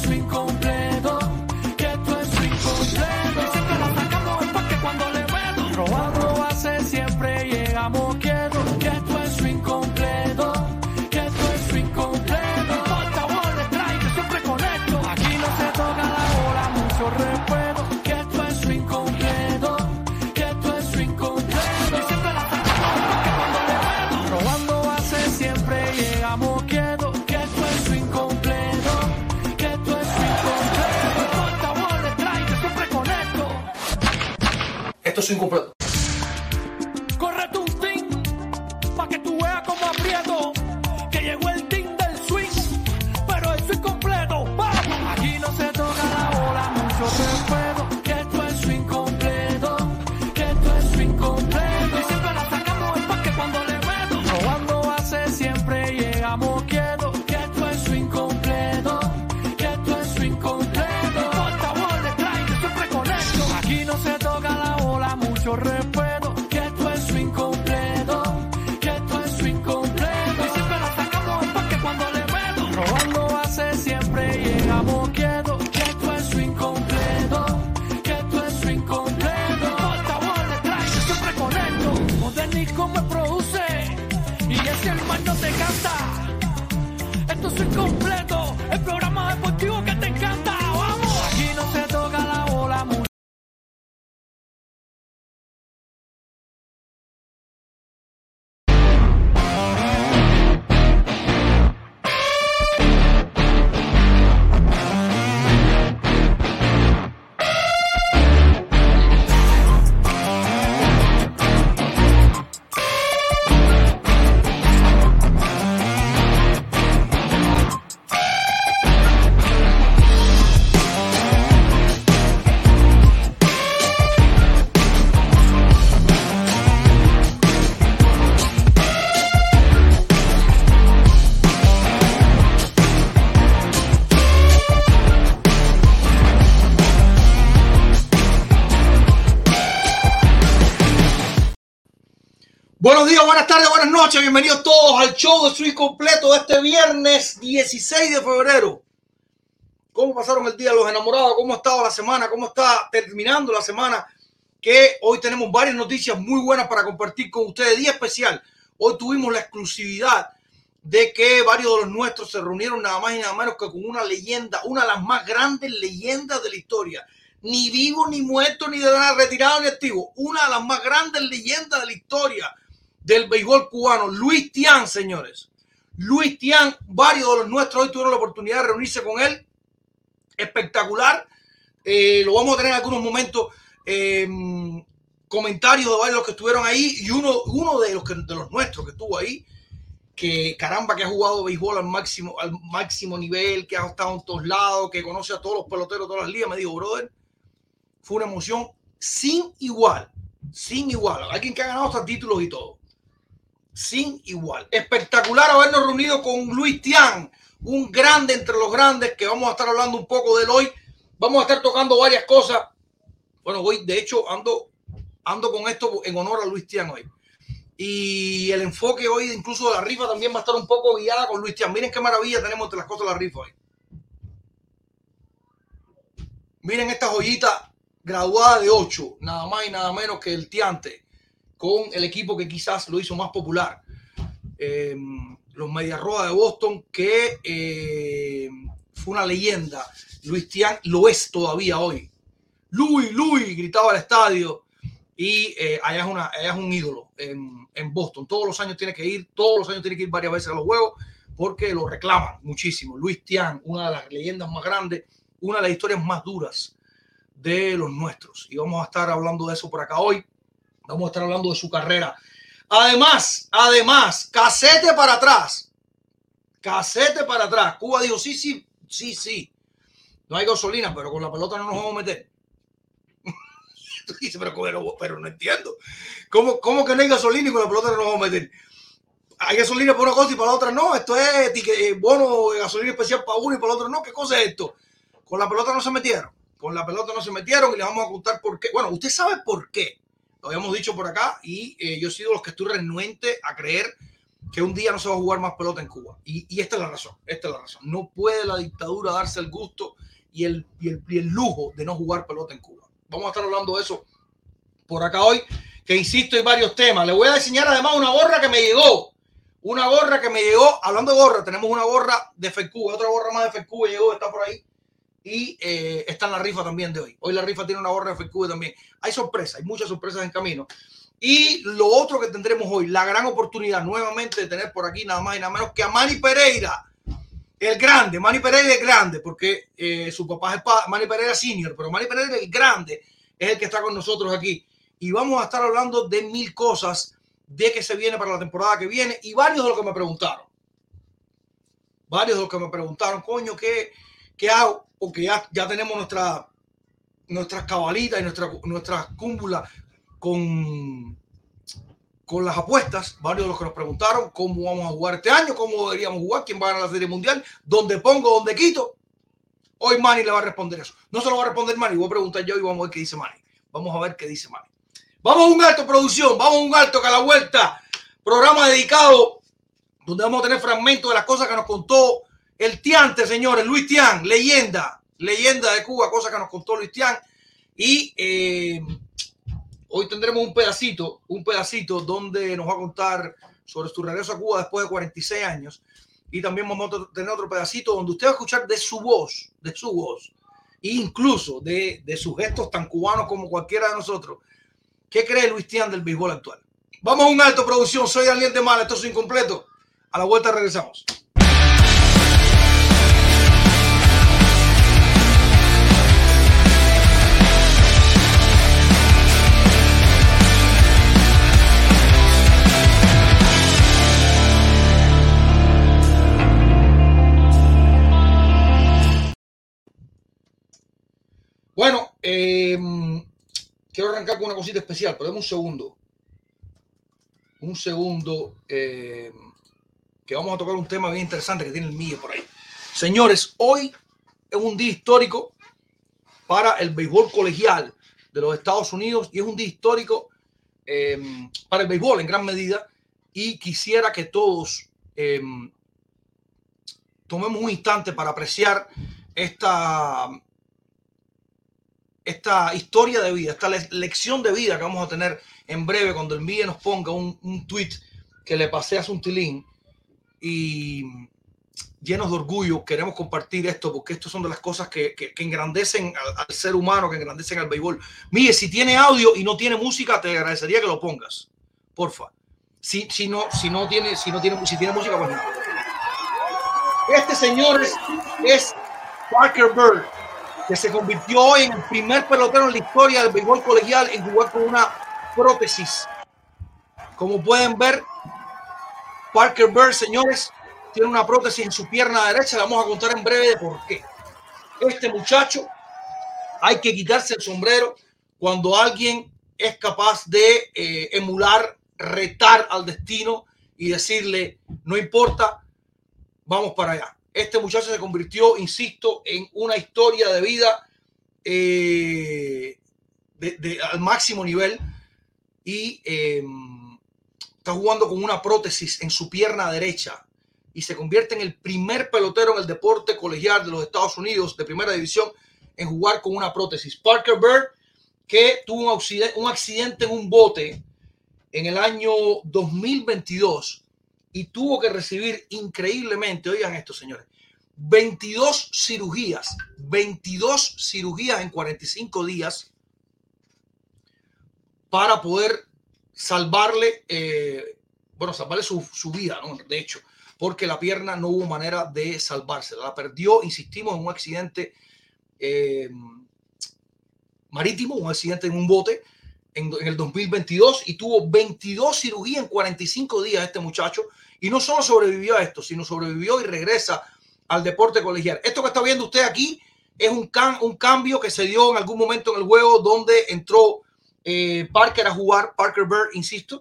swing completo, que esto es swing completo. Y siempre la sacamos el parque cuando le meto. Robando base siempre llegamos quietos, que esto es swing completo, que esto es swing completo. No importa ball, strike, que siempre conecto. Aquí no se toca la bola, mucho respeto, que esto es swing completo, que esto es swing completo. Y siempre la sacamos el parque cuando le meto. Robando base siempre llegamos quietos, que esto es swing completo, que esto es swing completo. No importa ball, strike, que siempre conecto. Esto es swing completo. Córrete un team, pa' que tú veas como aprieto, que llegó el team del swing, pero el swing completo, ¡vamos! Aquí no se toca la bola, mucho respeto, que esto es swing completo, que esto es swing completo. Y siempre la sacamos el parque cuando le meto. Robando base siempre llegamos quietos, que esto es swing completo, que esto es swing completo. No importa ball, strike, que siempre conecto. Aquí no se toca la bola, mucho respeto, que esto es swing completo, que esto es swing completo. Y siempre la sacamos el parque cuando le meto. Robando base siempre llegamos quietos, que esto es swing completo, que esto es swing completo. No importa ball, strike, que siempre conecto. Modernismo me produce y ese animal no te canta. Esto es swing completo, el programa deportivo que te encanta. ¡Vamos! Aquí no se toca la bola, mucho. Buenos días, buenas tardes, buenas noches. Bienvenidos todos al show de swing completo de este viernes 16 de febrero. ¿Cómo pasaron el día los enamorados? ¿Cómo ha estado la semana? ¿Cómo está terminando la semana? Que hoy tenemos varias noticias muy buenas para compartir con ustedes. Día especial. Hoy tuvimos la exclusividad de que varios de los nuestros se reunieron nada más y nada menos que con una leyenda, una de las más grandes leyendas de la historia. Ni vivo, ni muerto, ni de nada, retirado, ni activo. Una de las más grandes leyendas de la historia del béisbol cubano, Luis Tiant, señores. Luis Tiant, varios de los nuestros hoy tuvieron la oportunidad de reunirse con él. Espectacular. Lo vamos a tener en algunos momentos. Comentarios de varios de los que estuvieron ahí. Y uno de los nuestros que estuvo ahí, que caramba, que ha jugado béisbol al máximo nivel, que ha estado en todos lados, que conoce a todos los peloteros de todas las ligas, me dijo, brother, fue una emoción sin igual. Sin igual. Alguien que ha ganado hasta títulos y todo. Sin igual. Espectacular habernos reunido con Luis Tiant, un grande entre los grandes, que vamos a estar hablando un poco de él hoy. Vamos a estar tocando varias cosas. Bueno, hoy de hecho ando con esto en honor a Luis Tiant hoy. Y el enfoque hoy incluso de la rifa también va a estar un poco guiada con Luis Tiant. Miren qué maravilla tenemos entre las cosas de la rifa hoy. Miren esta joyita graduada de 8, nada más y nada menos que el Tiante, con el equipo que quizás lo hizo más popular, los Medias Rojas de Boston, que fue una leyenda. Luis Tiant lo es todavía hoy. Louis, gritaba al estadio, y allá es un ídolo en Boston. Todos los años tiene que ir varias veces a los juegos porque lo reclaman muchísimo. Luis Tiant, una de las leyendas más grandes, una de las historias más duras de los nuestros. Y vamos a estar hablando de eso por acá hoy. Vamos a estar hablando de su carrera. Además, casete para atrás. Cuba dijo, sí. No hay gasolina, pero con la pelota no nos vamos a meter. Tú dices, pero no entiendo. ¿Cómo que no hay gasolina y con la pelota no nos vamos a meter? Hay gasolina para una cosa y para la otra no. Esto es bono de gasolina especial para uno y para el otro no. ¿Qué cosa es esto? Con la pelota no se metieron. Y les vamos a contar por qué. Bueno, usted sabe por qué. Lo habíamos dicho por acá y yo he sido los que estoy renuente a creer que un día no se va a jugar más pelota en Cuba. Y esta es la razón. No puede la dictadura darse el gusto y el lujo de no jugar pelota en Cuba. Vamos a estar hablando de eso por acá hoy, que insisto, hay varios temas. Le voy a enseñar además una gorra que me llegó. Una gorra que me llegó. Hablando de gorra, tenemos una gorra de FECUBE, otra gorra más de FECUBE llegó, está por ahí. Y está en la rifa también de hoy. Hoy la rifa tiene una gorra de FECUBE también. Hay sorpresas, hay muchas sorpresas en camino. Y lo otro que tendremos hoy, la gran oportunidad nuevamente de tener por aquí nada más y nada menos que a Manny Pereira, el grande. Manny Pereira es grande porque su papá es Manny Pereira Senior, pero Manny Pereira el grande es el que está con nosotros aquí. Y vamos a estar hablando de mil cosas de que se viene para la temporada que viene y varios de los que me preguntaron. Coño, ¿qué hago? Porque ya tenemos nuestras cabalitas y nuestras cúmbulas con las apuestas. Varios de los que nos preguntaron cómo vamos a jugar este año, cómo deberíamos jugar, quién va a ganar la Serie Mundial, dónde pongo, dónde quito. Hoy Manny le va a responder eso. No se lo va a responder Manny, voy a preguntar yo y vamos a ver qué dice Manny. Vamos a ver qué dice Manny. Vamos a un alto, producción, vamos a un alto, que a la vuelta, programa dedicado donde vamos a tener fragmentos de las cosas que nos contó el Tiante, señores, Luis Tian, leyenda de Cuba, cosas que nos contó Luis Tian. Y hoy tendremos un pedacito donde nos va a contar sobre su regreso a Cuba después de 46 años. Y también vamos a tener otro pedacito donde usted va a escuchar de su voz, e incluso de sus gestos tan cubanos como cualquiera de nosotros. ¿Qué cree Luis Tian del béisbol actual? Vamos a un alto, producción. Soy Daniel de Mala, esto es Incompleto. A la vuelta regresamos. Bueno, quiero arrancar con una cosita especial, pero dame un segundo, que vamos a tocar un tema bien interesante que tiene el Mille por ahí. Señores, hoy es un día histórico para el béisbol colegial de los Estados Unidos y es un día histórico para el béisbol en gran medida, y quisiera que todos tomemos un instante para apreciar esta historia de vida, esta lección de vida que vamos a tener en breve cuando el Mille nos ponga un tweet que le pasé a Suntilín. Y llenos de orgullo queremos compartir esto, porque esto son de las cosas que engrandecen al ser humano, que engrandecen al béisbol. Mire, si tiene audio y no tiene música, te agradecería que lo pongas, porfa. Si tiene música, pues no. Este señor es Parker Bird, que se convirtió hoy en el primer pelotero en la historia del béisbol colegial en jugar con una prótesis. Como pueden ver, Parker Bird, señores, tiene una prótesis en su pierna derecha. Le vamos a contar en breve de por qué. Este muchacho, hay que quitarse el sombrero cuando alguien es capaz de emular, retar al destino y decirle, no importa, vamos para allá. Este muchacho se convirtió, insisto, en una historia de vida al máximo nivel y está jugando con una prótesis en su pierna derecha y se convierte en el primer pelotero en el deporte colegial de los Estados Unidos de primera división en jugar con una prótesis. Parker Bird, que tuvo un accidente en un bote en el año 2022 y tuvo que recibir increíblemente, oigan esto, señores, 22 cirugías en 45 días para poder salvarle su vida, ¿no? De hecho, porque la pierna no hubo manera de salvársela. La perdió, insistimos, en un accidente marítimo, un accidente en un bote en el 2022 y tuvo 22 cirugías en 45 días este muchacho. Y no solo sobrevivió a esto, sino sobrevivió y regresa al deporte colegial. Esto que está viendo usted aquí es un cambio que se dio en algún momento en el juego donde entró Parker a jugar, Parker Bird, insisto,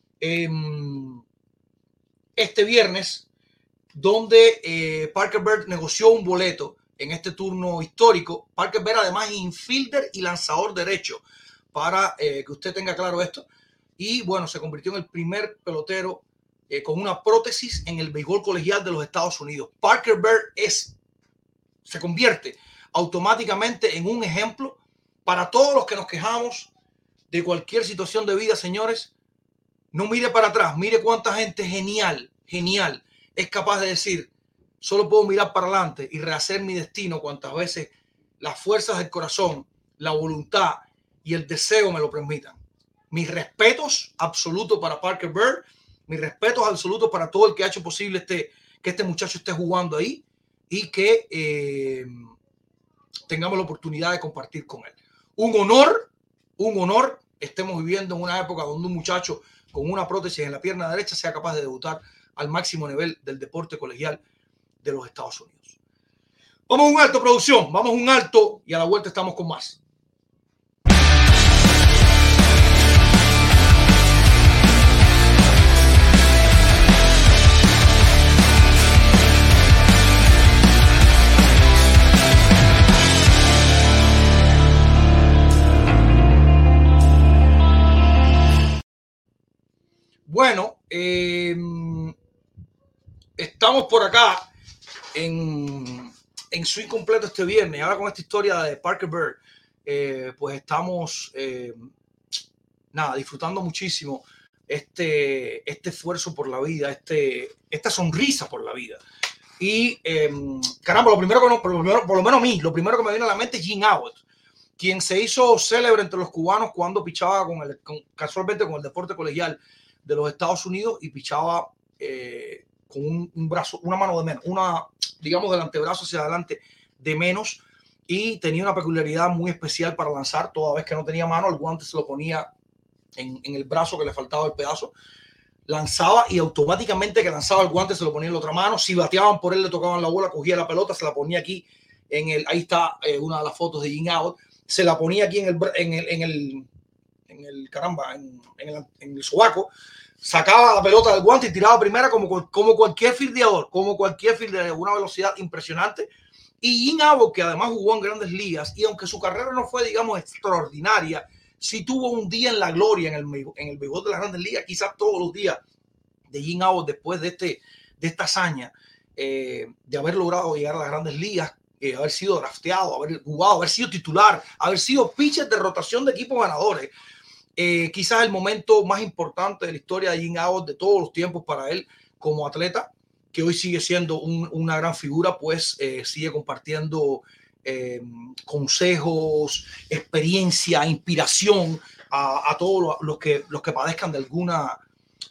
este viernes, donde Parker Bird negoció un boleto en este turno histórico. Parker Bird además es infielder y lanzador derecho, para que usted tenga claro esto. Y bueno, se convirtió en el primer pelotero con una prótesis en el béisbol colegial de los Estados Unidos. Parker Bird se convierte automáticamente en un ejemplo para todos los que nos quejamos de cualquier situación de vida, señores. No mire para atrás, mire cuánta gente genial es capaz de decir, solo puedo mirar para adelante y rehacer mi destino cuantas veces las fuerzas del corazón, la voluntad y el deseo me lo permitan. Mis respetos absolutos para Parker Byrd, mis respetos absolutos para todo el que ha hecho posible que este muchacho esté jugando ahí y que tengamos la oportunidad de compartir con él. Un honor, estemos viviendo en una época donde un muchacho con una prótesis en la pierna derecha sea capaz de debutar al máximo nivel del deporte colegial de los Estados Unidos. Vamos a un alto, producción, vamos a un alto y a la vuelta estamos con más. Bueno, estamos por acá en Swing Completo este viernes. Ahora con esta historia de Parker Byrd, pues estamos disfrutando muchísimo este esfuerzo por la vida, esta sonrisa por la vida. Y caramba, lo primero que me viene a la mente es Jim Abbott, quien se hizo célebre entre los cubanos cuando pichaba casualmente con el deporte colegial de los Estados Unidos y pichaba con un brazo, una mano de menos, digamos del antebrazo hacia adelante de menos, y tenía una peculiaridad muy especial para lanzar. Toda vez que no tenía mano, el guante se lo ponía en el brazo que le faltaba el pedazo, lanzaba y automáticamente que lanzaba el guante se lo ponía en la otra mano. Si bateaban por él, le tocaban la bola, cogía la pelota, se la ponía aquí ahí está una de las fotos de Jim Abbott, se la ponía aquí en el sobaco, sacaba la pelota del guante y tiraba primera como cualquier fildeador, una velocidad impresionante. Y Jim Abbott, que además jugó en grandes ligas, y aunque su carrera no fue, digamos, extraordinaria, sí tuvo un día en la gloria en el béisbol de las grandes ligas. Quizás todos los días de Jim Abbott después de esta hazaña, de haber logrado llegar a las grandes ligas, haber sido drafteado, haber jugado, haber sido titular, haber sido pitcher de rotación de equipos ganadores. Quizás el momento más importante de la historia de Jim Abbott de todos los tiempos para él como atleta, que hoy sigue siendo una gran figura, pues sigue compartiendo consejos, experiencia, inspiración a todos los que padezcan de alguna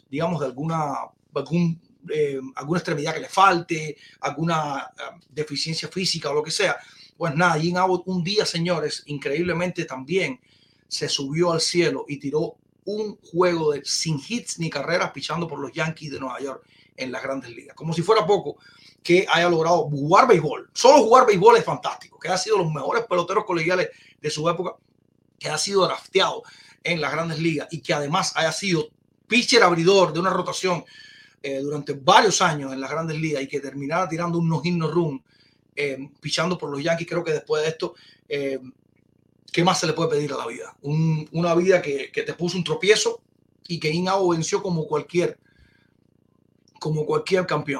extremidad que le falte, alguna deficiencia física o lo que sea. Pues nada, Jim Abbott un día, señores, increíblemente también se subió al cielo y tiró un juego sin hits ni carreras pichando por los Yankees de Nueva York en las grandes ligas. Como si fuera poco que haya logrado jugar béisbol. Solo jugar béisbol es fantástico, que haya sido los mejores peloteros colegiales de su época, que haya sido drafteado en las grandes ligas y que además haya sido pitcher abridor de una rotación durante varios años en las grandes ligas y que terminara tirando un no-hit no-run pichando por los Yankees. Creo que después de esto, ¿qué más se le puede pedir a la vida? Una vida que te puso un tropiezo y que Jim Abbott venció como cualquier campeón.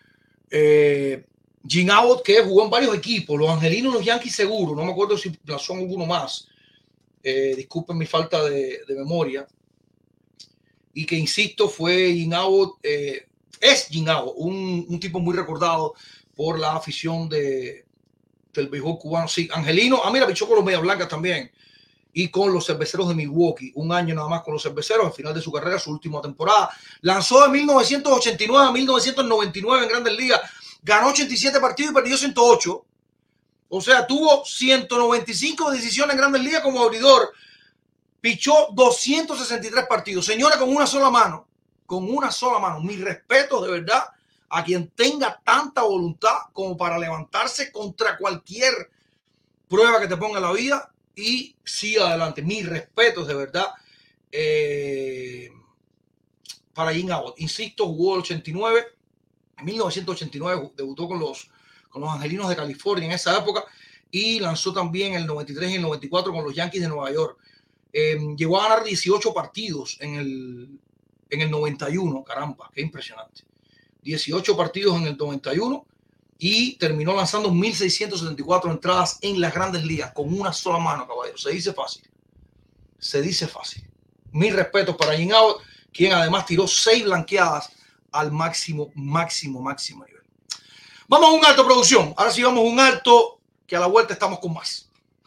Jim Abbott, que jugó en varios equipos, los Angelinos, los Yankees seguro, no me acuerdo si son alguno más, disculpen mi falta de memoria, y que insisto fue Jim Abbott, es Jim Abbott, un tipo muy recordado por la afición del béisbol cubano. Sí, Angelino, mira, pichó con los Medias Blancas también y con los Cerveceros de Milwaukee, un año nada más con los Cerveceros, al final de su carrera, su última temporada. Lanzó de 1989 a 1999 en Grandes Ligas, ganó 87 partidos y perdió 108. O sea, tuvo 195 decisiones en Grandes Ligas como abridor, pichó 263 partidos. Señora, con una sola mano, mi respeto de verdad a quien tenga tanta voluntad como para levantarse contra cualquier prueba que te ponga en la vida y siga adelante. Mis respetos de verdad para Jim Abbott. Insisto, jugó el 89, en 1989 debutó con los Angelinos de California en esa época y lanzó también el 93 y el 94 con los Yankees de Nueva York. Llegó a ganar 18 partidos en el 91, caramba, qué impresionante. 18 partidos en el 91 y terminó lanzando 1.674 entradas en las grandes ligas con una sola mano, caballero. Se dice fácil. Se dice fácil. Mis respetos para Jim Abbott, quien además tiró 6 blanqueadas al máximo nivel. Vamos a un alto, producción. Ahora sí vamos a un alto, que a la vuelta estamos con más.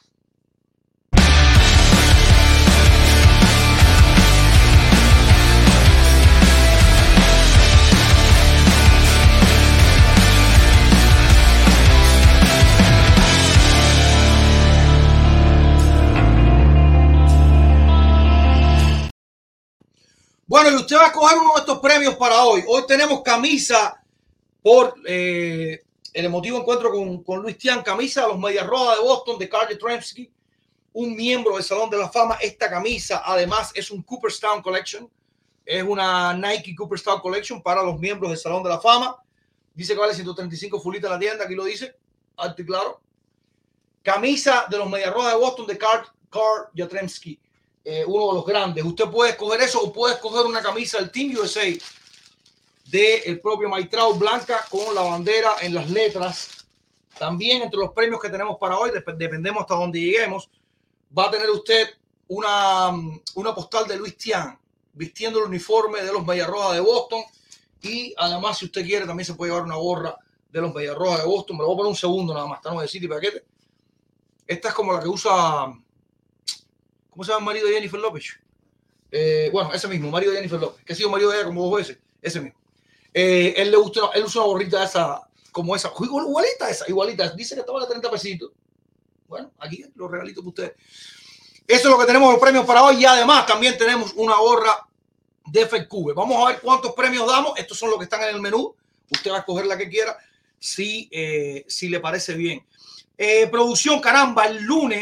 Bueno, y usted va a coger uno de estos premios para hoy. Hoy tenemos camisa por el emotivo encuentro con Luis Tiant, camisa de los Medias Rojas de Boston de Carl Yastrzemski, un miembro del Salón de la Fama. Esta camisa además es un Cooperstown Collection, es una Nike Cooperstown Collection para los miembros del Salón de la Fama. Dice que vale 135 fulitas en la tienda, aquí lo dice, alto y claro. Camisa de los Medias Rojas de Boston de Carl Yastrzemski. Uno de los grandes. Usted puede escoger eso o puede escoger una camisa del Team USA del propio Mike Trout, blanca con la bandera en las letras. También entre los premios que tenemos para hoy, dependemos hasta donde lleguemos, va a tener usted una postal de Luis Tiant vistiendo el uniforme de los Medias Rojas de Boston, y además, si usted quiere, también se puede llevar una gorra de los Medias Rojas de Boston. Me lo voy a poner un segundo nada más, está nuevecita y paquete. Esta es como la que usa... ¿Cómo se llama el marido de Jennifer López? Bueno, ese mismo, marido de Jennifer López, que ha sido marido de ella como 2 veces. Ese mismo. Él usa una gorrita esa, como esa, igualita. Dice que estaba a 30 pesitos. Bueno, aquí los regalitos para ustedes. Eso es lo que tenemos los premios para hoy. Y además también tenemos una gorra de FedCube. Vamos a ver cuántos premios damos. Estos son los que están en el menú. Usted va a escoger la que quiera, si le parece bien. Producción, caramba, el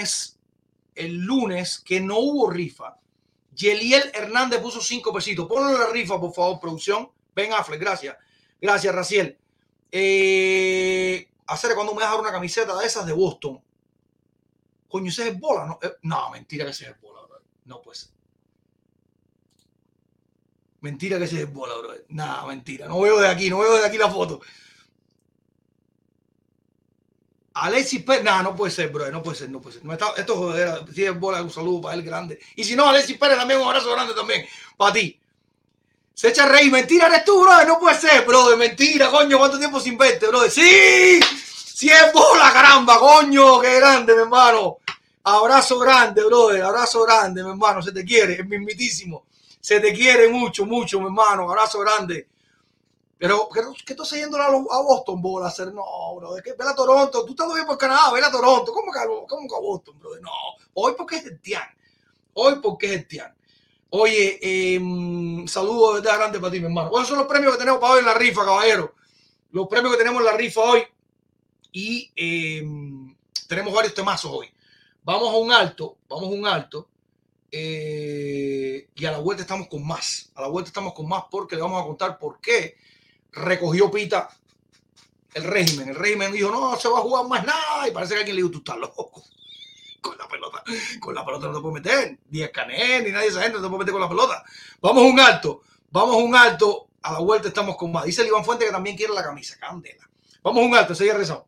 lunes que no hubo rifa, Yeliel Hernández puso 5 pesitos. Ponle la rifa, por favor, producción. Ben Affleck, gracias. Gracias, Raciel. Hacer cuando me dejar una camiseta de esas de Boston. Coño, ese es bola, ¿no? No, mentira que ese es bola, bro. No puede ser. Mentira que ese es bola, bro. No, mentira. No veo de aquí la foto. Alexis Pérez, no puede ser, bro, no puede ser. Esto joder, si es bola, un saludo para él grande. Y si no, Alexis Pérez también, un abrazo grande también para ti. Se echa a reír, mentira eres tú, bro, no puede ser, bro, mentira, coño, ¿cuánto tiempo sin verte, bro? Sí es bola, caramba, coño, qué grande, mi hermano. Abrazo grande, bro, abrazo grande, mi hermano, se te quiere, es mismitísimo. Se te quiere mucho, mi hermano, abrazo grande. Pero, ¿qué estás yendo a Boston, bola? Hacer no, bro. Vela a Toronto. Tú estás bien por Canadá, vela a Toronto. ¿Cómo que a Boston, bro? No. Hoy porque es el Tian. Oye, saludos de verdad grande para ti, mi hermano. Esos son los premios que tenemos para hoy en la rifa, caballero. Los premios que tenemos en la rifa hoy. Y tenemos varios temazos hoy. Vamos a un alto. Y a la vuelta estamos con más. Porque le vamos a contar por qué recogió pita el régimen. El régimen dijo, no se va a jugar más nada. Y parece que alguien le dijo, tú estás loco. Con la pelota no te puedes meter. Ni Escanel, ni nadie de esa gente no te puede meter con la pelota. Vamos a un alto. A la vuelta estamos con más. Dice el Iván Fuente que también quiere la camisa. Candela. Vamos a un alto. Sigue rezando.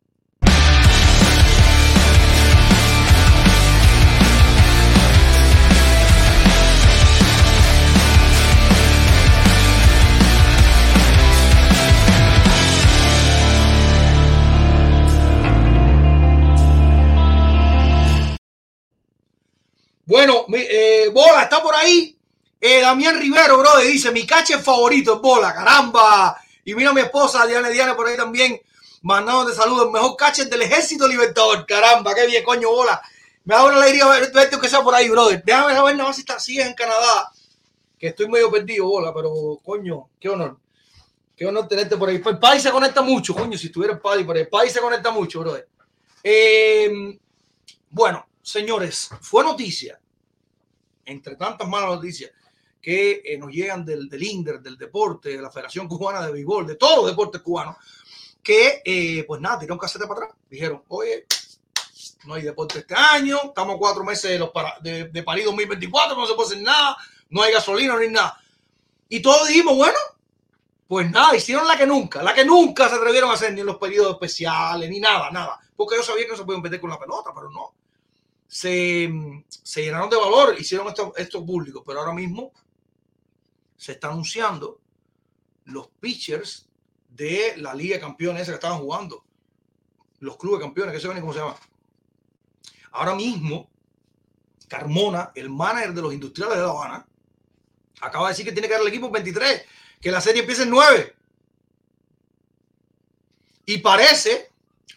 Bueno, bola, está por ahí. Damián Rivero, bro, dice, mi catcher favorito es bola, caramba. Y mira a mi esposa, Diana por ahí también, mandándote saludos. El mejor catcher del Ejército Libertador, caramba, qué bien, coño, bola. Me da una alegría verte que sea por ahí, brother. Déjame saber nada más si sigues en Canadá, que estoy medio perdido, bola, pero, coño, qué honor. Qué honor tenerte por ahí. El país se conecta mucho, coño, si estuviera el país por ahí. El país se conecta mucho, brother. Bueno, señores, fue noticia, entre tantas malas noticias que nos llegan del INDER, del deporte, de la Federación Cubana de Béisbol, de todos los deportes cubanos, que pues nada, tiraron casete para atrás. Dijeron, oye, no hay deporte este año, estamos a 4 meses de París 2024, no se puede hacer nada, no hay gasolina ni nada. Y todos dijimos, bueno, Pues nada, hicieron la que nunca se atrevieron a hacer ni en los periodos especiales, ni nada. Porque ellos sabían que no se podían meter con la pelota, pero no. Se llenaron de valor, hicieron esto público, pero ahora mismo se está anunciando los pitchers de la Liga de Campeones esa que estaban jugando. Los clubes de campeones, que se ven cómo se llama. Ahora mismo, Carmona, el manager de los Industriales de La Habana, acaba de decir que tiene que dar el equipo 23, que la serie empieza en 9. Y parece,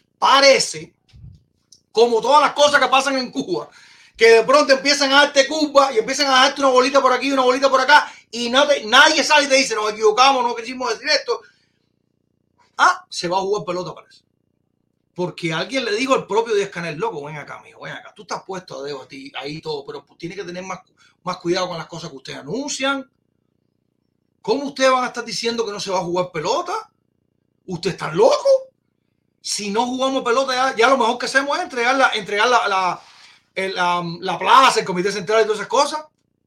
como todas las cosas que pasan en Cuba, que de pronto empiezan a darte Cuba y empiezan a darte una bolita por aquí y una bolita por acá, y nadie sale y te dice, nos equivocamos, no quisimos decir esto. Se va a jugar pelota, parece. Porque alguien le dijo al propio Díaz-Canel, loco, ven acá, mijo, ven acá. Tú estás puesto a dedo a ti, ahí todo, pero tiene que tener más cuidado con las cosas que ustedes anuncian. ¿Cómo ustedes van a estar diciendo que no se va a jugar pelota? ¿Ustedes están locos? Si no jugamos pelota, ya lo mejor que hacemos es entregar la plaza, el comité central y todas esas cosas.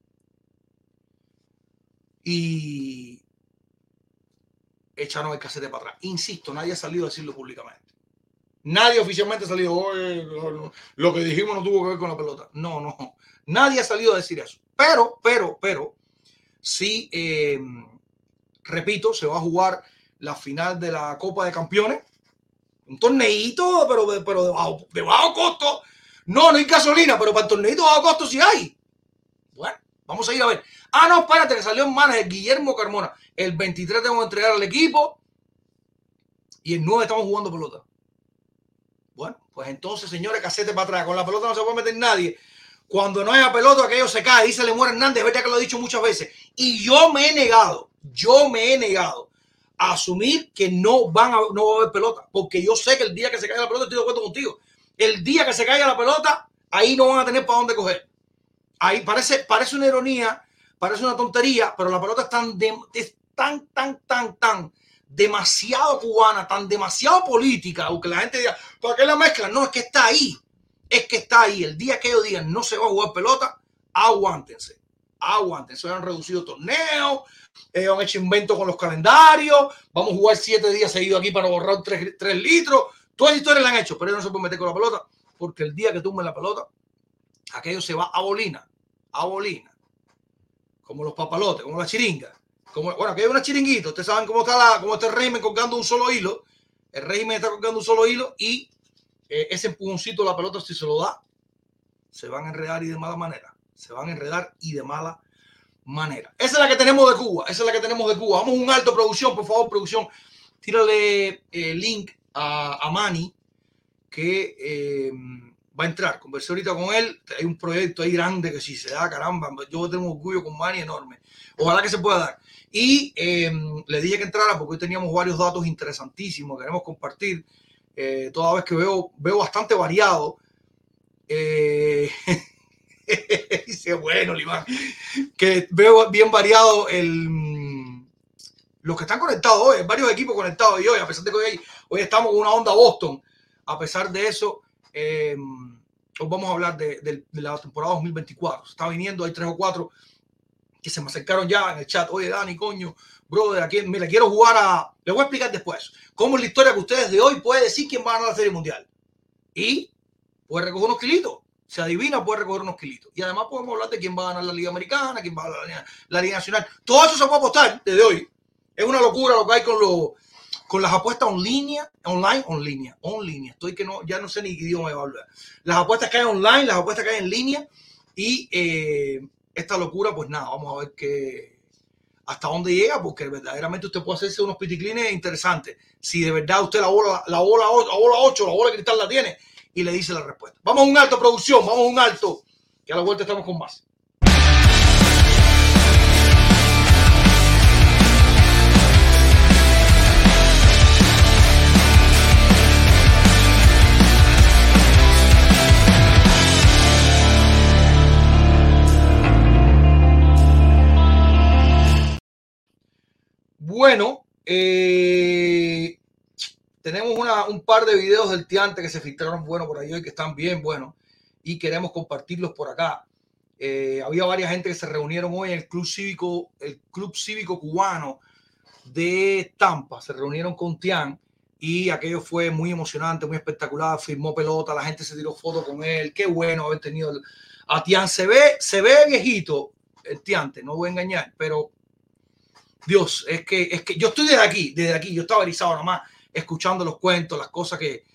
Y echaron el casete para atrás. Insisto, nadie ha salido a decirlo públicamente. Nadie oficialmente ha salido, oye, lo que dijimos no tuvo que ver con la pelota. No. Nadie ha salido a decir eso. Pero, sí, repito, se va a jugar la final de la Copa de Campeones. Un torneito, pero de bajo costo. No hay gasolina, pero para el torneito de bajo costo sí hay. Bueno, vamos a ir a ver. No, espérate, que salió en manos de Guillermo Carmona. El 23 tengo que entregar al equipo y el 9 estamos jugando pelota. Bueno, pues entonces, señores, casete para atrás. Con la pelota no se puede meter nadie. Cuando no haya pelota, aquello se cae. Dice Lemuel Hernández, es verdad que lo he dicho muchas veces. Y yo me he negado a asumir que no va a haber pelota. Porque yo sé que el día que se caiga la pelota, estoy de acuerdo contigo. El día que se caiga la pelota, ahí no van a tener para dónde coger. Ahí parece una ironía, parece una tontería, pero la pelota es tan demasiado cubana, tan demasiado política, aunque la gente diga, ¿para qué la mezclan? No, es que está ahí. El día que ellos digan no se va a jugar pelota, aguántense. Han reducido torneos, han hecho inventos con los calendarios, vamos a jugar 7 días seguidos aquí para borrar 3 litros. Todas las historias la han hecho, pero ellos no se pueden meter con la pelota, porque el día que tumben la pelota, aquello se va a bolina. Como los papalotes, como la chiringa. Aquí hay una chiringuita. Ustedes saben cómo está el régimen colgando un solo hilo. El régimen está colgando un solo hilo y ese empujoncito de la pelota, si se lo da, se van a enredar y de mala manera. Esa es la que tenemos de Cuba. Vamos a un alto, producción, por favor, producción. Tírale link a Manny, que va a entrar. Conversé ahorita con él. Hay un proyecto ahí grande que si se da, caramba, yo tengo un orgullo con Manny enorme. Ojalá que se pueda dar. Y le dije que entrara porque hoy teníamos varios datos interesantísimos que queremos compartir. Toda vez que veo bastante variado. Dice, bueno, Liván, que veo bien variado los que están conectados hoy, varios equipos conectados y hoy, a pesar de que hoy estamos con una onda Boston, a pesar de eso, hoy vamos a hablar de la temporada 2024. Se está viniendo, hay 3 o 4 que se me acercaron ya en el chat. Oye, Dani, coño, brother, aquí, mira, quiero jugar le voy a explicar después cómo es la historia que ustedes de hoy puede decir quién va a ganar la Serie Mundial. Y puede recoger unos kilitos. Se adivina, puede recoger unos kilitos. Y además podemos hablar de quién va a ganar la Liga Americana, quién va a ganar la Liga Nacional. Todo eso se puede apostar desde hoy. Es una locura lo que hay con las apuestas online. Estoy que ya no sé ni qué idioma me va a hablar. Las apuestas que hay online, las apuestas que hay en línea. Y esta locura, pues nada, vamos a ver hasta dónde llega, porque verdaderamente usted puede hacerse unos piticlines interesantes. Si de verdad usted la bola 8, la bola de cristal la tiene y le dice la respuesta. Vamos a un alto, producción, que a la vuelta estamos con más. Bueno, tenemos un par de videos del Tiante que se filtraron por ahí hoy, que están bien buenos y queremos compartirlos por acá. Había varias gente que se reunieron hoy en el Club Cívico Cubano de Tampa se reunieron con Tian y aquello fue muy emocionante, muy espectacular. Firmó pelota, la gente se tiró fotos con él. Qué bueno haber tenido a Tian. Se ve viejito el Tiante, no voy a engañar, pero Dios, es que yo estoy desde aquí, yo estaba erizado nada más escuchando los cuentos, las cosas que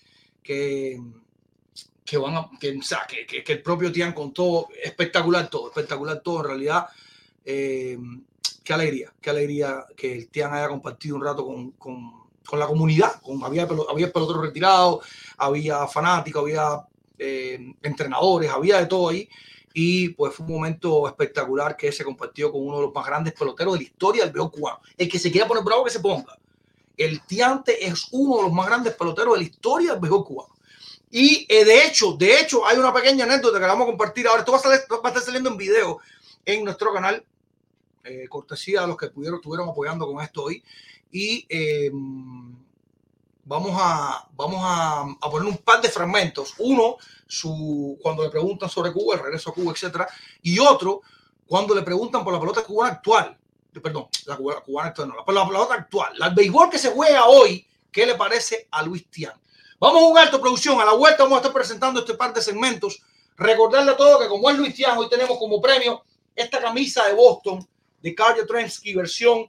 el propio Tian contó. Espectacular todo en realidad. Qué alegría que el Tian haya compartido un rato con la comunidad. Había peloteros retirados, había fanáticos, había entrenadores, había de todo ahí. Y pues fue un momento espectacular que se compartió con uno de los más grandes peloteros de la historia del béisbol cubano. El que se quiera poner bravo, que se ponga. El Tiante es uno de los más grandes peloteros de la historia del béisbol cubano. Y de hecho, hay una pequeña anécdota que la vamos a compartir ahora. Esto va a estar saliendo en video en nuestro canal, cortesía a los que estuvieron apoyando con esto hoy. Y vamos a poner un par de fragmentos. Uno, cuando le preguntan sobre Cuba, el regreso a Cuba, etcétera. Y otro, cuando le preguntan por la pelota cubana actual. Perdón, la cubana actual no, por la pelota actual. El béisbol que se juega hoy, ¿qué le parece a Luis Tian? Vamos a un alto, producción. A la vuelta vamos a estar presentando este par de segmentos. Recordarle a todos que como es Luis Tian, hoy tenemos como premio esta camisa de Boston de Carl Yastrzemski versión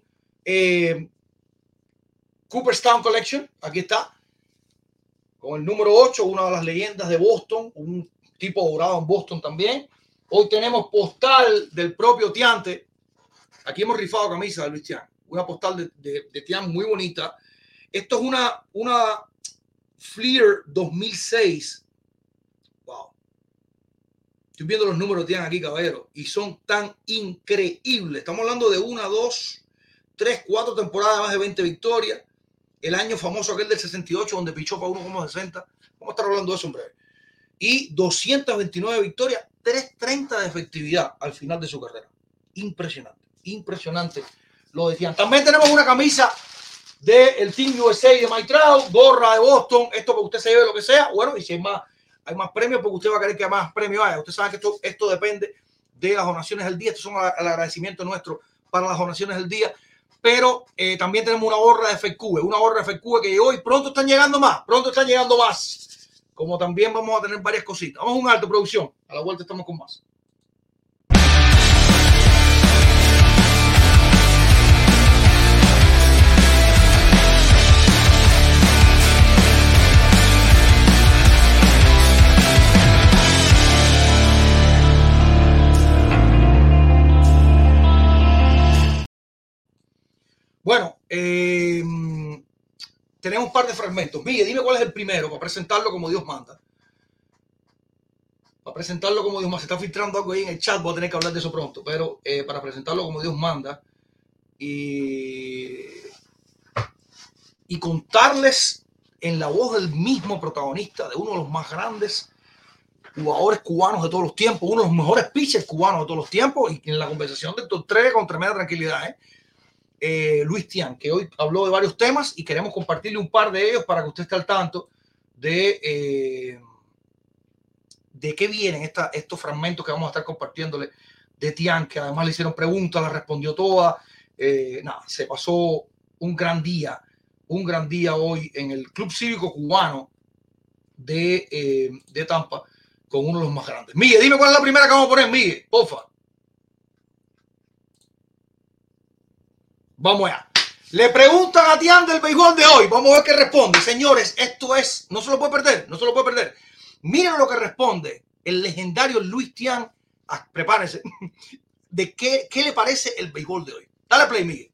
Cooperstown Collection. Aquí está. Con el número 8, una de las leyendas de Boston. Un tipo dorado en Boston también. Hoy tenemos postal del propio Tiante. Aquí hemos rifado camisa de Luis Tian. Una postal de Tian muy bonita. Esto es una Fleer 2006. Wow. Estoy viendo los números que tienen aquí, caballero, y son tan increíbles. Estamos hablando de 1, 2, 3, 4 temporadas, más de 20 victorias. El año famoso aquel del 68, donde pichó para 1,60. Vamos a estar hablando de eso en breve. Y 229 victorias, 330 de efectividad al final de su carrera. Impresionante lo decían. También tenemos una camisa del Team USA de Mike Trout, gorra de Boston, esto para que usted se lleve lo que sea. Bueno, y si hay más premios, porque usted va a querer que más premios haya. Usted sabe que esto depende de las donaciones del día. Estos son el agradecimiento nuestro para las donaciones del día. Pero también tenemos una gorra de FQ, que llegó y pronto están llegando más. Como también vamos a tener varias cositas. Vamos a un alto, producción. A la vuelta estamos con más. Bueno, tenemos un par de fragmentos. Miguel, dime cuál es el primero para presentarlo como Dios manda. Se está filtrando algo ahí en el chat, voy a tener que hablar de eso pronto, pero para presentarlo como Dios manda y contarles en la voz del mismo protagonista de uno de los más grandes jugadores cubanos de todos los tiempos, uno de los mejores pitchers cubanos de todos los tiempos, y en la conversación del Top 3 con tremenda tranquilidad, Luis Tian, que hoy habló de varios temas y queremos compartirle un par de ellos para que usted esté al tanto de qué vienen estos fragmentos que vamos a estar compartiéndole de Tian, que además le hicieron preguntas, las respondió todas. Se pasó un gran día hoy en el Club Cívico Cubano de Tampa con uno de los más grandes. Miguel, dime cuál es la primera que vamos a poner, Miguel, porfa. Vamos allá. Le preguntan a Tian del béisbol de hoy. Vamos a ver qué responde. Señores, esto no se lo puede perder. Miren lo que responde el legendario Luis Tian. Prepárense. De qué le parece el béisbol de hoy. Dale play, Miguel.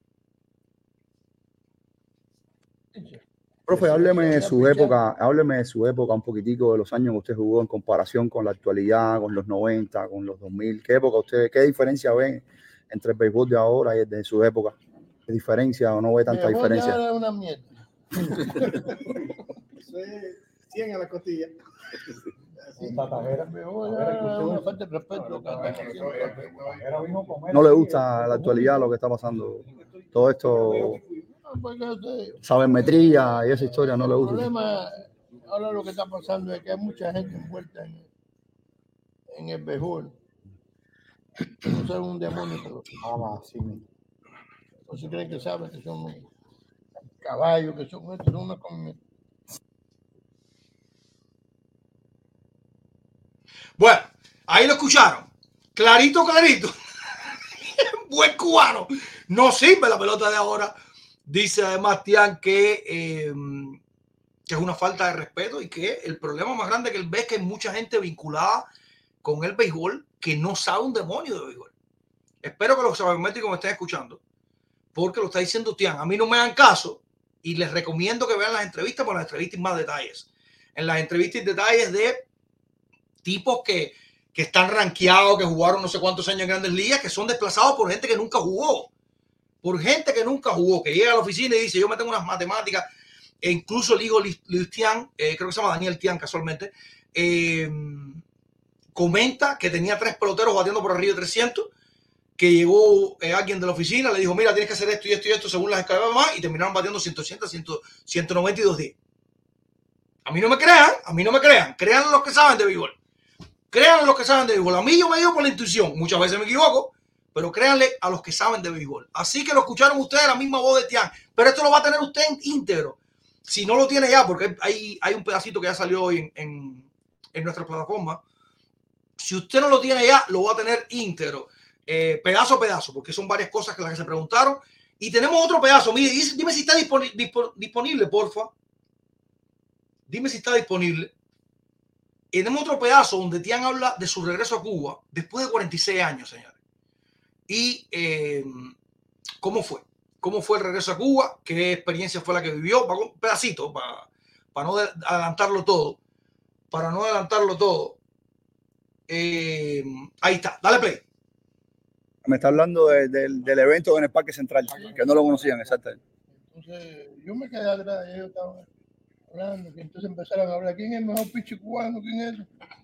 Profe, hábleme de su época un poquitico, de los años que usted jugó en comparación con la actualidad, con los 90, con los 2000. ¿Qué diferencia ven entre el béisbol de ahora y el de su época? ¿Qué diferencia o no ve tanta diferencia? Era una mierda. Eso es 100 a la costilla. Una falta de respeto. ¿No le gusta la actualidad lo que está pasando? Todo esto, sabermetría y esa historia no le gusta. El problema ahora lo que está pasando es que hay mucha gente envuelta en el béisbol. No ser un demonio, pero Entonces creen que saben que son caballos, que son estos, son una comunidad. Bueno, ahí lo escucharon. Clarito, clarito. Buen cubano. No sirve la pelota de ahora. Dice además Tian que es una falta de respeto y que el problema más grande que él ve es que hay mucha gente vinculada con el béisbol que no sabe un demonio de béisbol. Espero que los sabermétricos me estén escuchando, porque lo está diciendo Tian. A mí no me dan caso y les recomiendo que vean las entrevistas, porque las entrevistas más detalles. En las entrevistas y detalles de tipos que están rankeados, que jugaron no sé cuántos años en Grandes Ligas, que son desplazados por gente que nunca jugó. Por gente que nunca jugó, que llega a la oficina y dice, yo me tengo unas matemáticas. E incluso el hijo Luis Tian, creo que se llama Daniel Tian casualmente, comenta que tenía 3 peloteros batiendo por arriba de 300, que llegó alguien de la oficina, le dijo, mira, tienes que hacer esto y esto y esto según las escalas más, y terminaron batiendo 180, 190 y 210. A mí no me crean, crean los que saben de béisbol. Créanle a los que saben de béisbol. A mí yo me digo por la intuición, muchas veces me equivoco, pero créanle a los que saben de béisbol. Así que lo escucharon ustedes, la misma voz de Tian, pero esto lo va a tener usted íntegro. Si no lo tiene ya, porque hay un pedacito que ya salió hoy en nuestra plataforma. Si usted no lo tiene ya, lo va a tener íntegro. Pedazo a pedazo, porque son varias cosas que las que se preguntaron. Y tenemos otro pedazo. Mire, dime si está disponible, porfa. Dime si está disponible. Y tenemos otro pedazo donde Tian habla de su regreso a Cuba después de 46 años, señores. Y cómo fue el regreso a Cuba, qué experiencia fue la que vivió, un pedacito, para no adelantarlo todo. Ahí está, dale play. Me está hablando del evento en el Parque Central, que no lo conocían exactamente. Entonces yo me quedé atrás, ellos estaban hablando, que entonces empezaron a hablar, ¿quién es el mejor pitcher cubano? ¿Quién es?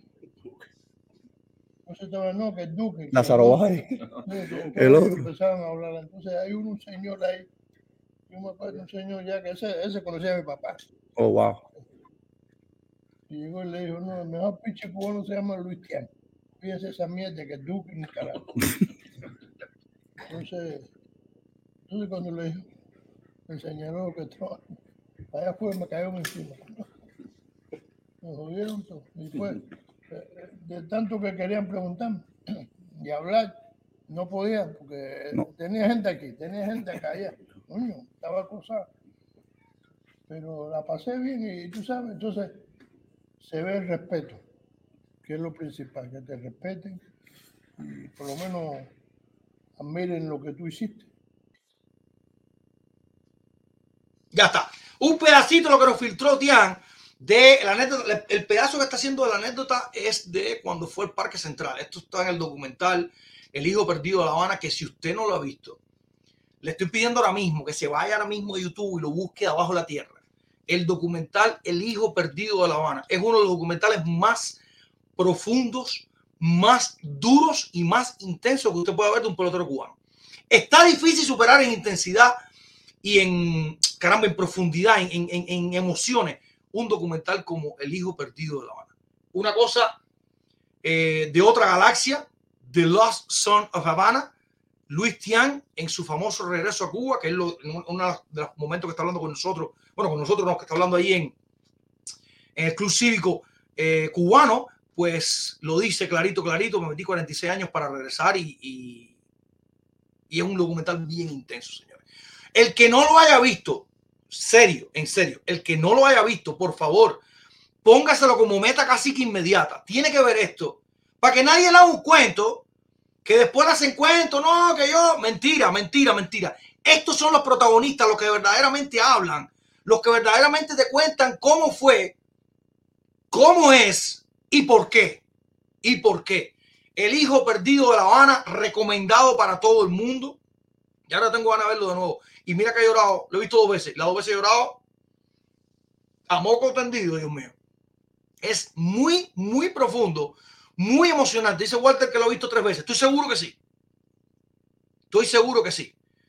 Entonces estaban, no, que es Duque. Lázaro Báez. El otro. Empezaron a hablar, entonces hay un señor ahí, yo me acuerdo, un señor ya que ese conocía a mi papá. Oh, wow. Y llegó y le dijo, no, el mejor pitcher cubano se llama Luis Tian. Fíjense esa mierda que es Duque y Nicaragua. Entonces cuando le dijo, me señaló que estaba allá afuera, me cayó encima. Me jodieron todo. Y pues, de tanto que querían preguntarme y hablar, no podían, porque tenía gente aquí, tenía gente acá allá. Coño, estaba acosado. Pero la pasé bien y tú sabes, entonces se ve el respeto, que es lo principal, que te respeten y por lo menos admiren lo que tú hiciste. Ya está. Un pedacito lo que nos filtró Tian de la anécdota. El pedazo que está haciendo de la anécdota es de cuando fue al Parque Central. Esto está en el documental El Hijo Perdido de La Habana, que si usted no lo ha visto, le estoy pidiendo ahora mismo que se vaya ahora mismo a YouTube y lo busque abajo de la tierra. El documental El Hijo Perdido de La Habana es uno de los documentales más profundos, más duros y más intensos que usted pueda ver de un pelotero cubano. Está difícil superar en intensidad y en profundidad, en emociones, un documental como El Hijo Perdido de La Habana. Una cosa de otra galaxia, The Lost Son of Havana, Luis Tian en su famoso regreso a Cuba, que es uno de los momentos que está hablando con nosotros, bueno, con nosotros no, que está hablando ahí en el Club Cívico cubano, pues lo dice clarito, me metí 46 años para regresar y es un documental bien intenso, señores. El que no lo haya visto, en serio, el que no lo haya visto, por favor, póngaselo como meta casi que inmediata. Tiene que ver esto, para que nadie le haga un cuento, que después le hacen cuento, no, que yo, mentira. Estos son los protagonistas, los que verdaderamente hablan, los que verdaderamente te cuentan cómo fue, cómo es y por qué. El Hijo Perdido de La Habana, recomendado para todo el mundo. Y ahora tengo ganas de verlo de nuevo. Y mira que he llorado, lo he visto 2 veces. Las 2 veces he llorado a moco tendido, Dios mío. Es muy, muy profundo, muy emocionante. Dice Walter que lo ha visto 3 veces. Estoy seguro que sí.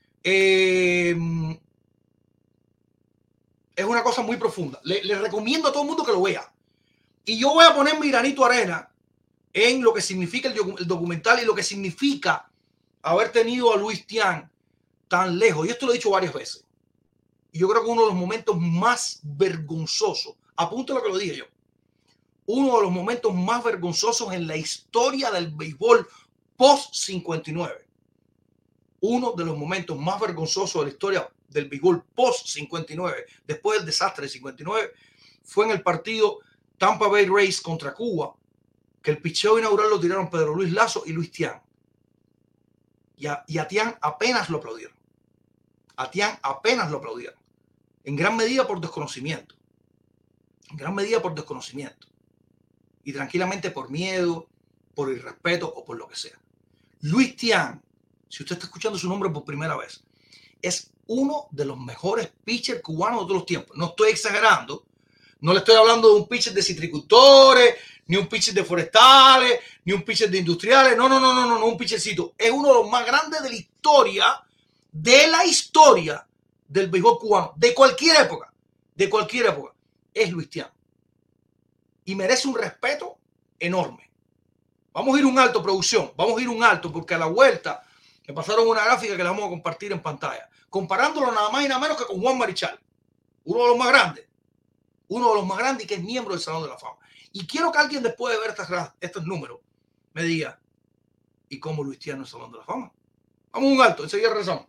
Es una cosa muy profunda. Le recomiendo a todo el mundo que lo vea. Y yo voy a poner mi granito de arena en lo que significa el documental y lo que significa haber tenido a Luis Tian tan lejos. Y esto lo he dicho varias veces. Y yo creo que uno de los momentos más vergonzosos, apunto lo que lo dije yo, uno de los momentos más vergonzosos en la historia del béisbol post-59. Uno de los momentos más vergonzosos de la historia del béisbol post-59, después del desastre de 59, fue en el partido Tampa Bay Rays contra Cuba, que el picheo inaugural lo tiraron Pedro Luis Lazo y Luis Tiant. Y a Tiant apenas lo aplaudieron. A Tiant apenas lo aplaudieron. En gran medida por desconocimiento. En gran medida por desconocimiento. Y tranquilamente por miedo, por irrespeto o por lo que sea. Luis Tiant, si usted está escuchando su nombre por primera vez, es uno de los mejores pitchers cubanos de todos los tiempos. No estoy exagerando. No le estoy hablando de un pitcher de citricultores, ni un pitcher de forestales, ni un pitcher de industriales. No, un pitchercito. Es uno de los más grandes de la historia del béisbol cubano, de cualquier época. Es Luis Tiant. Y merece un respeto enorme. Vamos a ir un alto, producción. Vamos a ir un alto, porque a la vuelta me pasaron una gráfica que la vamos a compartir en pantalla, comparándolo nada más y nada menos que con Juan Marichal, uno de los más grandes y que es miembro del Salón de la Fama. Y quiero que alguien, después de ver estos números, me diga, ¿y cómo Luis Tiant no es Salón de la Fama? Vamos a un alto, enseguida regresamos.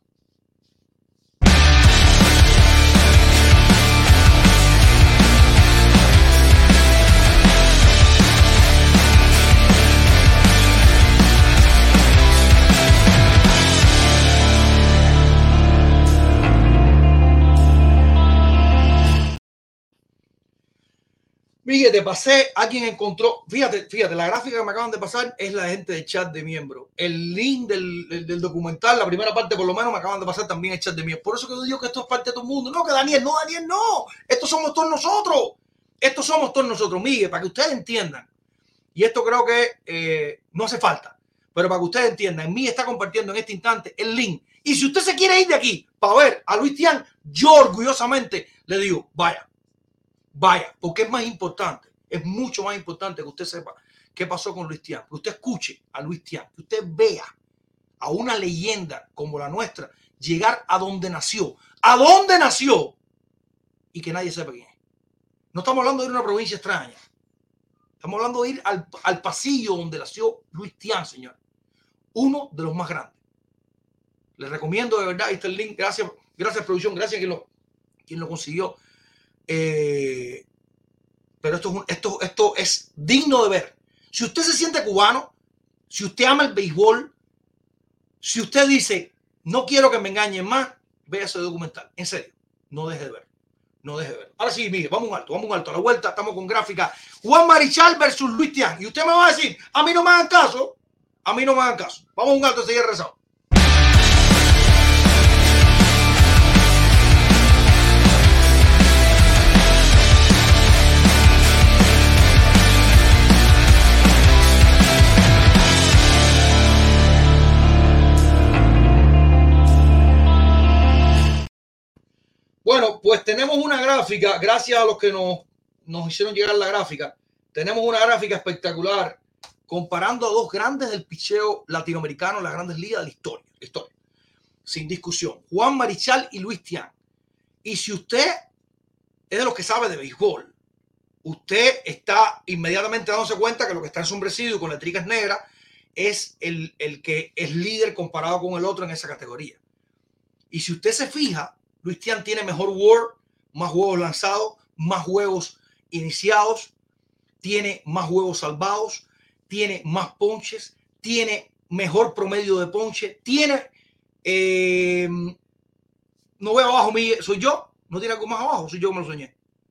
Miguel, te pasé, alguien encontró, fíjate, la gráfica que me acaban de pasar es la gente del chat de miembros. El link del documental, la primera parte por lo menos, me acaban de pasar también el chat de miembros. Por eso que yo digo que esto es parte de todo el mundo. No, que Daniel, no. Estos somos todos nosotros. Miguel, para que ustedes entiendan. Y esto creo que no hace falta. Pero para que ustedes entiendan, Miguel está compartiendo en este instante el link. Y si usted se quiere ir de aquí para ver a Luis Tiant, yo orgullosamente le digo, vaya, porque es más importante, es mucho más importante que usted sepa qué pasó con Luis Tiant, que usted escuche a Luis Tiant, que usted vea a una leyenda como la nuestra llegar a donde nació, y que nadie sepa quién es. No estamos hablando de ir a una provincia extraña, estamos hablando de ir al pasillo donde nació Luis Tiant, señor, uno de los más grandes. Les recomiendo, de verdad, ahí está el link. Gracias producción, gracias quien lo consiguió. Pero esto es digno de ver. Si usted se siente cubano, si usted ama el béisbol, si usted dice no quiero que me engañen más, vea ese documental. En serio, no deje de ver. Ahora sí, Miguel, vamos alto. A la vuelta estamos con gráfica. Juan Marichal versus Luis Tiant. Y usted me va a decir, a mí no me hagan caso. Vamos a un alto, seguir rezando. Bueno, pues tenemos una gráfica, gracias a los que nos hicieron llegar la gráfica. Tenemos una gráfica espectacular comparando a dos grandes del picheo latinoamericano en las grandes ligas de la historia. Sin discusión. Juan Marichal y Luis Tiant. Y si usted es de los que sabe de béisbol, usted está inmediatamente dándose cuenta que lo que está ensombrecido y con letricas negras es el que es líder comparado con el otro en esa categoría. Y si usted se fija, Luis Tiant tiene mejor WAR, más juegos lanzados, más juegos iniciados, tiene más juegos salvados, tiene más ponches, tiene mejor promedio de ponche, tiene... no veo abajo, soy yo, no tiene algo más abajo, soy yo que me lo soñé.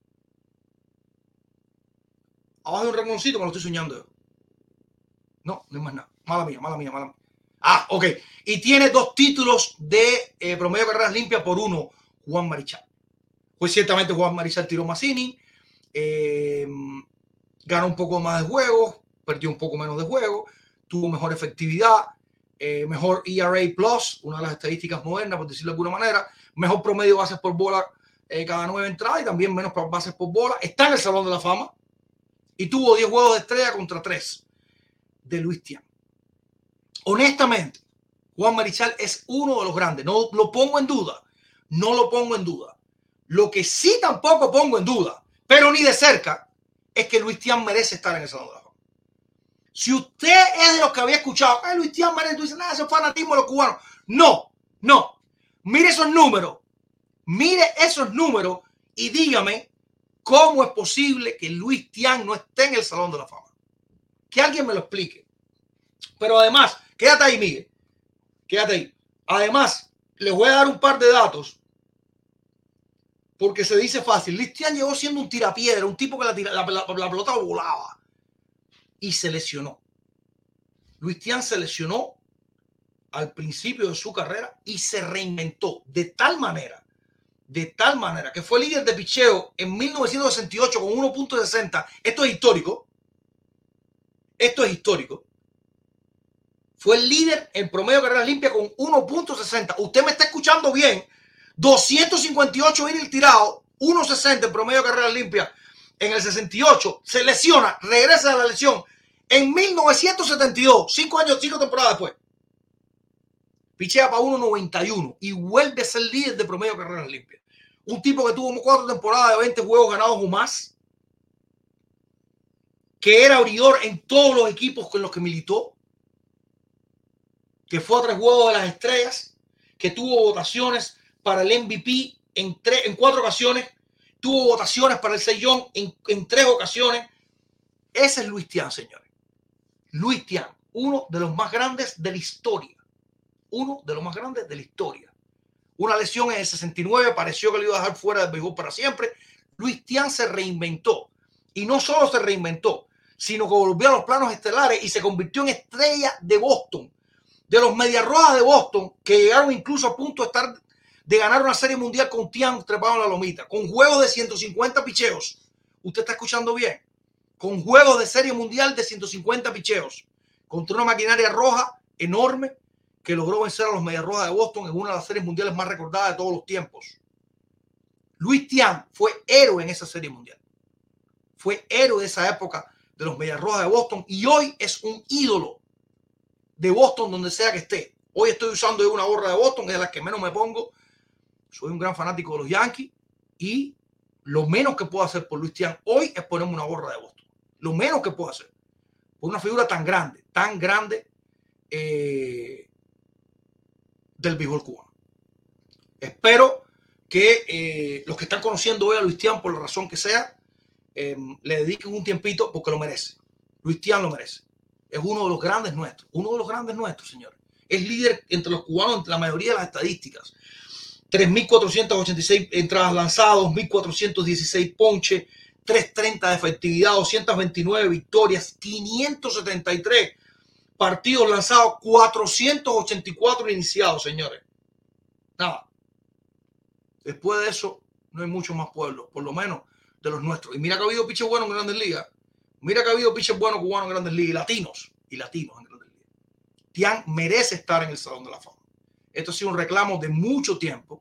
Abajo hay un rengloncito, me lo estoy soñando yo. No hay más nada. Mala mía. Ah, ok. Y tiene 2 títulos de promedio de carreras limpias por 1, Juan Marichal. Pues ciertamente Juan Marichal tiró más innings, ganó un poco más de juegos, perdió un poco menos de juegos, tuvo mejor efectividad, mejor ERA plus, una de las estadísticas modernas, por decirlo de alguna manera, mejor promedio de bases por bola cada 9 entradas y también menos bases por bola. Está en el Salón de la Fama y tuvo 10 juegos de estrella contra 3 de Luis Tiant. Honestamente, Juan Marichal es uno de los grandes. No lo pongo en duda. No lo pongo en duda. Lo que sí tampoco pongo en duda, pero ni de cerca, es que Luis Tiant merece estar en el Salón de la Fama. Si usted es de los que había escuchado, Luis Tiant merece, tú dices, nada, ese es fanatismo de los cubanos. No. Mire esos números. Y dígame cómo es posible que Luis Tiant no esté en el Salón de la Fama. Que alguien me lo explique. Pero además, quédate ahí, Miguel. Quédate ahí. Además, les voy a dar un par de datos porque se dice fácil. Luis Tiant llegó siendo un tirapiedra, un tipo que la pelota volaba y se lesionó. Luis Tiant se lesionó al principio de su carrera y se reinventó de tal manera que fue líder de picheo en 1968 con 1.60. Esto es histórico. Fue el líder en promedio de carreras limpias con 1.60. Usted me está escuchando bien. 258 innings tirados, 1.60 en promedio de carreras limpias en el 68. Se lesiona, regresa de la lesión en 1972, 5 temporadas después. Pichea para 1.91 y vuelve a ser líder de promedio de carreras limpias. Un tipo que tuvo 4 temporadas de 20 juegos ganados o más, que era abridor en todos los equipos con los que militó, que fue a 3 Juegos de las Estrellas, que tuvo votaciones para el MVP en 4 ocasiones, tuvo votaciones para el Cy Young en 3 ocasiones. Ese es Luis Tiant, señores. Luis Tiant, uno de los más grandes de la historia. Una lesión en el 69, pareció que le iba a dejar fuera del béisbol para siempre. Luis Tiant se reinventó. Y no solo se reinventó, sino que volvió a los planos estelares y se convirtió en estrella de Boston. De los Medias Rojas de Boston, que llegaron incluso a punto de ganar una serie mundial con Tiant trepado en la lomita, con juegos de 150 picheos. ¿Usted está escuchando bien? Con juegos de serie mundial de 150 picheos, contra una maquinaria roja enorme que logró vencer a los Medias Rojas de Boston en una de las series mundiales más recordadas de todos los tiempos. Luis Tiant fue héroe en esa serie mundial. Fue héroe de esa época de los Medias Rojas de Boston y hoy es un ídolo de Boston donde sea que esté. Hoy estoy usando yo una gorra de Boston, es de las que menos me pongo. Soy un gran fanático de los Yankees y lo menos que puedo hacer por Luis Tiant hoy es ponerme una gorra de Boston. Lo menos que puedo hacer por una figura tan grande del béisbol cubano. Espero que los que están conociendo hoy a Luis Tiant, por la razón que sea, le dediquen un tiempito porque lo merece. Luis Tiant lo merece. Es uno de los grandes nuestros, señores. Es líder entre los cubanos entre la mayoría de las estadísticas. 3.486 entradas lanzadas, 2.416 ponches, 330 de efectividad, 229 victorias, 573 partidos lanzados, 484 iniciados, señores. Nada. Después de eso, no hay mucho más pueblo, por lo menos de los nuestros. Y mira que ha habido pitchers buenos en Grandes Ligas. Mira que ha habido pitchers buenos cubanos en Grandes Ligas y latinos en Grandes Ligas. Tiant merece estar en el Salón de la Fama. Esto ha sido un reclamo de mucho tiempo.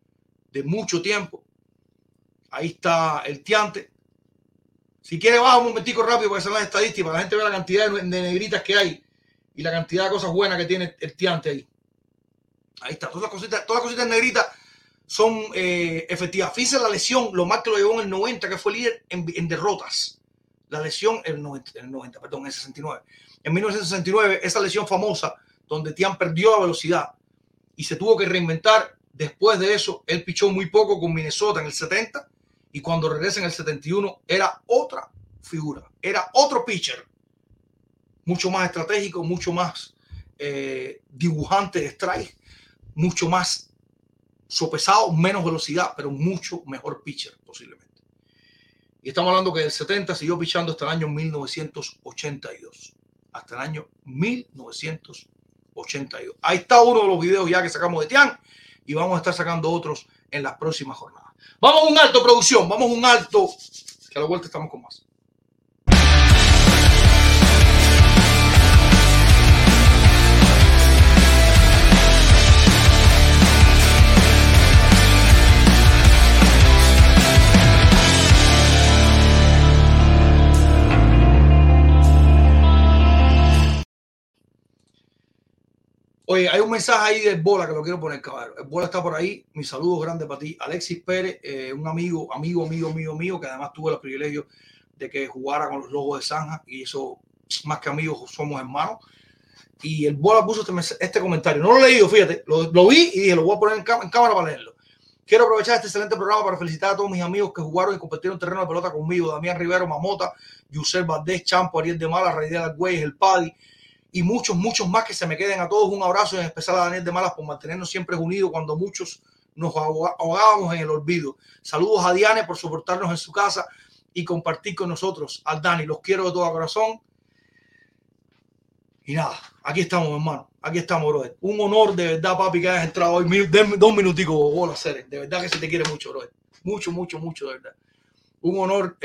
Ahí está el Tiante. Si quiere, baja un momentico rápido para que sean las estadísticas, para que la gente vea la cantidad de negritas que hay y la cantidad de cosas buenas que tiene el Tiante ahí. Ahí está. Todas las cositas negritas son efectivas. Fíjense la lesión, lo más que lo llevó en el 90, que fue líder en derrotas. La lesión en el 69. En 1969, esa lesión famosa donde Tiant perdió la velocidad y se tuvo que reinventar. Después de eso, él pichó muy poco con Minnesota en el 70 y cuando regresa en el 71 era otra figura, era otro pitcher, mucho más estratégico, mucho más dibujante de strike, mucho más sopesado, menos velocidad, pero mucho mejor pitcher posiblemente. Y estamos hablando que del 70 siguió pichando hasta el año 1982. Hasta el año 1982. Ahí está uno de los videos ya que sacamos de Tiant y vamos a estar sacando otros en las próximas jornadas. Vamos a un alto, producción. Vamos a un alto, que a la vuelta estamos con más. Oye, hay un mensaje ahí del Bola que lo quiero poner, cabrón. El Bola está por ahí. Mis saludos grandes para ti. Alexis Pérez, un amigo mío, que además tuve el privilegio de que jugara con los Lobos de Zanja, y eso, más que amigos, somos hermanos. Y el Bola puso este comentario. No lo he leído, fíjate. Lo vi y dije, lo voy a poner en cámara para leerlo. Quiero aprovechar este excelente programa para felicitar a todos mis amigos que jugaron y compartieron terreno de pelota conmigo. Damián Rivero, Mamota, Yusel Valdés, Champo, Ariel de Malas, Rey de Argüelles, El Paddy y muchos más que se me queden a todos. Un abrazo, y en especial a Daniel de Malas por mantenernos siempre unidos cuando muchos nos ahogábamos en el olvido. Saludos a Diane por soportarnos en su casa y compartir con nosotros. Al Dani, los quiero de todo corazón. Y nada, aquí estamos, hermano. Aquí estamos, brother. Un honor de verdad, papi, que hayas entrado hoy. 2 minuticos, Bola, Ceres. De verdad que se te quiere mucho, brother. Mucho, de verdad. Un honor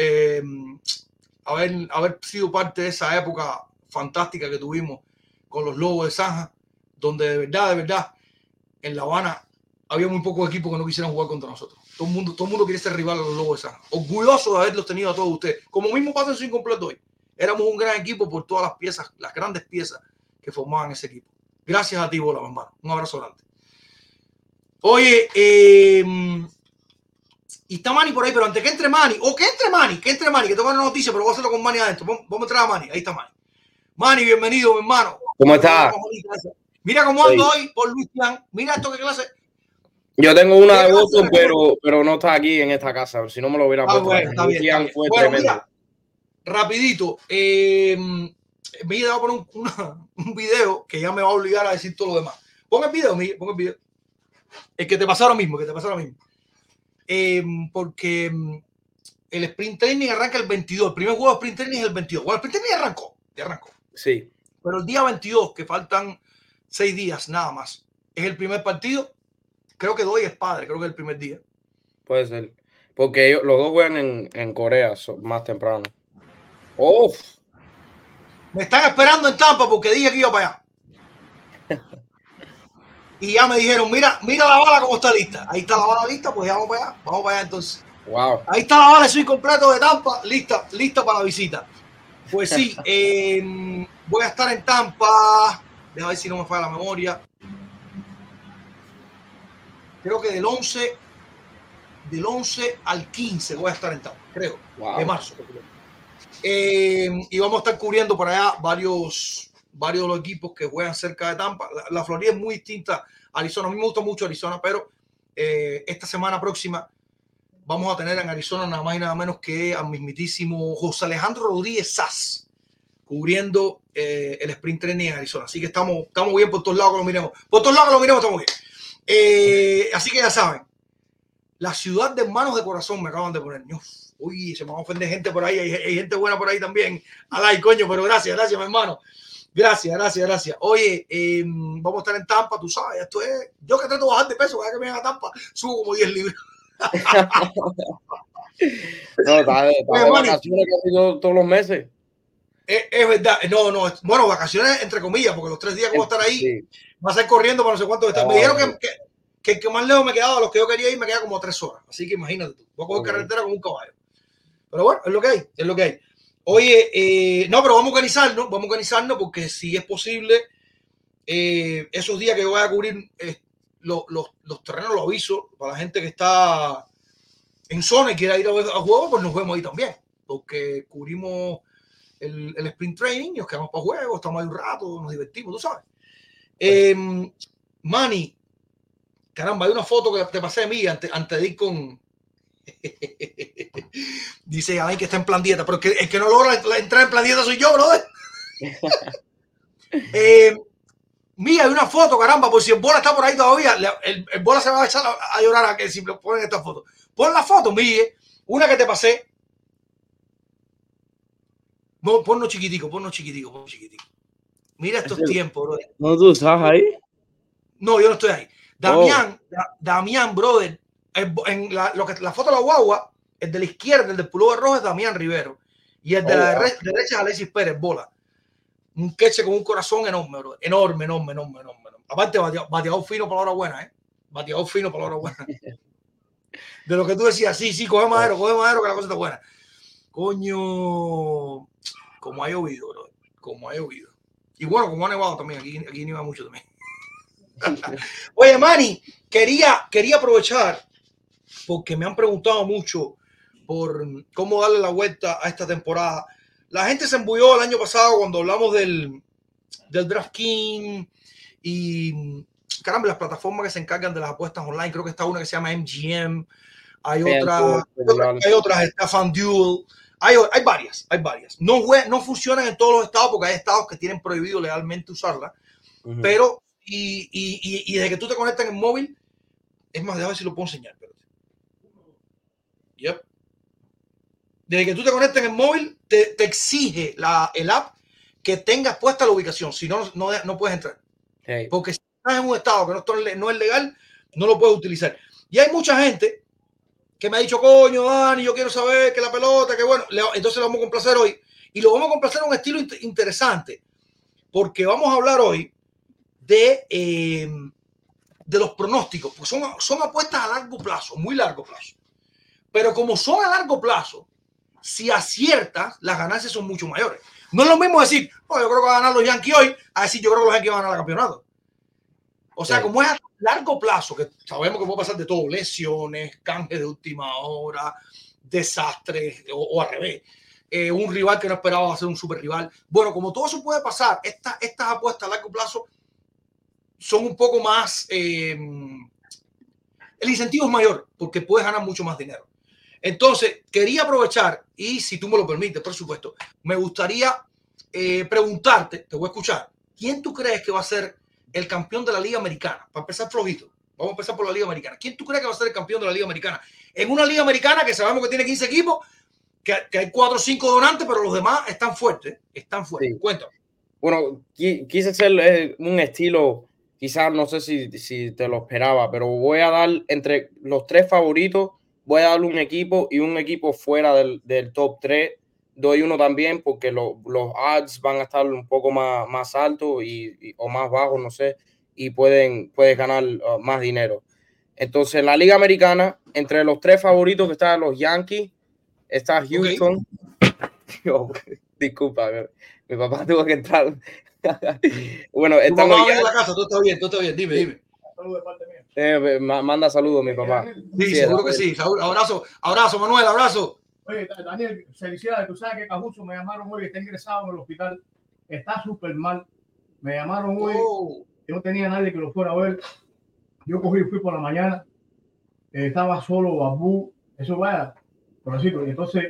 haber sido parte de esa época fantástica que tuvimos con los Lobos de Zanja, donde de verdad, en La Habana había muy pocos equipos que no quisieran jugar contra nosotros. Todo el mundo quiere ser rival a los Lobos de Zanja. Orgulloso de haberlos tenido a todos ustedes. Como mismo pasa en su incompleto hoy. Éramos un gran equipo por todas las piezas, las grandes piezas que formaban ese equipo. Gracias a ti, Bola, hermano. Un abrazo grande. Oye, y está Manny por ahí, pero antes que entre Manny, que tengo una noticia, pero voy a hacerlo con Manny adentro. Vamos a entrar a Manny. Ahí está Manny. Manny, bienvenido, mi hermano. ¿Cómo estás? Mira cómo ando hoy por Luisian. Mira esto, qué clase. Yo tengo una de Boston, pero no está aquí en esta casa. Si no me lo hubiera puesto. Bueno, está bien. Fue tremendo. Mira, rapidito. Me he dado por un video que ya me va a obligar a decir todo lo demás. Pon el video, Miguel, pon el video. El que te pasó ahora mismo, porque el sprint training arranca el 22. El primer juego de sprint training es el 22. Bueno, el sprint training ya arrancó. Sí. Pero el día 22, que faltan 6 días nada más, es el primer partido. Creo que Doy es padre, creo que es el primer día. Puede ser. Porque los dos juegan en Corea más temprano. ¡Uf! Me están esperando en Tampa porque dije que iba para allá. Y ya me dijeron, mira la bala cómo está lista. Ahí está la bala lista, pues ya vamos para allá entonces. Wow. Ahí está la bala de Swing Completo de Tampa, lista para la visita. Pues sí, voy a estar en Tampa. Déjame ver si no me falla la memoria. Creo que del 11 al 15 voy a estar en Tampa, creo, de marzo. Y vamos a estar cubriendo por allá varios de los equipos que juegan cerca de Tampa. La Florida es muy distinta a Arizona. A mí me gusta mucho Arizona, pero esta semana próxima vamos a tener en Arizona nada más y nada menos que al mismitísimo José Alejandro Rodríguez Sass cubriendo el sprint training en Arizona. Así que estamos bien por todos lados que lo miremos. Por todos lados que lo miremos estamos bien. Así que ya saben, la ciudad de hermanos de corazón me acaban de poner. Uy, se me va a ofender gente por ahí. Hay gente buena por ahí también. Alay, coño, pero gracias, mi hermano. Gracias. Oye, vamos a estar en Tampa, tú sabes. Esto es. Yo que trato de bajar de peso, cada que me venga a Tampa, subo como 10 libras. No, está de vacaciones casi todos los meses. Es verdad. No. Bueno, vacaciones entre comillas, porque los 3 días que voy a estar ahí va a ser corriendo para no sé cuánto estar. Me dijeron que el que más lejos me quedaba, a los que yo quería ir, me queda como 3 horas. Así que imagínate tú. Voy a coger carretera como un caballo. Pero bueno, es lo que hay. Oye, no, pero vamos a organizarnos porque si es posible, esos días que yo voy a cubrir los terrenos, lo aviso para la gente que está en zona y quiera ir a juegos, pues nos vemos ahí también, porque cubrimos el sprint training y nos quedamos para juegos, estamos ahí un rato, nos divertimos, tú sabes. Manny, caramba, hay una foto que te pasé de mí antes de ir con... Dice Alain que está en plan dieta, pero el que no logra entrar en plan dieta soy yo, brother. Mira, hay una foto, caramba, por si el Bola está por ahí todavía, el Bola se va a echar a llorar a que si le ponen esta foto. Pon la foto, Miguel, una que te pasé. No, ponlo chiquitico. Mira estos tiempos, brother. ¿No tú estás ahí? No, yo no estoy ahí. Damián, brother. La foto de la guagua, el de la izquierda, el del pullover rojo es Damián Rivero. Y el de la derecha es Alexis Pérez, Bola. Un queche con un corazón enorme, bro. Enorme. Aparte, bateador fino para la hora buena, De lo que tú decías, sí, coge madero, que la cosa está buena. Coño, como ha llovido, bro. Y bueno, como ha nevado también. Aquí nieva mucho también. Oye, Manny, quería aprovechar porque me han preguntado mucho por cómo darle la vuelta a esta temporada. La gente se embulló el año pasado cuando hablamos del DraftKings y caramba, las plataformas que se encargan de las apuestas online. Creo que está una que se llama MGM. Hay otras, está FanDuel. Hay varias. No funcionan en todos los estados porque hay estados que tienen prohibido legalmente usarla. Pero, y desde que tú te conectas en el móvil, es más, déjame ver si lo puedo enseñar. Yep. Desde que tú te conectas en el móvil, te exige el app que tengas puesta la ubicación. Si no, no puedes entrar. Hey. Porque si estás en un estado que no es legal, no lo puedes utilizar. Y hay mucha gente que me ha dicho, coño, Dani, yo quiero saber que la pelota, que bueno. Entonces lo vamos a complacer hoy. Y lo vamos a complacer en un estilo interesante. Porque vamos a hablar hoy de los pronósticos. Pues son apuestas a largo plazo, muy largo plazo. Pero como son a largo plazo, si aciertas, las ganancias son mucho mayores. No es lo mismo decir, oh, yo creo que van a ganar los Yankees hoy, a decir, yo creo que los Yankees van a ganar el campeonato. O sea, como es a largo plazo, que sabemos que puede pasar de todo, lesiones, cambios de última hora, desastres, o al revés, un rival que no esperaba ser un super rival. Bueno, como todo eso puede pasar, estas apuestas a largo plazo son un poco más, el incentivo es mayor, porque puedes ganar mucho más dinero. Entonces, quería aprovechar, y si tú me lo permites, por supuesto, me gustaría preguntarte, te voy a escuchar, ¿quién tú crees que va a ser el campeón de la Liga Americana? Para empezar flojito, vamos a empezar por la Liga Americana. ¿Quién tú crees que va a ser el campeón de la Liga Americana? En una Liga Americana que sabemos que tiene 15 equipos, que hay 4 o 5 donantes, pero los demás están fuertes. Sí. Cuéntame. Bueno, quise hacer un estilo, quizás no sé si te lo esperaba, pero voy a dar entre los 3 favoritos, voy a darle un equipo y un equipo fuera del top 3. Doy uno también porque los odds van a estar un poco más altos o más bajos, no sé, y puedes ganar más dinero. Entonces, en la Liga Americana, entre los 3 favoritos que están los Yankees, está Houston. Okay. Disculpa, mi papá tuvo que entrar. Bueno, está en la casa, todo está bien, dime. Saludos de parte mía. Manda saludos, mi papá. Sí, seguro que sí. Abrazo, Manuel, abrazo. Oye, Daniel, felicidades. Tú sabes que Cajuso me llamaron hoy, está ingresado en el hospital. Está súper mal. Me llamaron hoy. Yo no tenía nadie que lo fuera a ver. Yo fui por la mañana. Estaba solo, Babú. Eso vaya, por así. Entonces,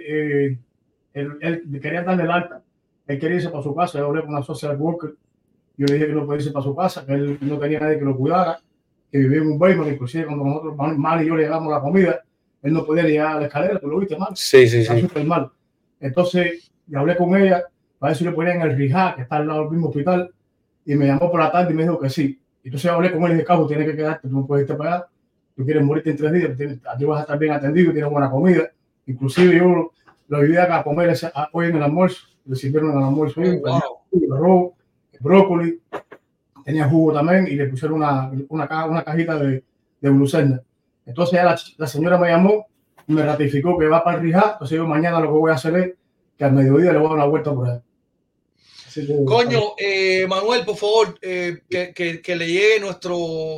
él quería darle el alta. Él quería irse para su casa. Yo hablé con una social worker. Yo le dije que no podía irse para su casa, que él no tenía nadie que lo cuidara, que vivía en un basement. Inclusive cuando nosotros, Mal y yo le llevamos la comida, él no podía llegar a la escalera. ¿Tú lo viste, Mal? Sí. Está súper mal. Entonces, yo hablé con ella para ver si le ponían en el Rehab, que está al lado del mismo hospital, y me llamó por la tarde y me dijo que sí. Entonces yo hablé con él y dije, Cabo, tienes que quedarte, tú no puedes irte para allá, tú quieres morirte en 3 días, aquí vas a estar bien atendido, tienes buena comida. Inclusive yo lo ayudé a comer hoy en el almuerzo, le sirvieron el almuerzo, arroz, brócoli, tenía jugo también y le pusieron una cajita de glucerna. Entonces ya la señora me llamó y me ratificó que va para el Rehab. Entonces yo mañana lo que voy a hacer es que al mediodía le voy a dar una vuelta por ahí. Coño, Manuel, por favor, que le llegue nuestro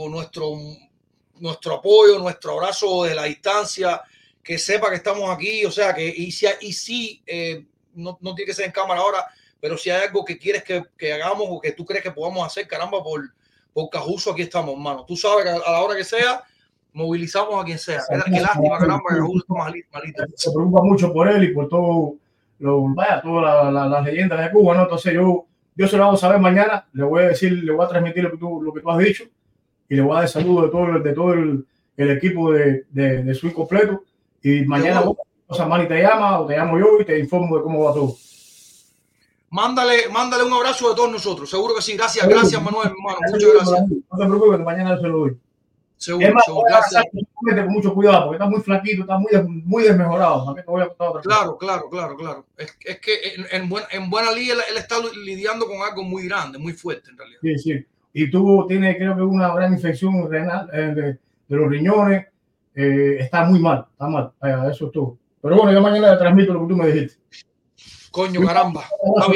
apoyo, nuestro abrazo de la distancia, que sepa que estamos aquí, o sea, que no tiene que ser en cámara ahora, pero si hay algo que quieres que hagamos o que tú crees que podamos hacer, caramba, por Cajuso, aquí estamos, hermano. Tú sabes que a la hora que sea, movilizamos a quien sea. Qué lástima, caramba, Cajuso está malito. Se preocupa mucho por él y por todas las leyendas de Cuba, ¿no? Entonces yo se lo hago saber mañana, le voy a transmitir lo que tú has dicho y le voy a dar saludos de todo el equipo de Swing Completo. Y mañana Manny te llama o te llamo yo y te informo de cómo va todo. Mándale un abrazo de todos nosotros. Seguro que sí. Gracias, Manuel, hermano. Muchas gracias. No te preocupes, que mañana yo se lo doy. Seguro. Gracias. Con mucho cuidado, porque está muy flaquito, está muy desmejorado. Claro. Es que en buena liga él está lidiando con algo muy grande, muy fuerte en realidad. Sí. Y tiene, creo que una gran infección renal de los riñones. Está muy mal, eso es todo. Pero bueno, yo mañana le transmito lo que tú me dijiste. Coño, caramba. Está bien.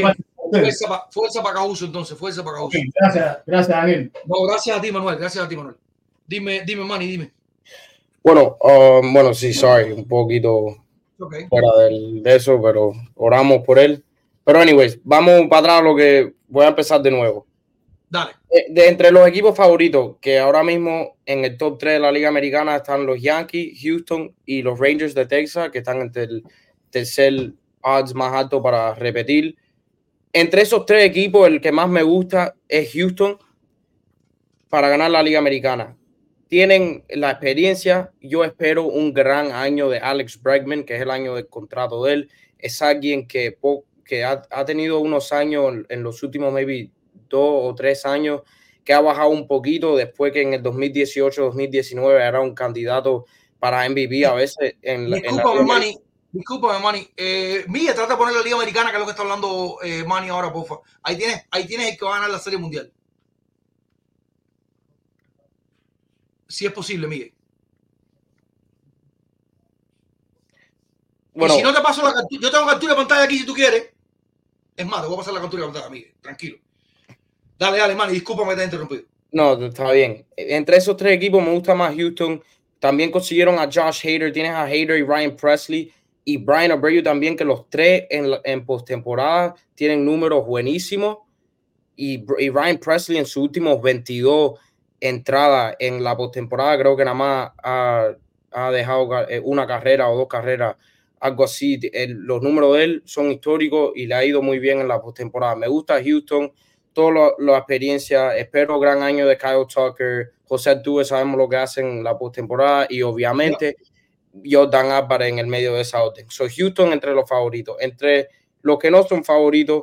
Fuerza para Cajuso, entonces, fuerza para Cajuso. Okay, gracias, Daniel. No, gracias a ti, Manuel, gracias a ti, Manuel. Dime, Manny, dime. Bueno, sí, sorry, un poquito fuera de eso, pero oramos por él. Pero anyways, vamos para atrás, lo que voy a empezar de nuevo. Dale. De entre los equipos favoritos, que ahora mismo en el top 3 de la Liga Americana están los Yankees, Houston y los Rangers de Texas, que están entre el tercer odds más alto para repetir. Entre esos tres equipos, el que más me gusta es Houston para ganar la Liga Americana. Tienen la experiencia. Yo espero un gran año de Alex Bregman, que es el año del contrato de él. Es alguien que ha tenido unos años en los últimos maybe 2 o 3 años que ha bajado un poquito después que en el 2018-2019 era un candidato para MVP a veces. Discúlpame, Manny. Miguel, trata de poner la Liga Americana, que es lo que está hablando Manny ahora, porfa. Ahí tienes el que va a ganar la Serie Mundial. Si es posible, Miguel. Bueno, y si no te paso la captura, yo tengo captura de pantalla aquí si tú quieres. Es más, te voy a pasar la captura de pantalla, Miguel. Tranquilo. Dale, Manny, discúlpame que te he interrumpido. No, está bien. Entre esos tres equipos me gusta más Houston. También consiguieron a Josh Hader. Tienes a Hader y Ryan Presley y Brian Abreu también, que los tres en postemporada tienen números buenísimos. Y Ryan Presley en sus últimos 22 entradas en la postemporada creo que nada más ha dejado una carrera o 2 carreras, algo así. Los números de él son históricos y le ha ido muy bien en la postemporada. Me gusta Houston, toda la experiencia. Espero gran año de Kyle Tucker, José Altuve, sabemos lo que hacen en la postemporada, y obviamente Jordan Álvarez en el medio de esa orden. So Houston entre los favoritos. Entre los que no son favoritos,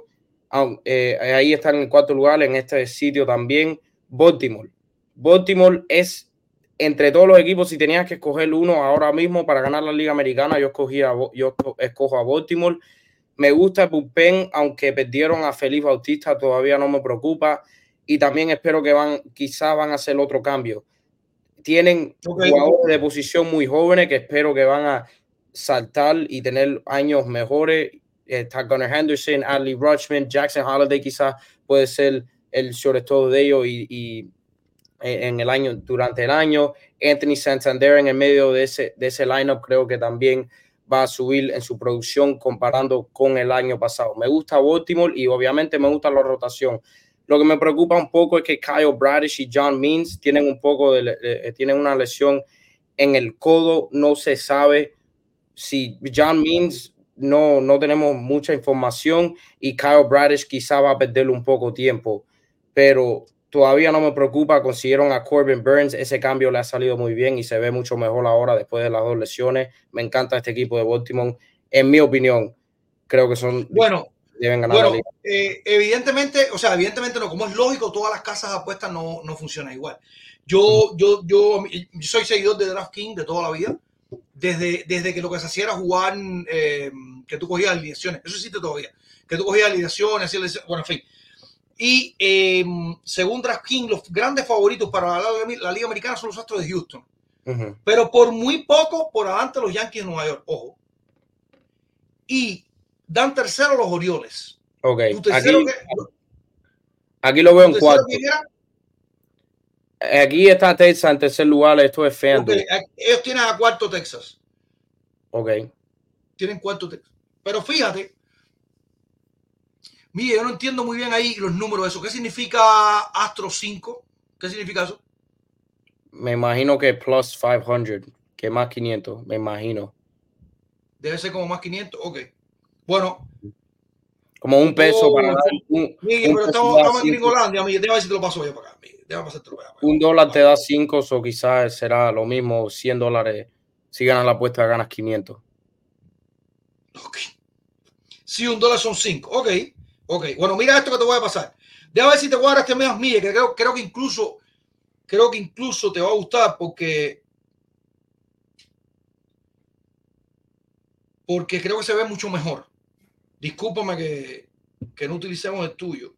ahí están en 4 lugar en este sitio también, Baltimore. Baltimore es, entre todos los equipos, si tenías que escoger uno ahora mismo para ganar la Liga Americana, yo escojo a Baltimore. Me gusta el bullpen, aunque perdieron a Felipe Bautista, todavía no me preocupa. Y también espero que quizás van a hacer otro cambio. Tienen jugadores de posición muy jóvenes que espero que van a saltar y tener años mejores. Está Gunnar Henderson, Adley Rutschman, Jackson Holliday quizás puede ser el sobre todo de ellos y en el año, durante el año. Anthony Santander en el medio de ese lineup creo que también va a subir en su producción comparando con el año pasado. Me gusta Baltimore y obviamente me gusta la rotación. Lo que me preocupa un poco es que Kyle Bradish y John Means tienen tienen una lesión en el codo. No se sabe si John Means no tenemos mucha información y Kyle Bradish quizá va a perderle un poco tiempo, pero todavía no me preocupa. Consiguieron a Corbin Burns, ese cambio le ha salido muy bien y se ve mucho mejor ahora después de las 2 lesiones. Me encanta este equipo de Baltimore. En mi opinión, creo que deben ganar la liga. Evidentemente no, como es lógico, todas las casas de apuestas no funcionan igual. Yo soy seguidor de DraftKings de toda la vida, desde que lo que se hacía era jugar, que tú cogías alineaciones, eso existe todavía, que tú cogías alineaciones, bueno, en fin. Y según DraftKings, los grandes favoritos para la Liga Americana son los Astros de Houston. Pero por muy poco por adelante los Yankees de Nueva York, ojo. Y dan tercero los Orioles. Okay. Aquí lo veo en 4. Aquí está Texas en tercer lugar. Esto es FanDuel. Okay. Ellos tienen a cuarto Texas. Ok. Tienen cuarto Texas. Pero fíjate, mire, yo no entiendo muy bien ahí los números de eso. ¿Qué significa Astro 5? ¿Qué significa eso? Me imagino que plus 500, que más 500, me imagino. Debe ser como más 500, ok. Bueno. Como un peso para dar Miguel, pero estamos en Gringolandia, Miguel. Déjame ver si te lo paso yo para acá, Miguel. Déjame pasártelo para acá. $1 te da 5, o quizás será lo mismo, $100. Si ganas la apuesta, ganas 500. Ok. Si $1 son 5, ok. Bueno, mira esto que te voy a pasar. Déjame ver si te voy a dar este mes, Miguel, que creo que incluso te va a gustar porque creo que se ve mucho mejor. Discúlpame que no utilicemos el tuyo.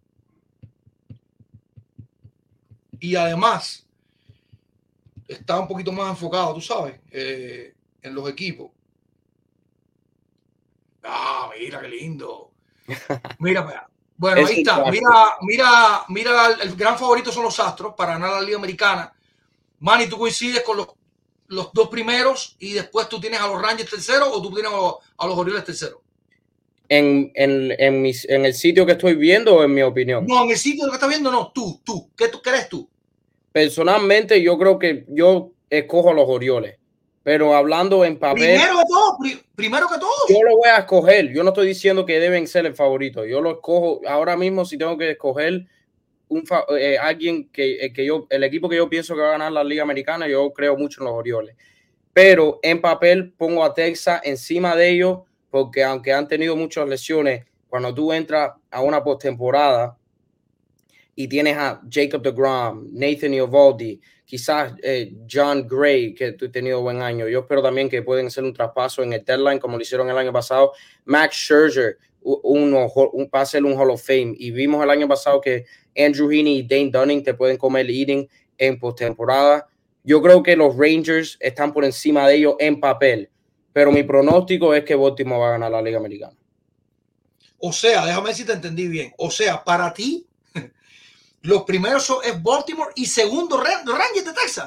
Y además está un poquito más enfocado, tú sabes, en los equipos. Ah, mira qué lindo. Mira, Bueno, Es ahí está. un Mira, el gran favorito son los Astros para ganar la Liga Americana. Manny, ¿tú coincides con los dos primeros y después tú tienes a los Rangers tercero o tú tienes a los Orioles tercero? En el sitio que estoy viendo o en mi opinión. No, en el sitio que estás viendo, no. Tú. ¿Qué eres tú? Personalmente, yo creo que yo escojo a los Orioles. Pero hablando en papel, Primero que todo. yo lo voy a escoger. Yo no estoy diciendo que deben ser el favorito. Yo lo escojo ahora mismo. Si tengo que escoger alguien el equipo que yo pienso que va a ganar la Liga Americana, yo creo mucho en los Orioles. Pero en papel pongo a Texas encima de ellos, porque aunque han tenido muchas lesiones, cuando tú entras a una postemporada y tienes a Jacob deGrom, Nathan Eovaldi, quizás John Gray, que tú has tenido buen año. Yo espero también que pueden hacer un traspaso en el deadline como lo hicieron el año pasado. Max Scherzer, va a ser un Hall of Fame. Y vimos el año pasado que Andrew Heaney y Dane Dunning te pueden comer eating en postemporada. Yo creo que los Rangers están por encima de ellos en papel, pero mi pronóstico es que Baltimore va a ganar la Liga Americana. O sea, déjame ver si te entendí bien. O sea, para ti, los primeros es Baltimore y segundo Rangers de Texas.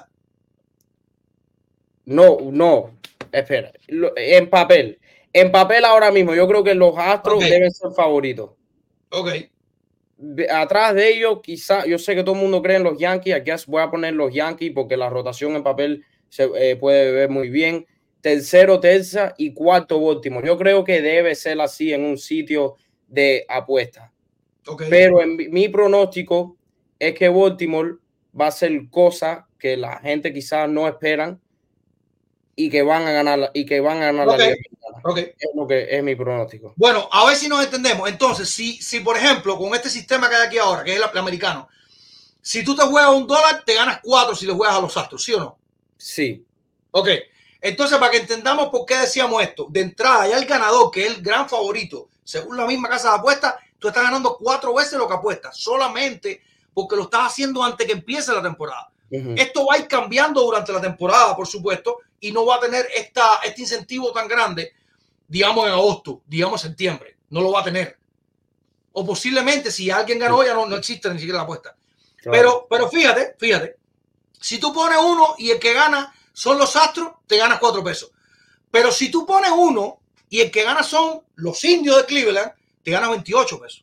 No, espera. En papel ahora mismo, yo creo que los Astros deben ser favoritos. Ok. Atrás de ellos, quizás, yo sé que todo el mundo cree en los Yankees, aquí voy a poner los Yankees porque la rotación en papel se puede ver muy bien. Tercero, Texas y cuarto, Baltimore. Yo creo que debe ser así en un sitio de apuestas. Okay. Pero en mi pronóstico es que Baltimore va a hacer cosas que la gente quizás no esperan y que van a ganar la Liga Americana. Okay. Es lo que es mi pronóstico. Bueno, a ver si nos entendemos. Entonces, si por ejemplo, con este sistema que hay aquí ahora, que es el americano, si tú te juegas $1, te ganas 4 si le juegas a los Astros, ¿sí o no? Sí. Ok. Entonces, para que entendamos por qué decíamos esto, de entrada, ya el ganador, que es el gran favorito, según la misma casa de apuestas, tú estás ganando 4 veces lo que apuestas, solamente porque lo estás haciendo antes que empiece la temporada. Esto va a ir cambiando durante la temporada, por supuesto, y no va a tener este incentivo tan grande, digamos en agosto, digamos en septiembre. No lo va a tener. O posiblemente, si alguien ganó, ya no existe ni siquiera la apuesta. Claro. Pero fíjate, si tú pones uno y el que gana son los Astros, te ganas 4 pesos. Pero si tú pones uno y el que gana son los Indios de Cleveland, te ganas 28 pesos.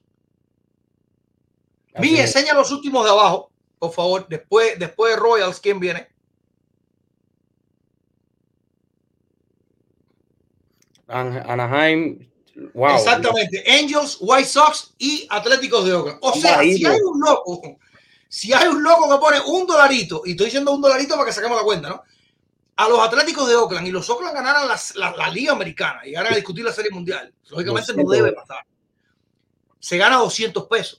Vi, enseña los últimos de abajo, por favor. Después de Royals, ¿quién viene? Anaheim. Wow. Exactamente. Angels, White Sox y Atléticos de Oakland. O sea, si hay un loco que pone $1, y estoy diciendo $1 para que saquemos la cuenta, ¿no? A los Atléticos de Oakland y los Oakland ganaran la Liga Americana y llegaran a discutir la Serie Mundial. Lógicamente no debe pasar. Se gana 200 pesos.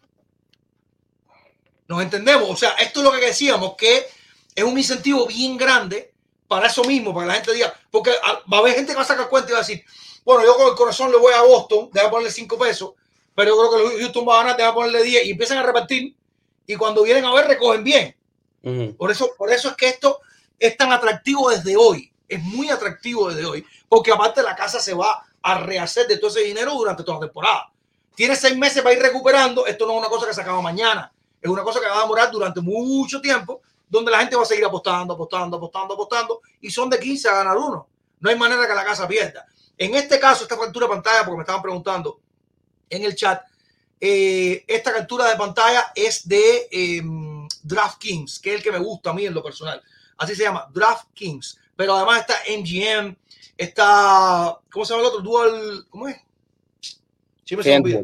¿Nos entendemos? O sea, esto es lo que decíamos, que es un incentivo bien grande para eso mismo, para que la gente diga, porque va a haber gente que va a sacar cuenta y va a decir, bueno, yo con el corazón le voy a Boston, déjame ponerle 5 pesos, pero yo creo que Houston va a ganar, déjame ponerle 10, y empiezan a repartir, y cuando vienen a ver, recogen bien. Por eso es que esto es tan atractivo desde hoy, es muy atractivo desde hoy, porque aparte la casa se va a rehacer de todo ese dinero durante toda la temporada. Tiene 6 meses para ir recuperando, esto no es una cosa que se acaba mañana, es una cosa que va a demorar durante mucho tiempo, donde la gente va a seguir apostando, y son de 15 a ganar uno. No hay manera que la casa pierda. En este caso, esta captura de pantalla, porque me estaban preguntando en el chat, esta captura de pantalla es de DraftKings, que es el que me gusta a mí en lo personal. Así se llama, DraftKings. Pero además está MGM, está, ¿cómo se llama el otro? Dual, ¿cómo es? Siempre se me olvida.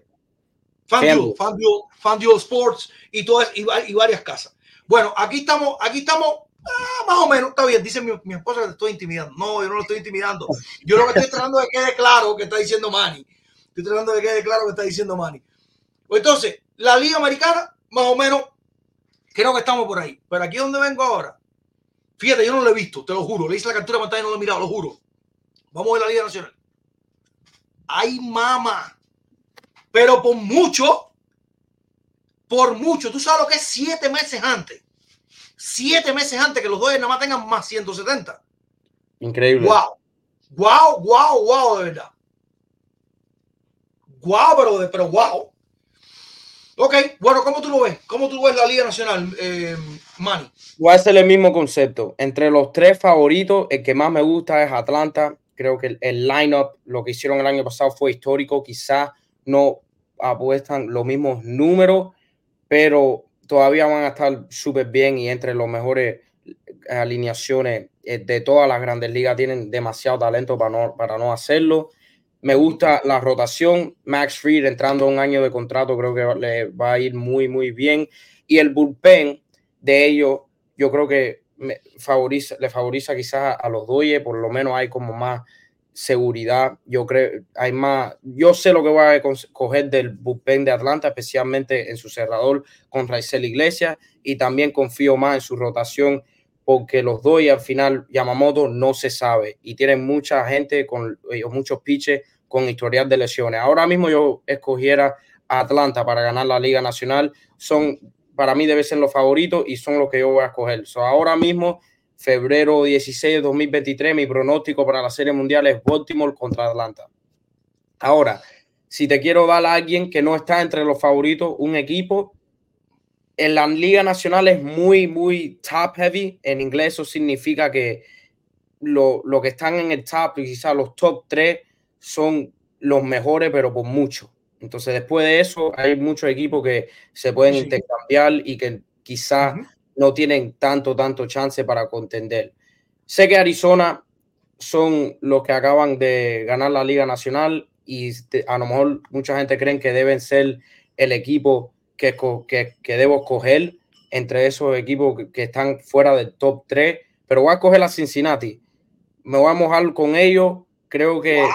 FanDuel Sports y varias casas. Bueno, aquí estamos más o menos, está bien, dice mi esposa que te estoy intimidando. No, yo no lo estoy intimidando. Yo lo que estoy tratando de que quede claro que está diciendo Manny. Entonces, la Liga Americana, más o menos, creo que estamos por ahí. Pero aquí donde vengo ahora, fíjate, yo no lo he visto, te lo juro. Le hice la captura de pantalla y no lo he mirado, lo juro. Vamos a ver la Liga Nacional. ¡Ay, mamá! Pero por mucho, tú sabes lo que es 7 meses antes. 7 meses antes que los Dodgers nada más tengan más 170. Increíble. Wow, de verdad. Wow, pero wow. Ok, bueno, ¿cómo tú lo ves? ¿Cómo tú ves la Liga Nacional, Manny? Voy a hacer el mismo concepto. Entre los tres favoritos, el que más me gusta es Atlanta. Creo que el line-up, lo que hicieron el año pasado fue histórico. Quizás no apuestan los mismos números, pero todavía van a estar súper bien y entre los mejores alineaciones de todas las grandes ligas. Tienen demasiado talento para no hacerlo. Me gusta la rotación. Max Fried entrando a un año de contrato, creo que le va a ir muy, muy bien. Y el bullpen de ellos, yo creo que le favoriza quizás a los Dodgers, por lo menos hay como más seguridad. Yo creo, hay más. Yo sé lo que voy a coger del bullpen de Atlanta, especialmente en su cerrador contra Raisel Iglesias, y también confío más en su rotación, porque los Dodgers al final, Yamamoto no se sabe y tienen mucha gente con muchos pitches con historial de lesiones. Ahora mismo yo escogiera a Atlanta para ganar la Liga Nacional. Para mí deben ser los favoritos y son los que yo voy a escoger. Ahora mismo, febrero 16 de 2023, mi pronóstico para la Serie Mundial es Baltimore contra Atlanta. Ahora, si te quiero dar a alguien que no está entre los favoritos, un equipo en la Liga Nacional es muy, muy top heavy. En inglés eso significa que lo que están en el top, y quizás los top 3 son los mejores, pero por mucho. Entonces, después de eso, hay muchos equipos que se pueden intercambiar y que quizás no tienen tanto chance para contender. Sé que Arizona son los que acaban de ganar la Liga Nacional y a lo mejor mucha gente cree que deben ser el equipo que debo escoger entre esos equipos que están fuera del top 3, pero voy a escoger a Cincinnati. Me voy a mojar con ellos. Creo que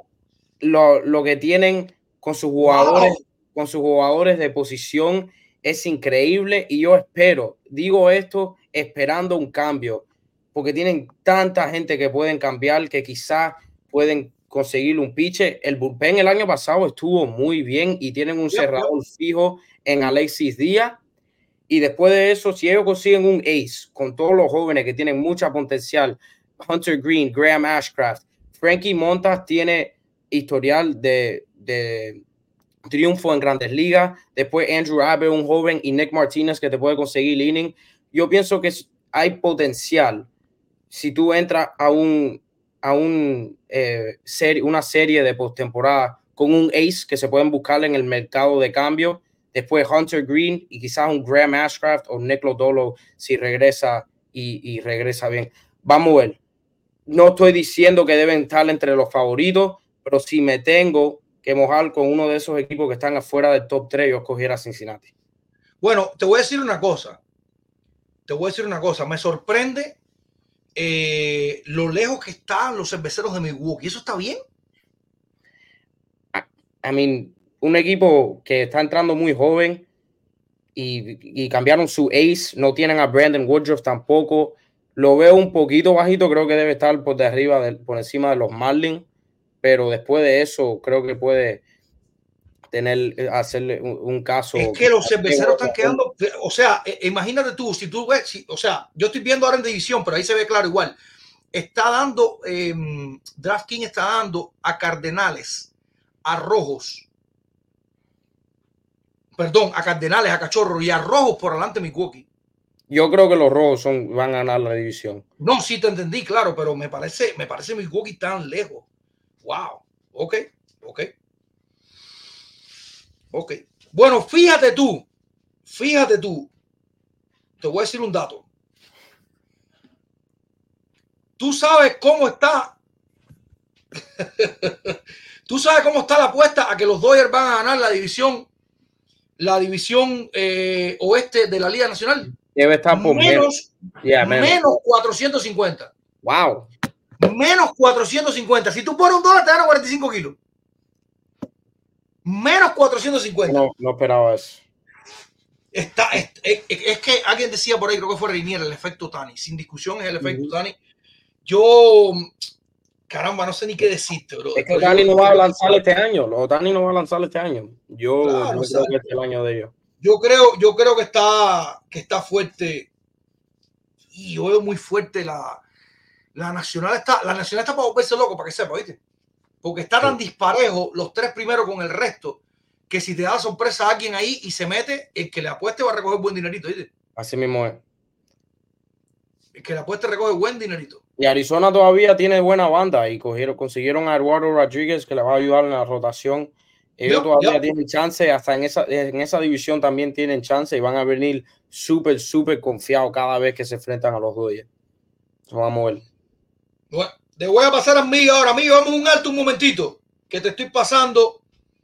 lo que tienen con sus jugadores de posición es increíble y yo digo esto esperando un cambio, porque tienen tanta gente que pueden cambiar que quizás pueden conseguir un pitcher. El bullpen el año pasado estuvo muy bien y tienen un cerrador fijo en Alexis Díaz. Y después de eso, si ellos consiguen un ace con todos los jóvenes que tienen mucha potencial, Hunter Green, Graham Ashcraft, Frankie Montas tiene historial de triunfo en grandes ligas. Después Andrew Abbott, un joven, y Nick Martínez que te puede conseguir inning. Yo pienso que hay potencial si tú entras a una serie de postemporada con un ace que se pueden buscar en el mercado de cambio. Después Hunter Green y quizás un Graham Ashcraft o Nick Lodolo si regresa y regresa bien. Vamos a ver. No estoy diciendo que deben estar entre los favoritos, pero si me tengo que mojar con uno de esos equipos que están afuera del top 3, yo escogiera a Cincinnati. Bueno, te voy a decir una cosa. Me sorprende lo lejos que están los cerveceros de Milwaukee. ¿Eso está bien? I mean, un equipo que está entrando muy joven y cambiaron su ace. No tienen a Brandon Woodruff tampoco. Lo veo un poquito bajito. Creo que debe estar por encima de los Marlins. Pero después de eso, creo que puede hacerle un caso. Es que los cerveceros están quedando. O sea, imagínate tú, si tú ves, o sea, yo estoy viendo ahora en división, pero ahí se ve claro igual. Está dando, DraftKings está dando a Cardenales, a Rojos, a Cardenales, a Cachorros y a Rojos por delante de Milwaukee. Yo creo que los Rojos van a ganar la división. No, sí te entendí, claro, pero me parece Milwaukee tan lejos. Wow. Ok. Bueno, fíjate tú. Te voy a decir un dato. Tú sabes cómo está. Tú sabes cómo está la apuesta a que los Dodgers van a ganar la división oeste de la Liga Nacional. Debe estar por menos 450. Wow. Menos 450. Si tú pones $1, te dan 45 kilos. Menos 450. No esperaba eso. Es que alguien decía por ahí, creo que fue Reinier, el efecto Tani. Sin discusión es el efecto Tani. Yo, caramba, no sé ni qué decirte, bro. Es que Otani no va a lanzar este año. Otani no va a lanzar este año. Yo claro, creo que este es el año de ellos. Yo creo que está fuerte. Y yo veo muy fuerte la Nacional está para volverse loco, para que sepa, ¿viste? Porque está tan disparejo los tres primeros con el resto que si te da sorpresa a alguien ahí y se mete, el que le apueste va a recoger buen dinerito, ¿viste? Así mismo es. El que le apueste recoge buen dinerito. Y Arizona todavía tiene buena banda y consiguieron a Eduardo Rodríguez, que le va a ayudar en la rotación. Ellos todavía tienen chance, hasta en esa división también tienen chance y van a venir súper confiados cada vez que se enfrentan a los Dodgers. Vamos a ver. Bueno, te voy a pasar a mí ahora. Amigo, vamos un alto un momentito, que te estoy pasando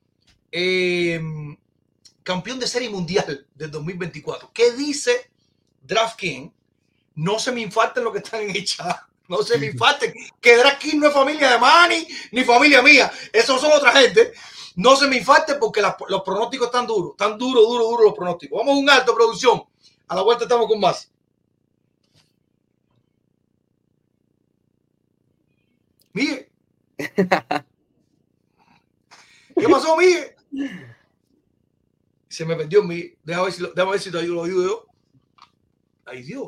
campeón de Serie Mundial del 2024. ¿Qué dice DraftKings? No se me infarten lo que están en el chat. No se me infarten. Que DraftKings no es familia de Manny ni familia mía. Esos son otra gente. No se me infarten porque los pronósticos están duros. Están duros los pronósticos. Vamos a un alto, producción. A la vuelta estamos con más. Miguel. ¿Qué pasó, Miguel? Se me perdió Miguel. Déjame ver si te lo ayudo yo. Ay, Dios.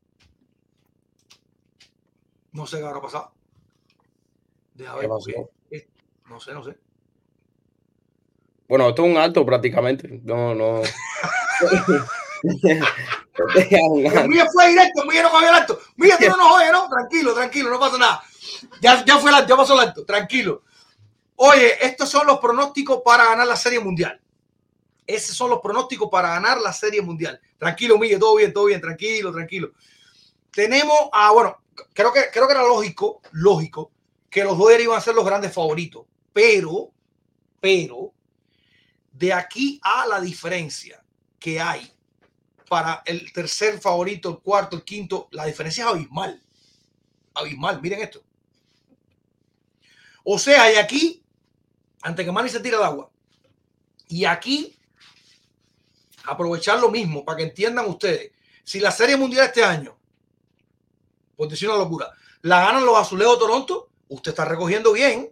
No sé qué habrá pasado. Déjame ver. No sé. Bueno, esto es un alto prácticamente. No. Miguel fue directo, Miguel no cogió el alto. Miguel, tú no nos oyes, ¿no? Tranquilo, no pasa nada. Ya fue el alto, ya pasó el alto, tranquilo. Oye, estos son los pronósticos para ganar la Serie Mundial. Esos son los pronósticos para ganar la Serie Mundial. Tranquilo, Miguel, todo bien, tranquilo. Tenemos bueno, creo que era lógico que los Dodgers iban a ser los grandes favoritos, pero de aquí a la diferencia que hay para el tercer favorito, el cuarto, el quinto, la diferencia es abismal. Miren esto. O sea, y aquí, antes que Manny se tire el agua, y aquí aprovechar lo mismo para que entiendan ustedes, si la Serie Mundial este año, por decir una locura, la ganan los Azulejos de Toronto, usted está recogiendo bien.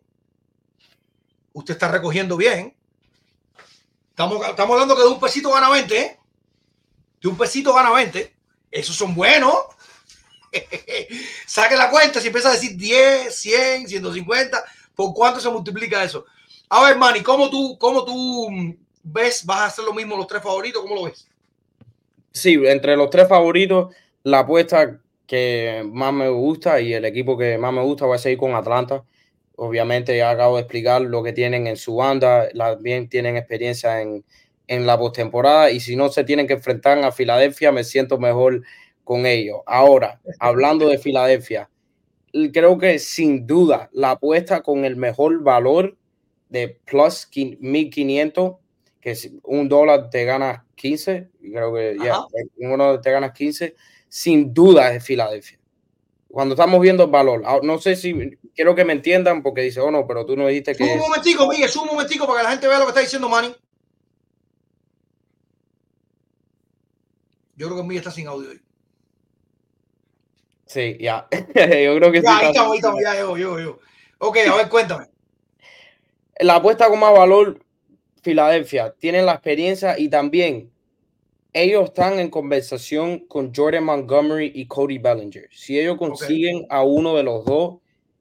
Estamos hablando que de un pesito gana 20, ¿eh? De un pesito gana 20. Esos son buenos. Saque la cuenta, si empieza a decir 10, 100, 150, ¿por cuánto se multiplica eso? A ver, Manny, ¿cómo tú ves? ¿Vas a hacer lo mismo los tres favoritos? ¿Cómo lo ves? Sí, entre los tres favoritos, la apuesta que más me gusta y el equipo que más me gusta va a seguir con Atlanta. Obviamente ya acabo de explicar lo que tienen en su banda, bien tienen experiencia en la postemporada y si no se tienen que enfrentar a Filadelfia, me siento mejor con ellos. Ahora, hablando de Filadelfia, creo que sin duda la apuesta con el mejor valor de plus 1,500, que es $1 te ganas 15, creo que ya, $1 te ganas 15, sin duda es de Filadelfia. Cuando estamos viendo el valor, no sé si quiero que me entiendan porque dice, no, pero tú no dijiste que. Un momentico, Miguel, un momentico para que la gente vea lo que está diciendo Manny. Yo creo que Miguel está sin audio hoy. Sí, ya. Yo creo que ya, sí. Ahí estamos, ya, yo. Ok, a ver, cuéntame. La apuesta con más valor, Filadelfia, tienen la experiencia y también ellos están en conversación con Jordan Montgomery y Cody Bellinger. Si ellos consiguen a uno de los dos,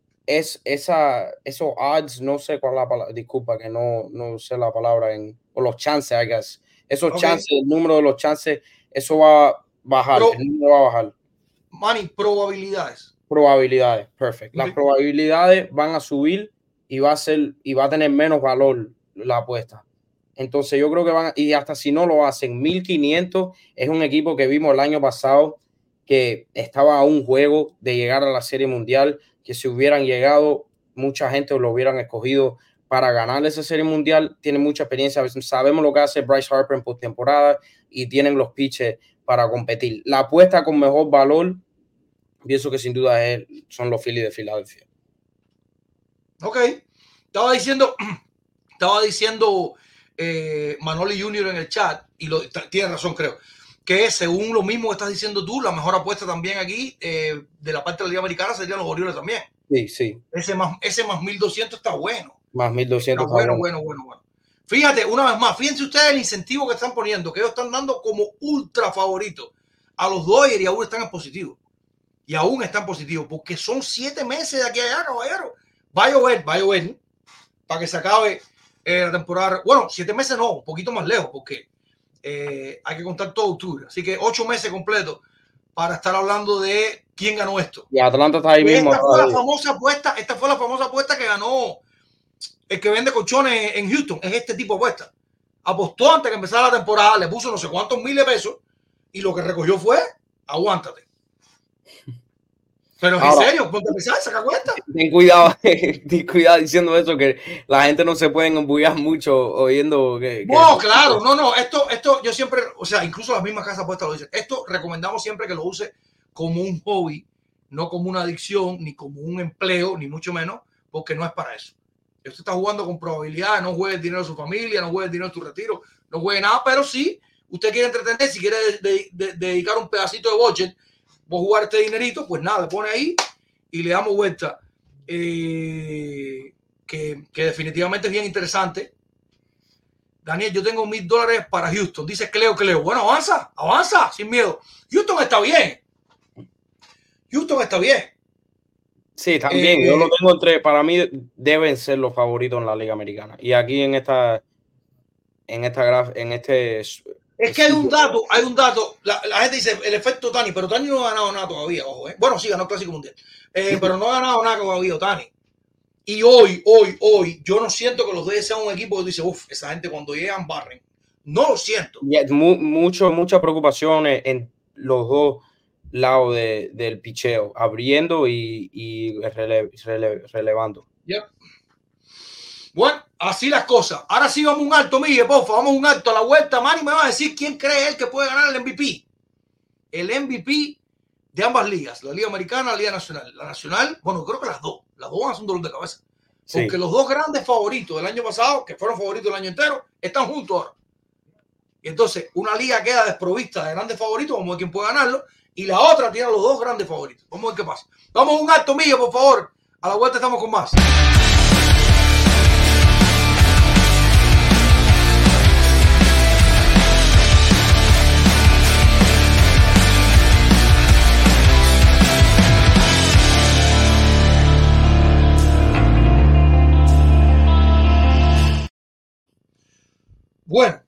esos odds, no sé cuál es la palabra, disculpa que no sé la palabra, o los chances, I guess. Esos chances, el número de los chances, eso va a bajar, el número va a bajar. Manny, probabilidades. Probabilidades, perfecto. Las probabilidades van a subir y va a tener menos valor la apuesta. Entonces yo creo que y hasta si no lo hacen, 1,500 es un equipo que vimos el año pasado que estaba a un juego de llegar a la Serie Mundial, que si hubieran llegado, mucha gente lo hubieran escogido para ganar esa Serie Mundial. Tienen mucha experiencia, sabemos lo que hace Bryce Harper en postemporada y tienen los pitches para competir. La apuesta con mejor valor, pienso que sin duda son los Phillies de Filadelfia. Ok, estaba diciendo Manoli Jr. en el chat, y tiene razón, creo, que según lo mismo que estás diciendo tú, la mejor apuesta también aquí de la parte de la Liga Americana serían los Orioles también. Sí. Ese más 1,200 está bueno. Más 1,200 está bueno. Fíjate, una vez más, fíjense ustedes el incentivo que están poniendo, que ellos están dando como ultra favorito a los Dodgers y aún están en positivo. Porque son 7 meses de aquí a allá, caballero. Va a llover, para que se acabe la temporada. Bueno, 7 meses no, un poquito más lejos, porque hay que contar todo octubre. Así que 8 meses completos para estar hablando de quién ganó esto. Y Atlanta está ahí mismo. Esta fue la famosa apuesta que ganó el que vende colchones en Houston. Es este tipo de apuesta. Apostó antes que empezara la temporada, le puso no sé cuántos miles de pesos y lo que recogió fue aguántate. Pero en serio, ponte a pensar, saca cuenta. Ten cuidado diciendo eso, que la gente no se puede embullar mucho oyendo que no, claro, no. Esto yo siempre, o sea, incluso las mismas casas apuestas lo dicen. Esto recomendamos siempre que lo use como un hobby, no como una adicción, ni como un empleo, ni mucho menos, porque no es para eso. Usted está jugando con probabilidad, no juegue el dinero de su familia, no juegue el dinero de tu retiro, no juegue nada, pero sí, usted quiere entretener, si quiere dedicar un pedacito de budget, vos jugar este dinerito, pues nada, le pone ahí y le damos vuelta. Que definitivamente es bien interesante. Daniel, yo tengo $1,000 para Houston. Dice Cleo. Bueno, avanza, sin miedo. Houston está bien. Sí, también. Yo lo tengo para mí deben ser los favoritos en la Liga Americana. Y aquí en este es que hay un dato. La gente dice el efecto Tani, pero Tani no ha ganado nada todavía, ojo. Bueno, sí, ganó el Clásico Mundial. Pero no ha ganado nada todavía Tani. Y hoy, yo no siento que los Dodgers sean un equipo que dice, esa gente cuando llegan barren. No lo siento. Muchas preocupaciones en los dos lados del picheo, abriendo y relevando. Yep. Bueno, así las cosas. Ahora sí vamos un alto, Miguel, porfa, vamos un alto a la vuelta. Manny me va a decir quién cree él que puede ganar el MVP. El MVP de ambas ligas, la Liga Americana, la Liga Nacional. La Nacional, bueno, creo que las dos van a ser un dolor de cabeza. Porque los dos grandes favoritos del año pasado, que fueron favoritos el año entero, están juntos ahora. Y entonces, una liga queda desprovista de grandes favoritos, vamos a ver quién puede ganarlo, y la otra tiene a los dos grandes favoritos. Vamos a ver qué pasa. Vamos un alto, Miguel, por favor. A la vuelta estamos con más. Bueno,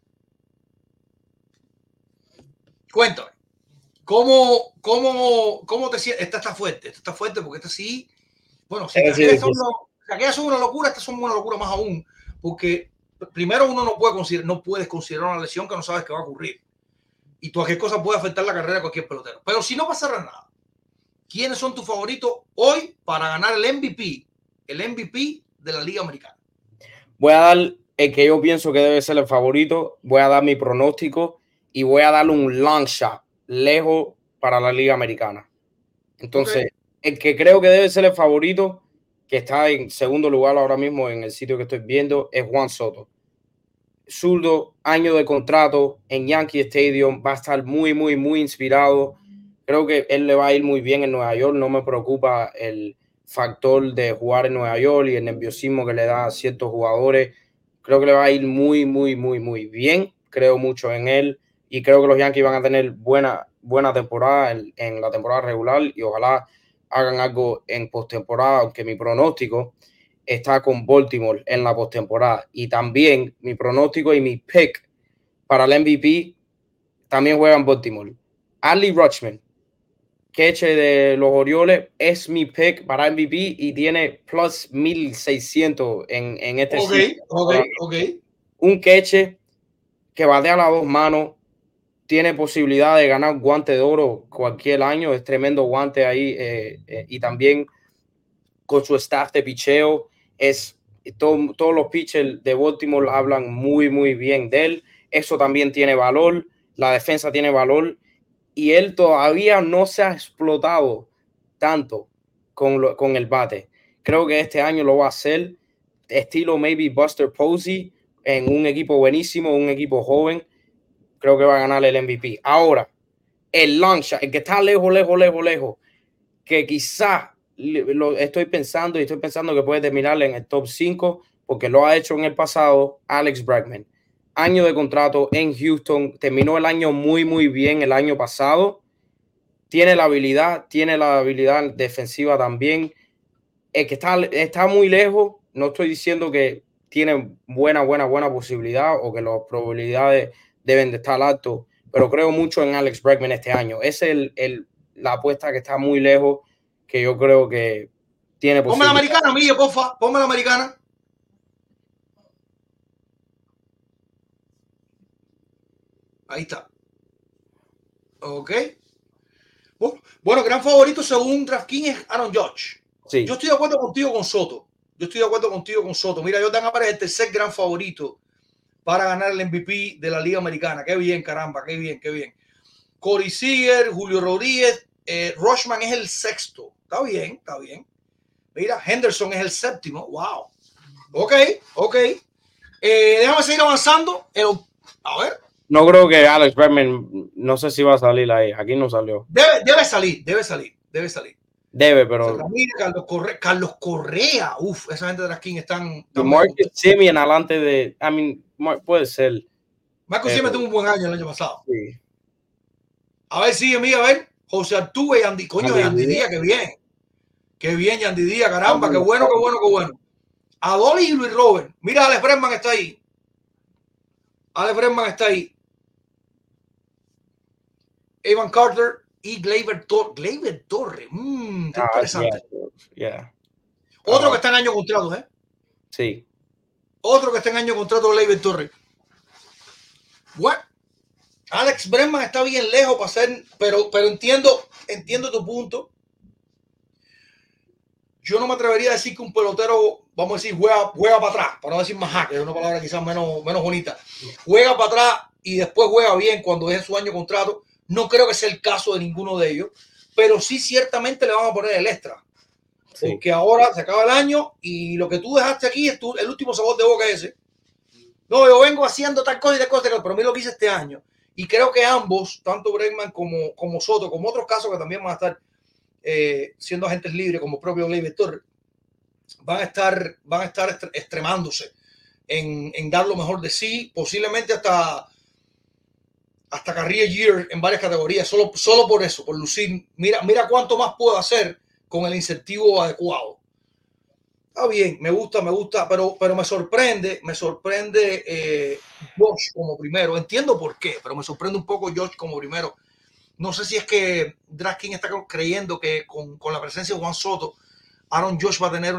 cuéntame, ¿cómo te sientes? Esta está fuerte porque esta sí, bueno, si aquellas son una locura, estas son una locura más aún, porque primero uno no puedes considerar una lesión que no sabes que va a ocurrir, y cualquier cosa puede afectar la carrera de cualquier pelotero, pero si no pasara nada, ¿quiénes son tus favoritos hoy para ganar el MVP de la Liga Americana? Voy a dar el que yo pienso que debe ser el favorito, voy a dar mi pronóstico y voy a darle un long shot lejos para la Liga Americana. Entonces, el que creo que debe ser el favorito, que está en segundo lugar ahora mismo en el sitio que estoy viendo, es Juan Soto. Zurdo, año de contrato en Yankee Stadium, va a estar muy, muy, muy inspirado. Creo que él le va a ir muy bien en Nueva York. No me preocupa el factor de jugar en Nueva York y el nerviosismo que le da a ciertos jugadores. Creo que le va a ir muy, muy, muy, muy bien. Creo mucho en él y creo que los Yankees van a tener buena temporada en la temporada regular y ojalá hagan algo en postemporada, aunque mi pronóstico está con Baltimore en la postemporada. Y también mi pronóstico y mi pick para el MVP también juega en Baltimore. Adley Rutschman, catcher de los Orioles, es mi pick para MVP y tiene plus 1,600 en este sitio. Un catcher que batea a las dos manos, tiene posibilidad de ganar guante de oro cualquier año, es tremendo guante ahí y también con su staff de picheo, todos los pitchers de Baltimore hablan muy, muy bien de él. Eso también tiene valor, la defensa tiene valor y él todavía no se ha explotado tanto con el bate. Creo que este año lo va a hacer, estilo maybe Buster Posey, en un equipo buenísimo, un equipo joven. Creo que va a ganar el MVP. Ahora, el long shot, el que está lejos, que quizás lo estoy pensando que puede terminar en el top 5 porque lo ha hecho en el pasado, Alex Bregman. Año de contrato en Houston, terminó el año muy, muy bien el año pasado. Tiene la habilidad defensiva también. El que está muy lejos, no estoy diciendo que tiene buena posibilidad o que las probabilidades deben de estar altas, pero creo mucho en Alex Bregman este año. Es la apuesta que está muy lejos, que yo creo que tiene Ponme la posibilidad. americana, Miguel, porfa. Ponme la americana. Ahí está. Ok. Bueno, gran favorito según DraftKings es Aaron Judge. Sí. Yo estoy de acuerdo contigo con Soto. Mira, Jordan Álvarez es el tercer gran favorito para ganar el MVP de la Liga Americana. Qué bien, caramba, qué bien. Corey Seager, Julio Rodríguez, Rushman es el sexto. Está bien. Mira, Henderson es el séptimo. Wow. Ok. Déjame seguir avanzando. A ver. No creo que Alex Bregman, no sé si va a salir ahí. Aquí no salió. Debe salir. Debe, pero... Carlos Correa. Uf, esa gente de las King están... Marcus Semien adelante de... puede ser. Marcus Semien tuvo un buen año el año pasado. Sí. A ver, sigue, mira, a ver. José Arturo y Andy. Coño, Yandy Díaz, qué bien. Qué bien, Yandy Díaz, caramba, qué bueno. Adolis y Luis Robert. Mira, Alex Bregman está ahí. Evan Carter y Gleyber Torres. Está interesante. Yeah. Otro que está en año contrato, ¿eh? Sí. Otro que está en año contrato, Gleyber Torres. Bueno, Alex Bregman está bien lejos para ser, pero entiendo tu punto. Yo no me atrevería a decir que un pelotero, vamos a decir, juega para atrás, para no decir más que es una palabra quizás menos bonita. Juega para atrás y después juega bien cuando es su año de contrato. No creo que sea el caso de ninguno de ellos, pero sí ciertamente le van a poner el extra. Sí. Porque ahora se acaba el año y lo que tú dejaste aquí es el último sabor de boca ese. No, yo vengo haciendo tal cosa y tal cosa, pero a mí lo que hice este año. Y creo que ambos, tanto Bregman como Soto, como otros casos que también van a estar siendo agentes libres, como propio Gleyber Torres, van a estar extremándose en dar lo mejor de sí, posiblemente hasta career year en varias categorías, solo por eso, por lucir. Mira cuánto más puedo hacer con el incentivo adecuado. Está bien, me gusta, pero me sorprende Josh como primero. Entiendo por qué, pero me sorprende un poco Josh como primero. No sé si es que DraftKings está creyendo que con la presencia de Juan Soto, Aaron Josh va a tener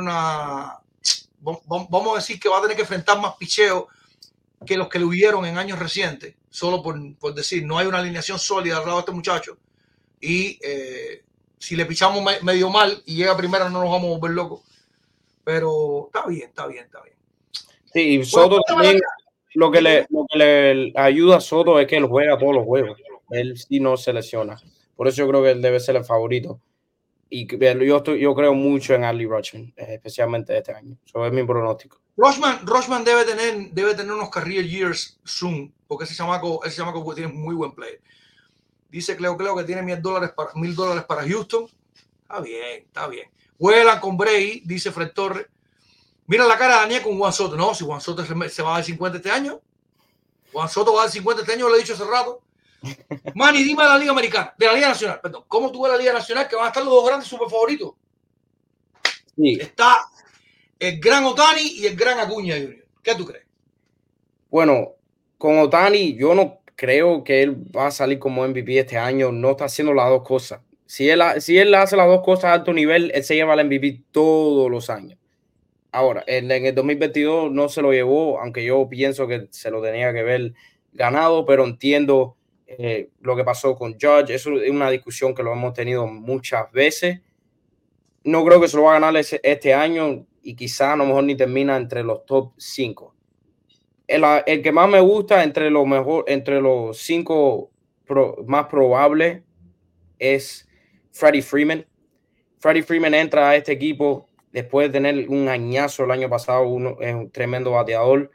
vamos a decir que va a tener que enfrentar más picheo que los que le hubieron en años recientes, solo por decir, no hay una alineación sólida al lado de este muchacho. Y si le pichamos medio mal y llega primero, no nos vamos a volver locos. Pero está bien. Sí, y Soto también, lo que le ayuda a Soto es que él juega todos los juegos. Él sí no se lesiona. Por eso yo creo que él debe ser el favorito. Y yo creo mucho en Adley Rutschman, especialmente este año. Eso es mi pronóstico. Rutschman debe tener unos career years soon, porque ese chamaco tiene muy buen play. Dice Cleo que tiene $1,000 para Houston. Está bien. Vuelan con Bray, dice Fred Torres. Mira la cara de Daniel con Juan Soto. No, si Juan Soto se va a dar 50 este año. Juan Soto va a dar 50 este año, lo he dicho hace rato. Manny, dime de la Liga Americana, de la Liga Nacional, perdón. ¿Cómo tú ves la Liga Nacional? Que van a estar los dos grandes super favoritos. Sí. Está el gran Ohtani y el gran Acuña Jr. ¿Qué tú crees? Bueno, con Ohtani, yo no creo que él va a salir como MVP este año. No está haciendo las dos cosas. Si él hace las dos cosas a alto nivel, él se lleva el MVP todos los años. Ahora, en el 2022 no se lo llevó, aunque yo pienso que se lo tenía que haber ganado, pero entiendo lo que pasó con Judge. Eso es una discusión que lo hemos tenido muchas veces. No creo que se lo va a ganar este año y quizá a lo mejor ni termina entre los top 5. El que más me gusta entre los 5 más probables es Freddie Freeman. Freddie Freeman entra a este equipo después de tener un añazo el año pasado. Es un tremendo bateador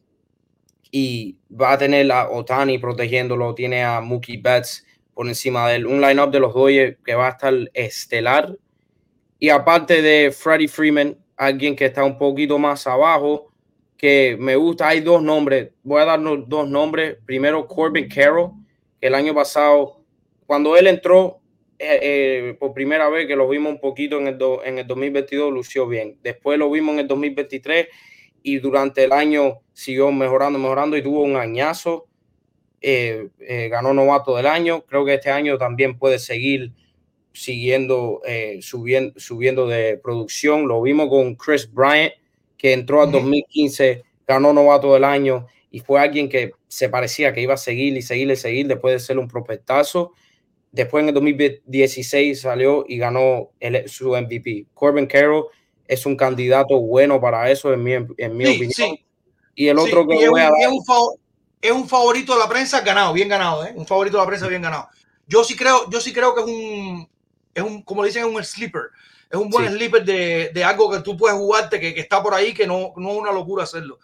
y va a tener a Ohtani protegiéndolo. Tiene a Mookie Betts por encima de él. Un lineup de los Dodgers que va a estar estelar. Y aparte de Freddie Freeman, alguien que está un poquito más abajo, que me gusta, hay 2 nombres. Voy a darnos 2 nombres. Primero, Corbin Carroll, que el año pasado, cuando él entró, por primera vez que lo vimos un poquito en el 2022, lució bien. Después lo vimos en el 2023 y durante el año siguió mejorando y tuvo un añazo. Ganó novato del año. Creo que este año también puede seguir subiendo de producción. Lo vimos con Chris Bryant, que entró al 2015, ganó novato del año y fue alguien que se parecía que iba a seguir después de ser un prospectazo. Después en el 2016 salió y ganó su MVP. Corbin Carroll es un candidato bueno para eso, en mi opinión. Sí. Y el otro que voy a dar... Es un favorito de la prensa bien ganado, ¿eh? Un favorito de la prensa bien ganado. Yo sí creo que es un como dicen, es un sleeper. Es un buen sleeper de algo que tú puedes jugarte, que está por ahí, que no es una locura hacerlo.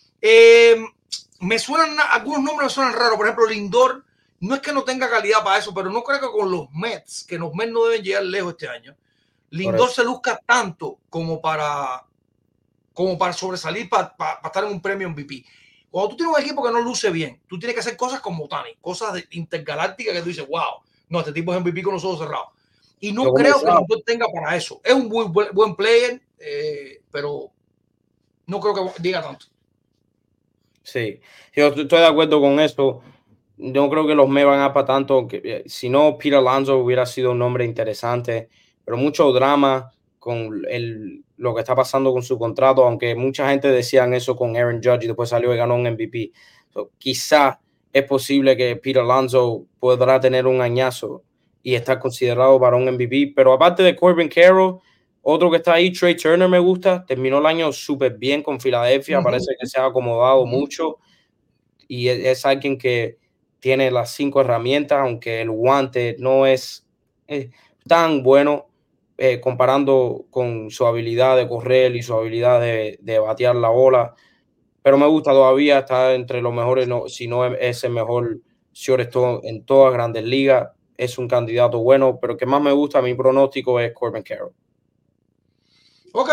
Me suenan, algunos nombres me suenan raros. Por ejemplo, Lindor, no es que no tenga calidad para eso, pero no creo que con los Mets, que los Mets no deben llegar lejos este año, Lindor se luzca tanto como para sobresalir, para estar en un premio MVP. Cuando tú tienes un equipo que no luce bien, tú tienes que hacer cosas como Ohtani, cosas intergalácticas que tú dices, wow, no, este tipo es MVP con los ojos cerrados. Y no creo que Lindor tenga para eso. Es un buen player, pero no creo que diga tanto. Sí, yo estoy de acuerdo con esto. No creo que los Mets van a para tanto. Si no, Pete Alonso hubiera sido un nombre interesante, pero mucho drama con lo que está pasando con su contrato, aunque mucha gente decían eso con Aaron Judge y después salió y ganó un MVP. Quizá es posible que Pete Alonso podrá tener un añazo y estar considerado para un MVP, pero aparte de Corbin Carroll, otro que está ahí, Trey Turner, me gusta, terminó el año súper bien con Filadelfia, parece que se ha acomodado mucho y es alguien que tiene las 5 herramientas, aunque el guante no es tan bueno comparando con su habilidad de correr y su habilidad de batear la bola, pero me gusta todavía, está entre los mejores, si no es el mejor shortstop en todas Grandes Ligas, es un candidato bueno, pero el que más me gusta, mi pronóstico es Corbin Carroll. Ok.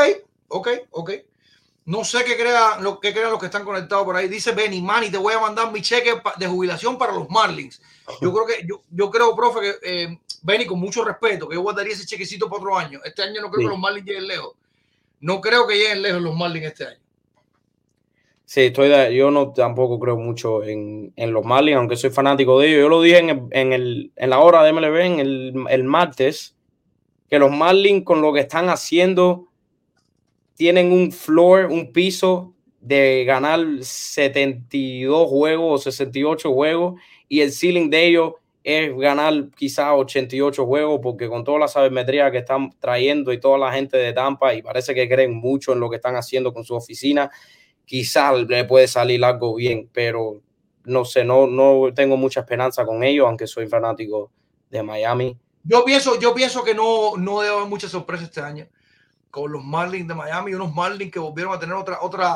No sé qué crean los que están conectados por ahí. Dice Benny, Manny, te voy a mandar mi cheque de jubilación para los Marlins. Yo creo, profe, que Benny, con mucho respeto, que yo guardaría ese chequecito para otro año. Este año no creo que los Marlins lleguen lejos. No creo que lleguen lejos los Marlins este año. Sí, yo no tampoco creo mucho en los Marlins, aunque soy fanático de ellos. Yo lo dije en la hora de MLB el martes, que los Marlins con lo que están haciendo tienen un floor, un piso de ganar 72 juegos o 68 juegos y el ceiling de ellos es ganar quizás 88 juegos porque con toda la sabermetría que están trayendo y toda la gente de Tampa y parece que creen mucho en lo que están haciendo con su oficina, quizás le puede salir algo bien, pero no sé, no tengo mucha esperanza con ellos, aunque soy fanático de Miami. Yo pienso que no debe haber mucha sorpresa este año con los Marlins de Miami, unos Marlins que volvieron a tener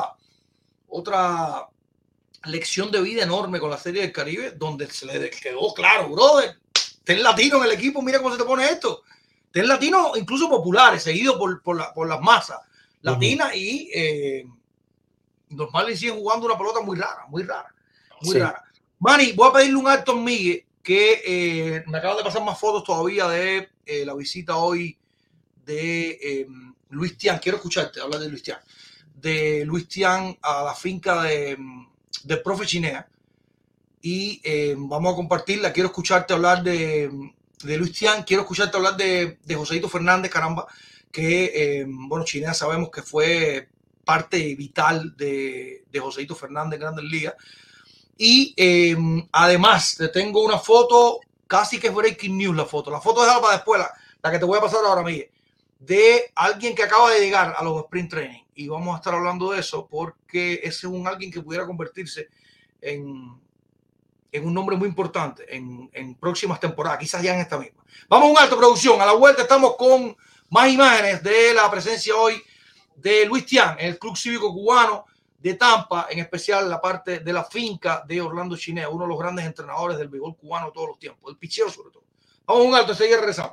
otra lección de vida enorme con la Serie del Caribe, donde se le quedó claro, brother, ten latino en el equipo, mira cómo se te pone esto. Ten latino incluso populares, seguidos por las masas latinas y los Marlins siguen jugando una pelota muy rara. Manny, voy a pedirle un alto a Miguel que me acaban de pasar más fotos todavía de la visita hoy de Luis Tiant. Quiero escucharte hablar de Luis Tiant. De Luis Tiant a la finca del profe Chinea. Y vamos a compartirla. Quiero escucharte hablar de Luis Tiant. Quiero escucharte hablar de Joséito Fernández, caramba. Que, Chinea sabemos que fue parte vital de Joséito Fernández en Grandes Ligas. Y además, te tengo una foto, casi que es breaking news la foto. La foto déjala para después, la que te voy a pasar ahora, Miguel, de alguien que acaba de llegar a los sprint training. Y vamos a estar hablando de eso porque ese es alguien que pudiera convertirse en un nombre muy importante en próximas temporadas, quizás ya en esta misma. Vamos a un alto, producción. A la vuelta estamos con más imágenes de la presencia hoy de Luis Tiant en el Club Cívico Cubano de Tampa, en especial la parte de la finca de Orlando Chinea, uno de los grandes entrenadores del béisbol cubano de todos los tiempos, el picheo sobre todo. Vamos a un alto, enseguida regresamos.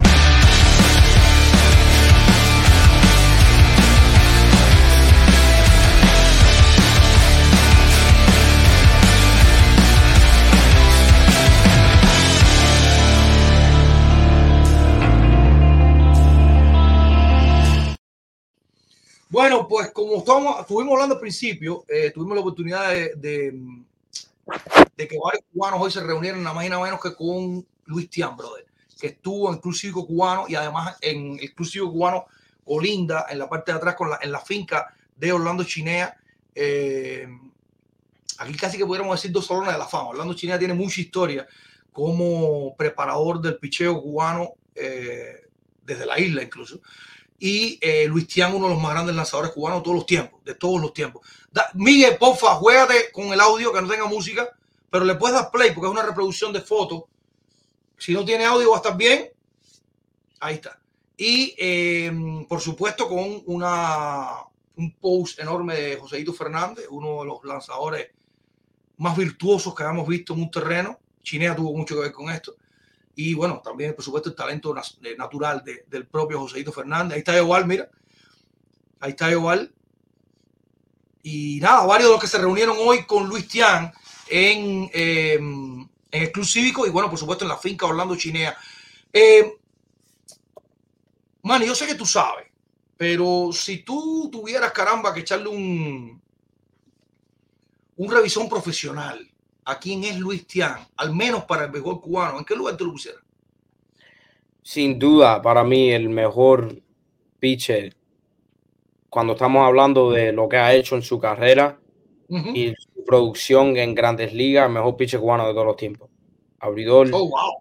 Bueno, pues como estuvimos hablando al principio, tuvimos la oportunidad de que varios cubanos hoy se reunieron nada más y nada menos que con Luis Tian, brother, que estuvo en Club Cívico Cubano y además en el Club Cívico Cubano Olinda, en la parte de atrás, en la finca de Orlando Chinea. Aquí casi que pudiéramos decir 2 salones de la fama. Orlando Chinea tiene mucha historia como preparador del picheo cubano desde la isla incluso. Y Luis Tian, uno de los más grandes lanzadores cubanos de todos los tiempos. Miguel, porfa, juégate con el audio, que no tenga música, pero le puedes dar play porque es una reproducción de fotos. Si no tiene audio va a estar bien. Ahí está. Y por supuesto con un post enorme de Joséito Fernández, uno de los lanzadores más virtuosos que hemos visto en un terreno. Chinea tuvo mucho que ver con esto. Y bueno, también, por supuesto, el talento natural del propio Joséito Fernández. Ahí está Igual, mira. Ahí está Igual. Y nada, varios de los que se reunieron hoy con Luis Tian en el Club Cívico y bueno, por supuesto, en la finca Orlando Chinea. Man, yo sé que tú sabes, pero si tú tuvieras, caramba, que echarle un revisón profesional a quién es Luis Tian, al menos para el béisbol cubano, ¿en qué lugar tú lo pusieras? Sin duda, para mí, el mejor pitcher, cuando estamos hablando de lo que ha hecho en su carrera y su producción en Grandes Ligas, el mejor pitcher cubano de todos los tiempos. Abridor. Oh, wow.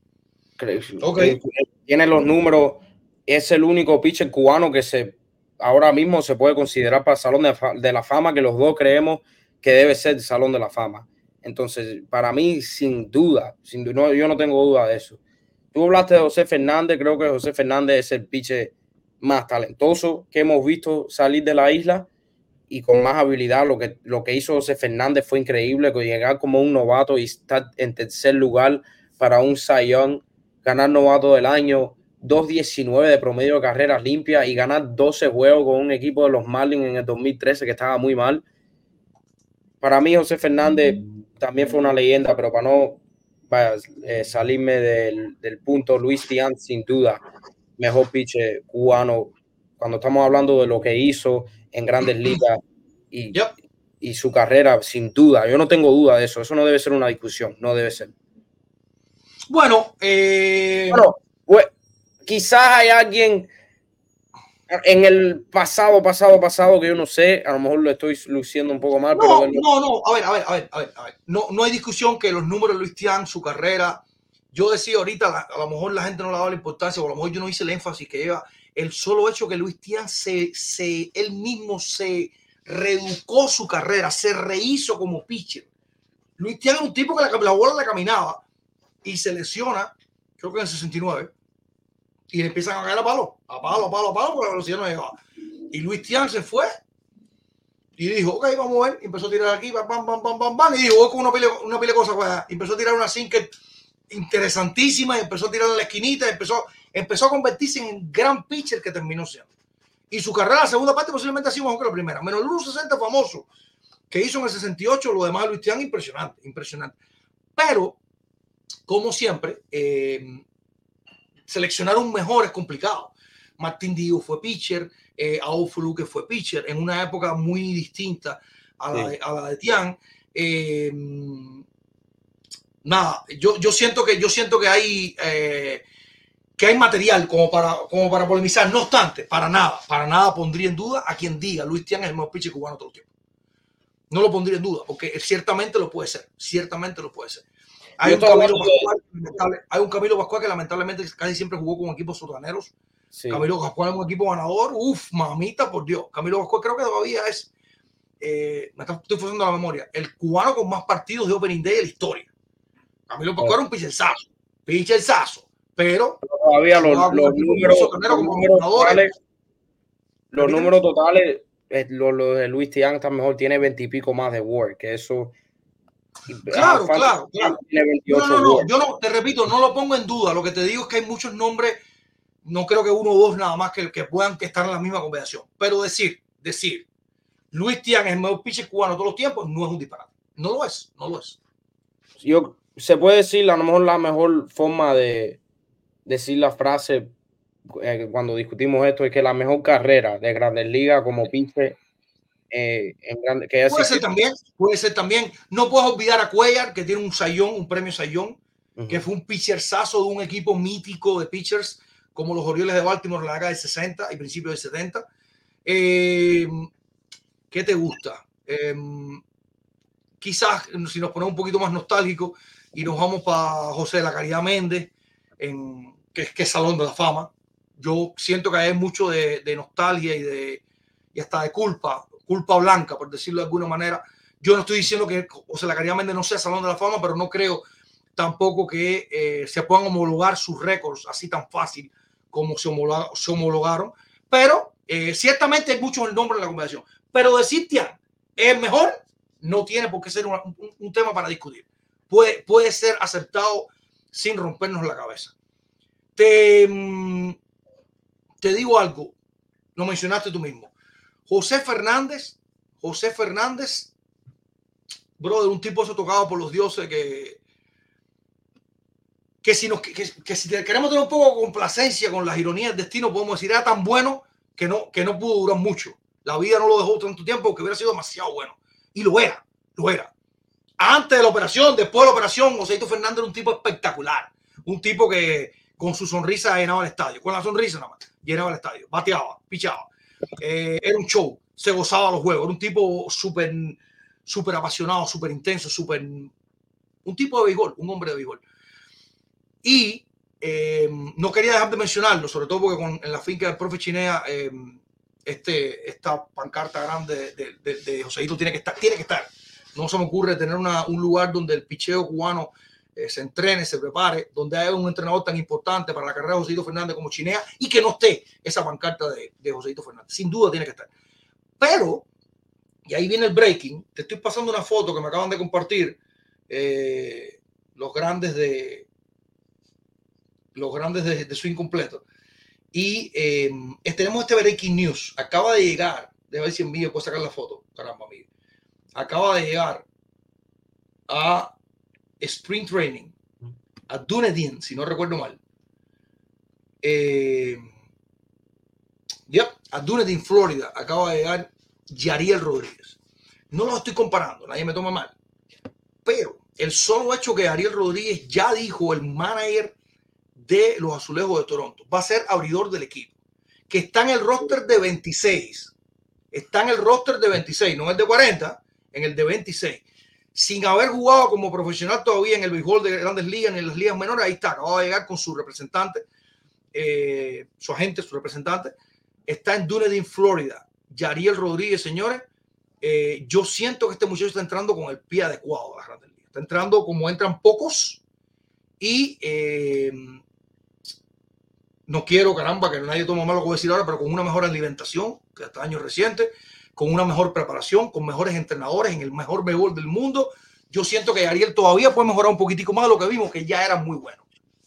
Tiene los números. Es el único pitcher cubano que ahora mismo se puede considerar para el Salón de la Fama, que los dos creemos que debe ser el Salón de la Fama. Entonces, para mí, sin duda, yo no tengo duda de eso. Tú hablaste de José Fernández, creo que José Fernández es el pitcher más talentoso que hemos visto salir de la isla y con más habilidad. Lo que hizo José Fernández fue increíble, que llegar como un novato y estar en tercer lugar para un Cy Young, ganar novato del año, 2.19 de promedio de carreras limpias y ganar 12 juegos con un equipo de los Marlins en el 2013 que estaba muy mal. Para mí, José Fernández también fue una leyenda, pero para no salirme del punto, Luis Tian, sin duda, mejor pitcher cubano cuando estamos hablando de lo que hizo en Grandes Ligas y su carrera, sin duda. Yo no tengo duda de eso. Eso no debe ser una discusión, no debe ser. Bueno, pues, quizás hay alguien en el pasado que yo no sé, a lo mejor lo estoy luciendo un poco mal. No, a ver. No hay discusión que los números de Luis Tian, su carrera, yo decía ahorita, a lo mejor la gente no le daba la importancia, o a lo mejor yo no hice el énfasis que lleva el solo hecho que Luis Tian él mismo se reeducó su carrera, se rehizo como pitcher. Luis Tian es un tipo que la bola le caminaba y se lesiona, creo que en el 69, y le empiezan a caer a palo, porque la velocidad no llegaba. Y Luis Tian se fue y dijo, ok, vamos a ver, y empezó a tirar aquí, bam, y dijo, voy con una pila de cosas, pues, y empezó a tirar una sinker interesantísima, y empezó a tirar en la esquinita, y empezó a convertirse en el gran pitcher que terminó siendo. Y su carrera, la segunda parte, posiblemente ha sido mejor que la primera, menos el 1.60 famoso que hizo en el 68, lo demás de Luis Tian, impresionante. Pero, como siempre, seleccionar un mejor es complicado. Martín Díaz fue pitcher, Adolfo Luque fue pitcher en una época muy distinta a la de Tian. Nada, yo siento que hay material como para polemizar. No obstante, para nada pondría en duda a quien diga Luis Tian es el mejor pitcher cubano de todo el tiempo. No lo pondría en duda, porque ciertamente lo puede ser. Hay un Camilo Pascual que lamentablemente casi siempre jugó con equipos sotaneros. Sí. Camilo Pascual es un equipo ganador. Mamita, por Dios. Camilo Pascual creo que todavía es, estoy forzando la memoria, el cubano con más partidos de Opening Day de la historia. Camilo Pascual era un pitcherzazo. Pero todavía los números totales, lo de Luis Tian está mejor, tiene 20 y pico más de WAR, que eso. Claro. Yo no, te repito, no lo pongo en duda. Lo que te digo es que hay muchos nombres, no creo que uno o dos nada más que puedan estar en la misma conversación. Pero decir, Luis Tian es el mejor pitcher cubano de todos los tiempos, no es un disparate. No lo es. Se puede decir, a lo mejor la mejor forma de decir la frase cuando discutimos esto, es que la mejor carrera de Grandes Ligas como pitcher que puede ser también. No puedes olvidar a Cuellar, que tiene un sayón, un premio sayón, que fue un pitcherzazo de un equipo mítico de pitchers como los Orioles de Baltimore en la década del 60 y principios del 70. ¿Qué te gusta? Quizás si nos ponemos un poquito más nostálgicos y nos vamos para José de la Caridad Méndez, que es Salón de la Fama. Yo siento que hay mucho de nostalgia y hasta de culpa blanca, por decirlo de alguna manera. Yo no estoy diciendo que José de la Caridad Méndez no sea Salón de la Fama, pero no creo tampoco que se puedan homologar sus récords así tan fácil como se homologaron. Pero ciertamente hay muchos el nombre de la conversación. Pero decirte es mejor, no tiene por qué ser un tema para discutir. Puede ser aceptado sin rompernos la cabeza. Te digo algo, lo mencionaste tú mismo. José Fernández, brother, un tipo eso tocado por los dioses que si queremos tener un poco de complacencia con las ironías del destino, podemos decir, era tan bueno que no pudo durar mucho. La vida no lo dejó tanto tiempo porque hubiera sido demasiado bueno. Y lo era. Antes de la operación, después de la operación, Joséito Fernández era un tipo espectacular. Un tipo que con su sonrisa llenaba el estadio. Con la sonrisa nada más, llenaba el estadio. Bateaba, pichaba. Era un show. Se gozaba los juegos. Era un tipo súper apasionado, súper intenso, un tipo de béisbol, un hombre de béisbol. Y no quería dejar de mencionarlo, sobre todo porque en la finca del profe Chinea, esta pancarta grande de Joséito tiene que estar. No se me ocurre tener un lugar donde el picheo cubano se entrene, se prepare, donde haya un entrenador tan importante para la carrera de Joséito Fernández como Chinea y que no esté esa pancarta de Joséito Fernández. Sin duda tiene que estar. Pero, y ahí viene el breaking, te estoy pasando una foto que me acaban de compartir los grandes de Swing Completo. Y tenemos este breaking news. Acaba de llegar, déjame ver si en vídeo puedo sacar la foto. Caramba, amigo. Acaba de llegar a Spring Training, a Dunedin, si no recuerdo mal. A Dunedin, Florida, acaba de llegar Yariel Rodríguez. No lo estoy comparando, nadie me toma mal. Pero el solo hecho que Yariel Rodríguez ya dijo, el manager de los Azulejos de Toronto, va a ser abridor del equipo, que está en el roster de 26. Está en el roster de 26, no en el de 40, en el de 26. Sin haber jugado como profesional todavía en el béisbol de Grandes Ligas, ni en las ligas menores, ahí está, acaba de llegar con su representante, su agente, su representante. Está en Dunedin, Florida. Yariel Rodríguez, señores. Yo siento que este muchacho está entrando con el pie adecuado a las Grandes Ligas. Está entrando como entran pocos y no quiero, caramba, que nadie tome mal lo que voy a decir ahora, pero con una mejor alimentación que hasta años recientes, con una mejor preparación, con mejores entrenadores en el mejor béisbol del mundo. Yo siento que Yariel todavía puede mejorar un poquitico más de lo que vimos, que ya era muy bueno.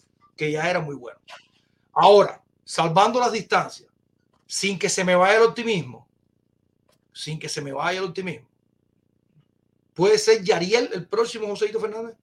Ahora, salvando las distancias, sin que se me vaya el optimismo, ¿puede ser Yariel el próximo Joséito Fernández?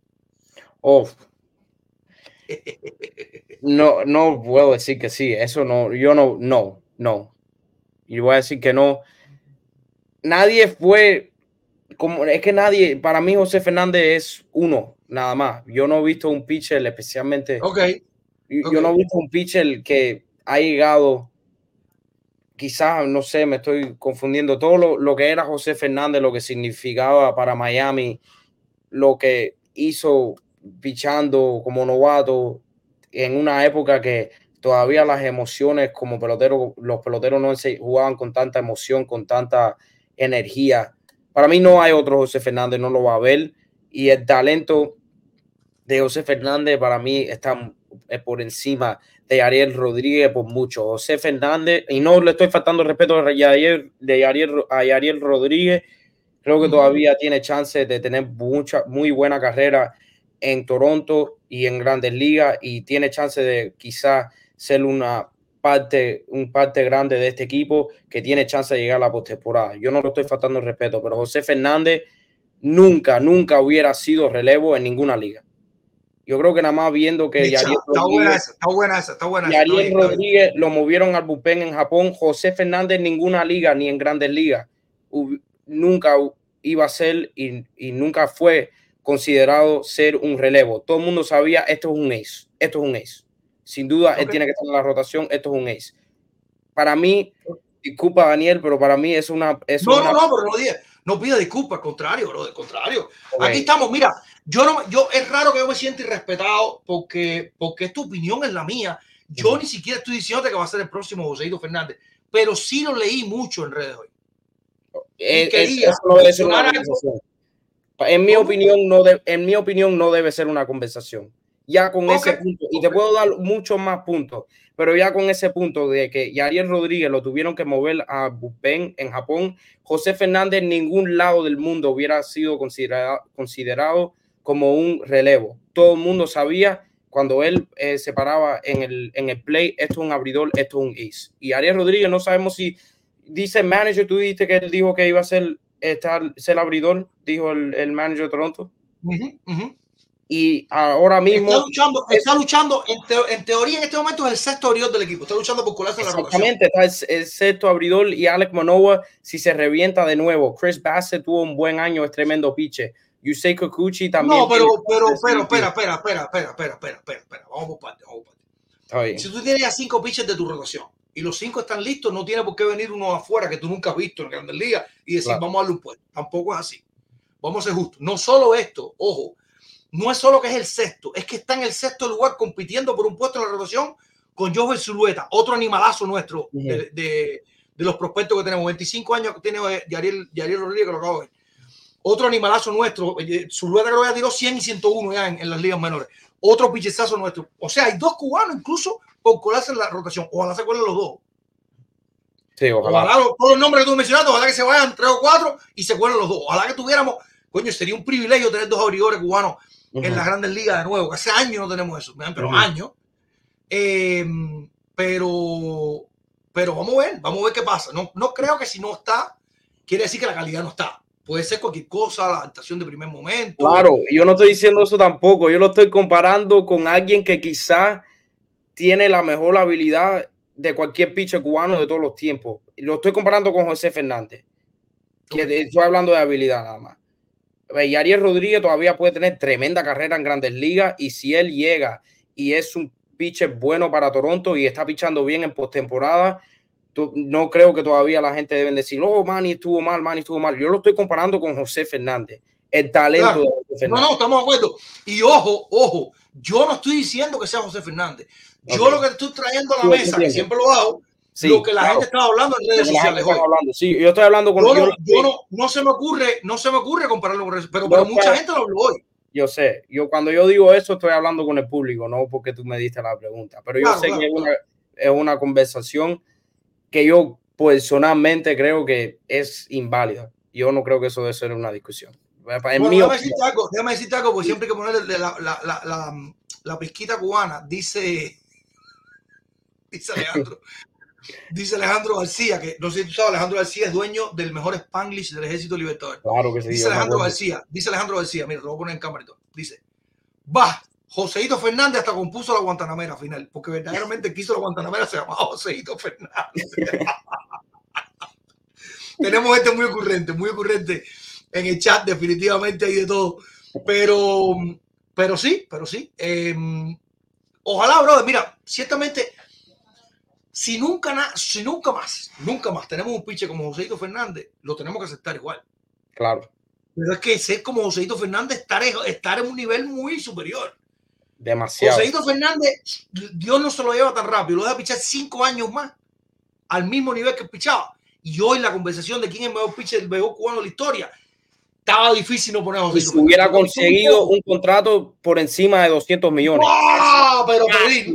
No puedo decir que sí, eso no, yo no. Y voy a decir que no. Nadie fue como, es que nadie, para mí José Fernández es uno, nada más. Yo no he visto un pitcher especialmente. Yo no he visto un pitcher que ha llegado, quizás, no sé, me estoy confundiendo, todo lo que era José Fernández, lo que significaba para Miami, lo que hizo pichando como novato en una época que todavía las emociones como pelotero, los peloteros no se jugaban con tanta emoción, con tanta energía. Para mí no hay otro José Fernández, no lo va a ver, y el talento de José Fernández para mí está por encima de Yariel Rodríguez por mucho. José Fernández, y no le estoy faltando el respeto a Yariel Rodríguez, creo que todavía tiene chance de tener muy buena carrera en Toronto y en Grandes Ligas, y tiene chance de quizás ser un parte grande de este equipo que tiene chance de llegar a la postemporada. Yo no le estoy faltando el respeto, pero José Fernández nunca hubiera sido relevo en ninguna liga. Yo creo que nada más viendo que Está buena esa. Yariel Rodríguez lo movieron al bullpen en Japón. José Fernández en ninguna liga, ni en Grandes Ligas, nunca iba a ser y nunca fue considerado ser un relevo. Todo el mundo sabía, esto es un ace. Sin duda, él tiene que estar en la rotación, esto es un ace. Para mí, disculpa Daniel, pero para mí es una... pero no pida disculpas, al contrario, bro, del contrario. Okay. Aquí estamos, mira, es raro que yo me sienta irrespetado porque es tu opinión, es la mía. Yo ni siquiera estoy diciendo que va a ser el próximo Joséito Fernández, pero sí lo leí mucho en redes hoy. En mi opinión no debe ser una conversación. Ya con ese punto, y te puedo dar muchos más puntos, pero ya con ese punto de que Yariel Rodríguez lo tuvieron que mover a bullpen en Japón, José Fernández en ningún lado del mundo hubiera sido considerado como un relevo. Todo el mundo sabía cuando él se paraba en el play, esto es un abridor, esto es un ace. Y Yariel Rodríguez no sabemos si dice manager, tú dijiste que él dijo que iba a ser abridor, dijo el manager de Toronto. Y ahora mismo está luchando en teoría en este momento es el sexto abridor del equipo, está luchando por colarse en la rotación. Exactamente, está el sexto abridor y Alek Manoah si se revienta de nuevo. Chris Bassett tuvo un buen año, es tremendo pitcher. Yusei Kikuchi también. No, pero espera. Vamos por parte. Si tú tienes ya 5 pitchers de tu rotación y los 5 están listos, no tiene por qué venir uno afuera que tú nunca has visto en Grandes Ligas y decir, vamos a darle un puesto. Tampoco es así. Vamos a ser justos. No solo esto, ojo, no es solo que es el sexto, es que está en el sexto lugar compitiendo por un puesto en la rotación con Joel Zulueta, otro animalazo nuestro de los prospectos que tenemos. 25 años que tiene Yariel Rodríguez, que lo acabo de ver. Otro animalazo nuestro, Zulueta creo que ya tiró 100 y 101 ya en las ligas menores. Otro pichezazo nuestro. O sea, hay 2 cubanos incluso por colarse en la rotación. Ojalá se cuelen los 2. Sí, ojalá. Todos los nombres que tú mencionaste, ojalá que se vayan 3 o 4 y se cuelen los 2. Ojalá que tuviéramos, coño, sería un privilegio tener 2 abridores cubanos en las Grandes Ligas de nuevo, que hace años no tenemos eso, pero años. Pero vamos a ver qué pasa. No creo que si no está, quiere decir que la calidad no está. Puede ser cualquier cosa, la adaptación de primer momento. Claro, yo no estoy diciendo eso tampoco. Yo lo estoy comparando con alguien que quizás tiene la mejor habilidad de cualquier pitcher cubano de todos los tiempos. Lo estoy comparando con José Fernández, que estoy hablando de habilidad nada más. Yariel Rodríguez todavía puede tener tremenda carrera en Grandes Ligas y si él llega y es un pitcher bueno para Toronto y está pichando bien en postemporada, no creo que todavía la gente debe decir, Manny estuvo mal. Yo lo estoy comparando con José Fernández, el talento de José Fernández. No, estamos de acuerdo. Y ojo, yo no estoy diciendo que sea José Fernández. Yo lo que estoy trayendo a la mesa, que siempre lo hago, lo que la gente está hablando en redes sociales hoy. Sí, yo estoy hablando con no se me ocurre compararlo con eso, pero mucha gente lo habló hoy. Yo sé, cuando yo digo eso estoy hablando con el público, no porque tú me diste la pregunta, pero yo sé que es una conversación que yo personalmente creo que es inválida. Yo no creo que eso debe ser una discusión. Déjame decirte algo, porque siempre hay que ponerle la pizquita cubana, dice Alejandro. Dice Alejandro García, que no sé si tú sabes, Alejandro García es dueño del mejor Spanglish del Ejército Libertador. Claro que sí. Dice Alejandro García, mira, te lo voy a poner en cámara y todo. Dice, Joséito Fernández hasta compuso la Guantanamera final, porque verdaderamente quiso la Guantanamera, se llamaba Joséito Fernández. Tenemos muy ocurrente en el chat, definitivamente hay de todo. Pero sí. Ojalá, brother, mira, ciertamente, si nunca más tenemos un pitcher como Joséito Fernández, lo tenemos que aceptar igual. Claro. Pero es que ser como Joséito Fernández, estar en un nivel muy superior. Demasiado. Joséito Fernández, Dios no se lo lleva tan rápido, lo deja pichar 5 años más al mismo nivel que pichaba. Y hoy la conversación de quién es el mejor pitcher del béisbol cubano de la historia, estaba difícil no poner a Joséito Fernández. Si hubiera conseguido un contrato por encima de 200 millones. ¡Ah! Pero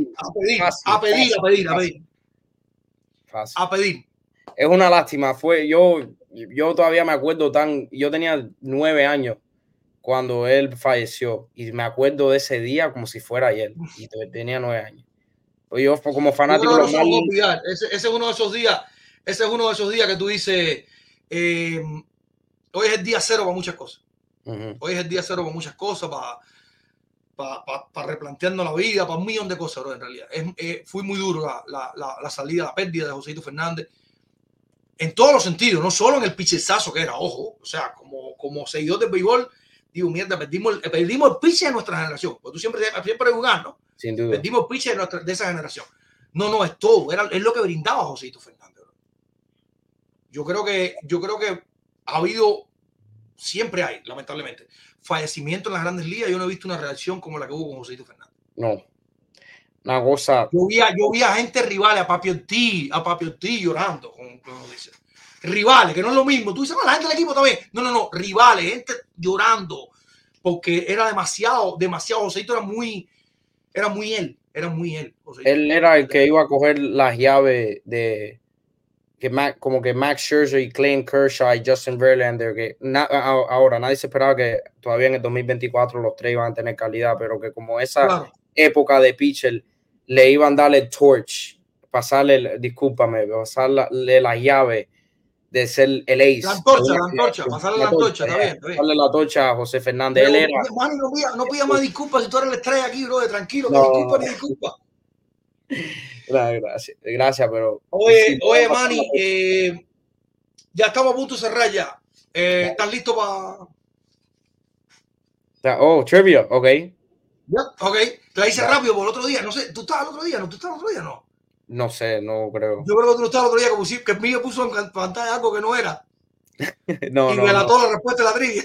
a pedir. Es una lástima. Yo todavía me acuerdo yo tenía 9 años cuando él falleció y me acuerdo de ese día como si fuera ayer y tenía 9 años. Pues yo como fanático ese es uno de esos días que tú dices hoy es el día cero para muchas cosas. Hoy es el día cero para muchas cosas, para replantearnos la vida, para un millón de cosas, bro, en realidad. Fue muy duro la salida, la pérdida de Joséito Fernández. En todos los sentidos, no solo en el pichezazo que era, ojo, o sea, como seguidor del béisbol, digo, mierda, perdimos el piche de nuestra generación. Porque tú siempre jugar, ¿no? Sin duda. Perdimos el piche de esa generación. No, es todo. Es lo que brindaba Joséito Fernández. Bro. Yo creo que ha habido, siempre hay, lamentablemente, fallecimiento en las grandes ligas. Yo no he visto una reacción como la que hubo con Joséito Fernández. No. Una cosa. Yo vi a gente rivales, a Papi Ortiz llorando, como dice. Rivales, que no es lo mismo. Tú dices, la gente del equipo también. No, rivales, gente llorando, porque era demasiado. Joséito era muy él. Joséito. Él era el que iba a coger las llaves de como que Max Scherzer y Clayton Kershaw y Justin Verlander, que ahora nadie se esperaba que todavía en el 2024 los tres iban a tener calidad, pero que como esa época de pitcher le iban a darle torch, pasarle la llave de ser el ace. La antorcha, pasarle la antorcha, está bien. Pasarle la torcha a José Fernández. Pero, él era. Manny, no pida más disculpas si tú eres la estrella aquí, bro, pranquilo, no disculpa. Gracias, pero. Oye, Manny, ya estamos a punto de cerrar ya. ¿Estás listo para. Oh, trivia, ok. Ya, ok, te la hice rápido por el otro día. No sé, ¿tú estabas el otro día? ¿No? No sé, no creo. Yo creo que tú no estabas el otro día, como si que Miguel puso en pantalla algo que no era. No. Me relató la respuesta de la trivia.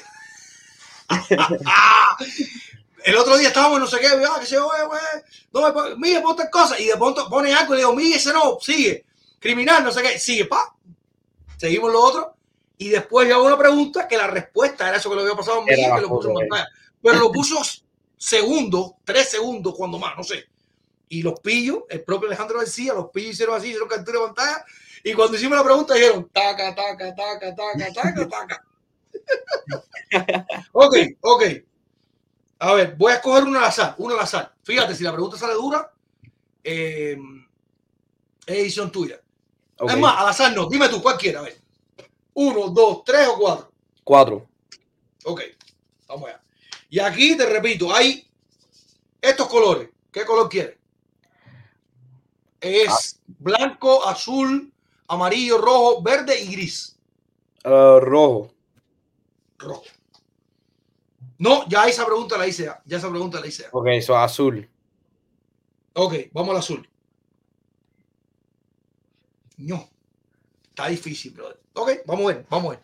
El otro día estábamos en no sé qué, que se güey. Miguel, ponte cosas. Y de pronto pone algo y le digo, Miguel, ese no, sigue. Criminal, no sé qué, sigue, Seguimos lo otro. Y después yo hago una pregunta que la respuesta era eso que le había pasado a Miguel, que lo puso en pantalla. Pero lo puso 3 segundos, cuando más, no sé. Y los pillos, el propio Alejandro García, los pillos hicieron así, hicieron captura de pantalla. Y cuando hicimos la pregunta, dijeron taca. Ok. A ver, voy a escoger uno al azar. Fíjate, si la pregunta sale dura, es edición tuya. Okay. Es más, al azar no. Dime tú, ¿cuál quieres? A ver. 1, 2, 3 o 4. 4. Ok, vamos allá. Y aquí te repito, hay estos colores. ¿Qué color quieres? Es blanco, azul, amarillo, rojo, verde y gris. Rojo. No, ya esa pregunta la hice. Ok, eso azul. Ok, vamos al azul. No, está difícil, brother. Ok, vamos a ver.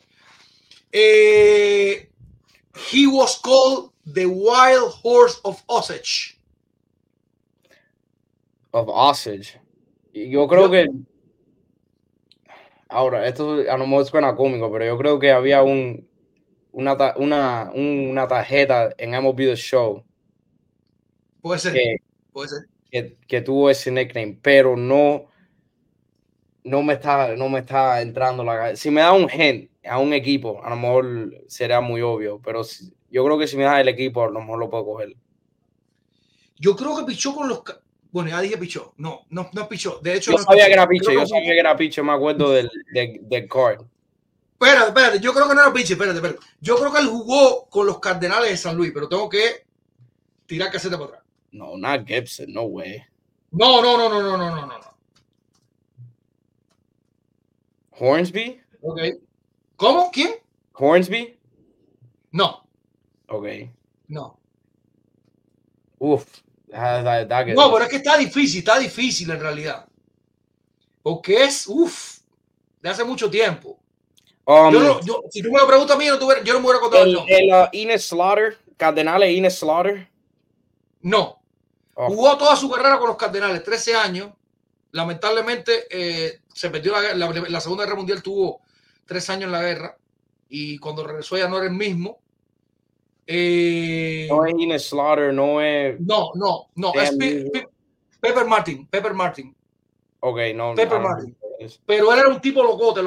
He was called the Wild Horse of Osage. Yo creo que ahora, esto a lo mejor suena cómico, pero yo creo que había una tarjeta en MLB The Show. Puede ser. Que tuvo ese nickname, pero no me está entrando la cabeza. Si me da un hint a un equipo, a lo mejor será muy obvio, pero yo creo que si me da el equipo, a lo mejor lo puedo coger. Yo creo que pichó con los... Bueno, ya dije pichó. No pichó. De hecho, yo sabía que era picho. Me acuerdo del card. Espérate. Yo creo que no era piche. Espérate. Yo creo que él jugó con los Cardenales de San Luis, pero tengo que tirar caseta para atrás. No, not Gibson. No way. No. Hornsby. Ok. ¿Cómo? ¿Quién? Hornsby. No. Ok. No. Uf. No, pero es que está difícil en realidad. Porque es, de hace mucho tiempo. Si tú me lo preguntas a mí, yo no me hubiera contado el nombre. Ines Slaughter, Cardenales Ines Slaughter. No. Jugó toda su carrera con los Cardenales, 13 años. Lamentablemente se perdió la Segunda Guerra Mundial, tuvo 3 años en la guerra. Y cuando regresó ya no era el mismo. No es Ines Slaughter, no es. No. Es Pepper Martin. Ok, no. Pepper Martin. Pero él era un tipo locote.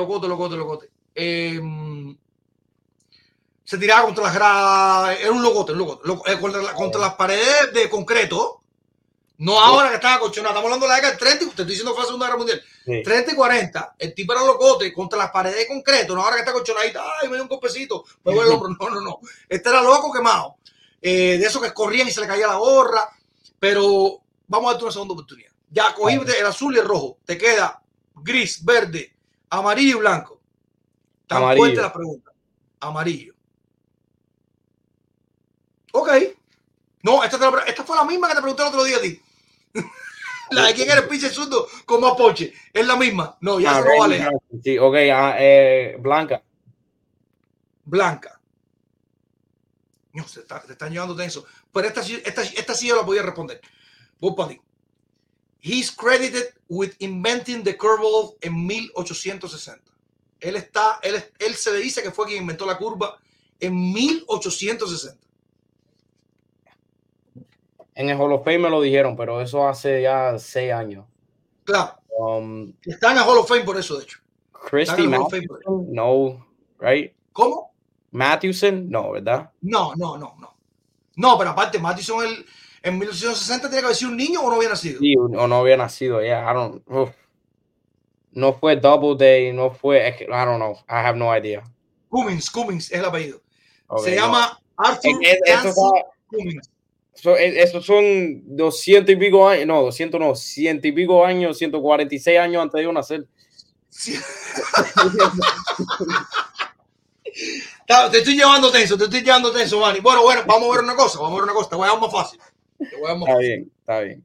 Se tiraba contra las gradas. Era un locote. Contra las paredes de concreto. No ahora que están acolchonadas. Estamos hablando de la década del 30. Te estoy diciendo que fue la Segunda Guerra Mundial. Sí. 30 y 40. El tipo era locote contra las paredes de concreto. No ahora que está acolchonadita. Ay, me dio un golpecito. Me voy al hombro. No. Este era loco quemado. de esos que corrían y se le caía la gorra, pero vamos a darte una segunda oportunidad. Ya cogiste el azul y el rojo, te queda gris, verde, amarillo y blanco. Tan Amarillo. fuerte la pregunta. Amarillo. Ok. No, esta fue la misma que te pregunté el otro día a ti. La de quién era el pitcher zurdo con más ponche. Es la misma. No, ya eso no vale. Sí, ok, blanca. Blanca. No, te están llevando tenso. Pero esta sí yo la podía responder. Voy para ti. He's credited with inventing the curveball en 1860. Él se le dice que fue quien inventó la curva en 1860. En el Hall of Fame me lo dijeron, pero eso hace ya 6 años. Claro. Está en el Hall of Fame por eso, de hecho. Christy Mathewson, no, right? ¿Cómo? Mathewson, no, ¿verdad? No. No, pero aparte, Mathewson en 1860 tenía que haber sido un niño o no había nacido. Sí, o no había nacido, yeah, no fue Doubleday, no fue, I don't know, I have no idea. Cummings es el apellido. Okay, se llama Arthur Cummings. Esos son 200 y pico años, no, 200 no, 100 y pico años, 146 años antes de yo nacer. Sí. Te estoy llevando tenso, Manny. Bueno, vamos a ver una cosa, te voy a dar más fácil. Está bien.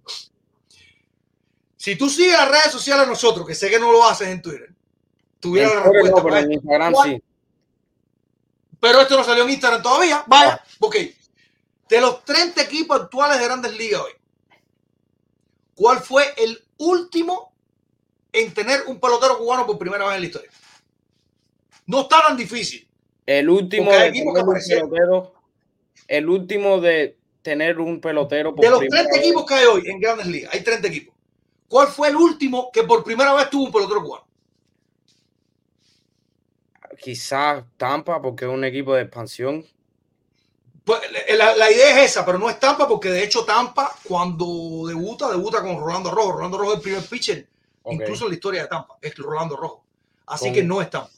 Si tú sigues las redes sociales de nosotros, que sé que no lo haces en Twitter, tuviera la Twitter respuesta. No, pero en Instagram sí. Pero esto no salió en Instagram todavía. Vaya, ok. De los 30 equipos actuales de Grandes Ligas hoy, ¿cuál fue el último en tener un pelotero cubano por primera vez en la historia? No está tan difícil. El último de tener un pelotero por de los 30 equipos que hay hoy en Grandes Ligas, hay 30 equipos. ¿Cuál fue el último que por primera vez tuvo un pelotero cubano? Quizás Tampa, porque es un equipo de expansión. Pues la idea es esa, pero no es Tampa, porque de hecho Tampa, cuando debuta con Rolando Rojo. Rolando Rojo es el primer pitcher, incluso en la historia de Tampa, es Rolando Rojo. Así que no es Tampa.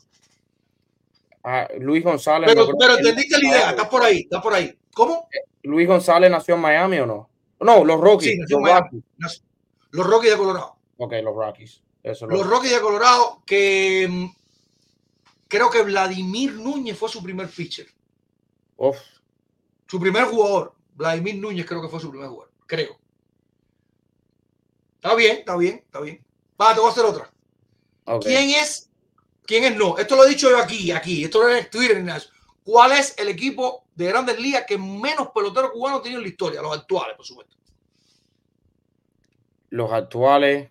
Luis González. Pero entendiste la idea, está por ahí. ¿Cómo? ¿Luis González nació en Miami o no? No, los Rockies. Sí, nació en Miami. Los Rockies de Colorado. Ok, los Rockies. Los Rockies de Colorado, que creo que Vladimir Núñez fue su primer pitcher. Uf. Su primer jugador. Vladimir Núñez creo que fue su primer jugador. Creo. Está bien. Va, te voy a hacer otra. Okay. ¿Quién es no? Esto lo he dicho yo aquí. Esto no es en Twitter ni nada. ¿Cuál es el equipo de Grandes Ligas que menos peloteros cubanos tiene en la historia? Los actuales, por supuesto. Los actuales.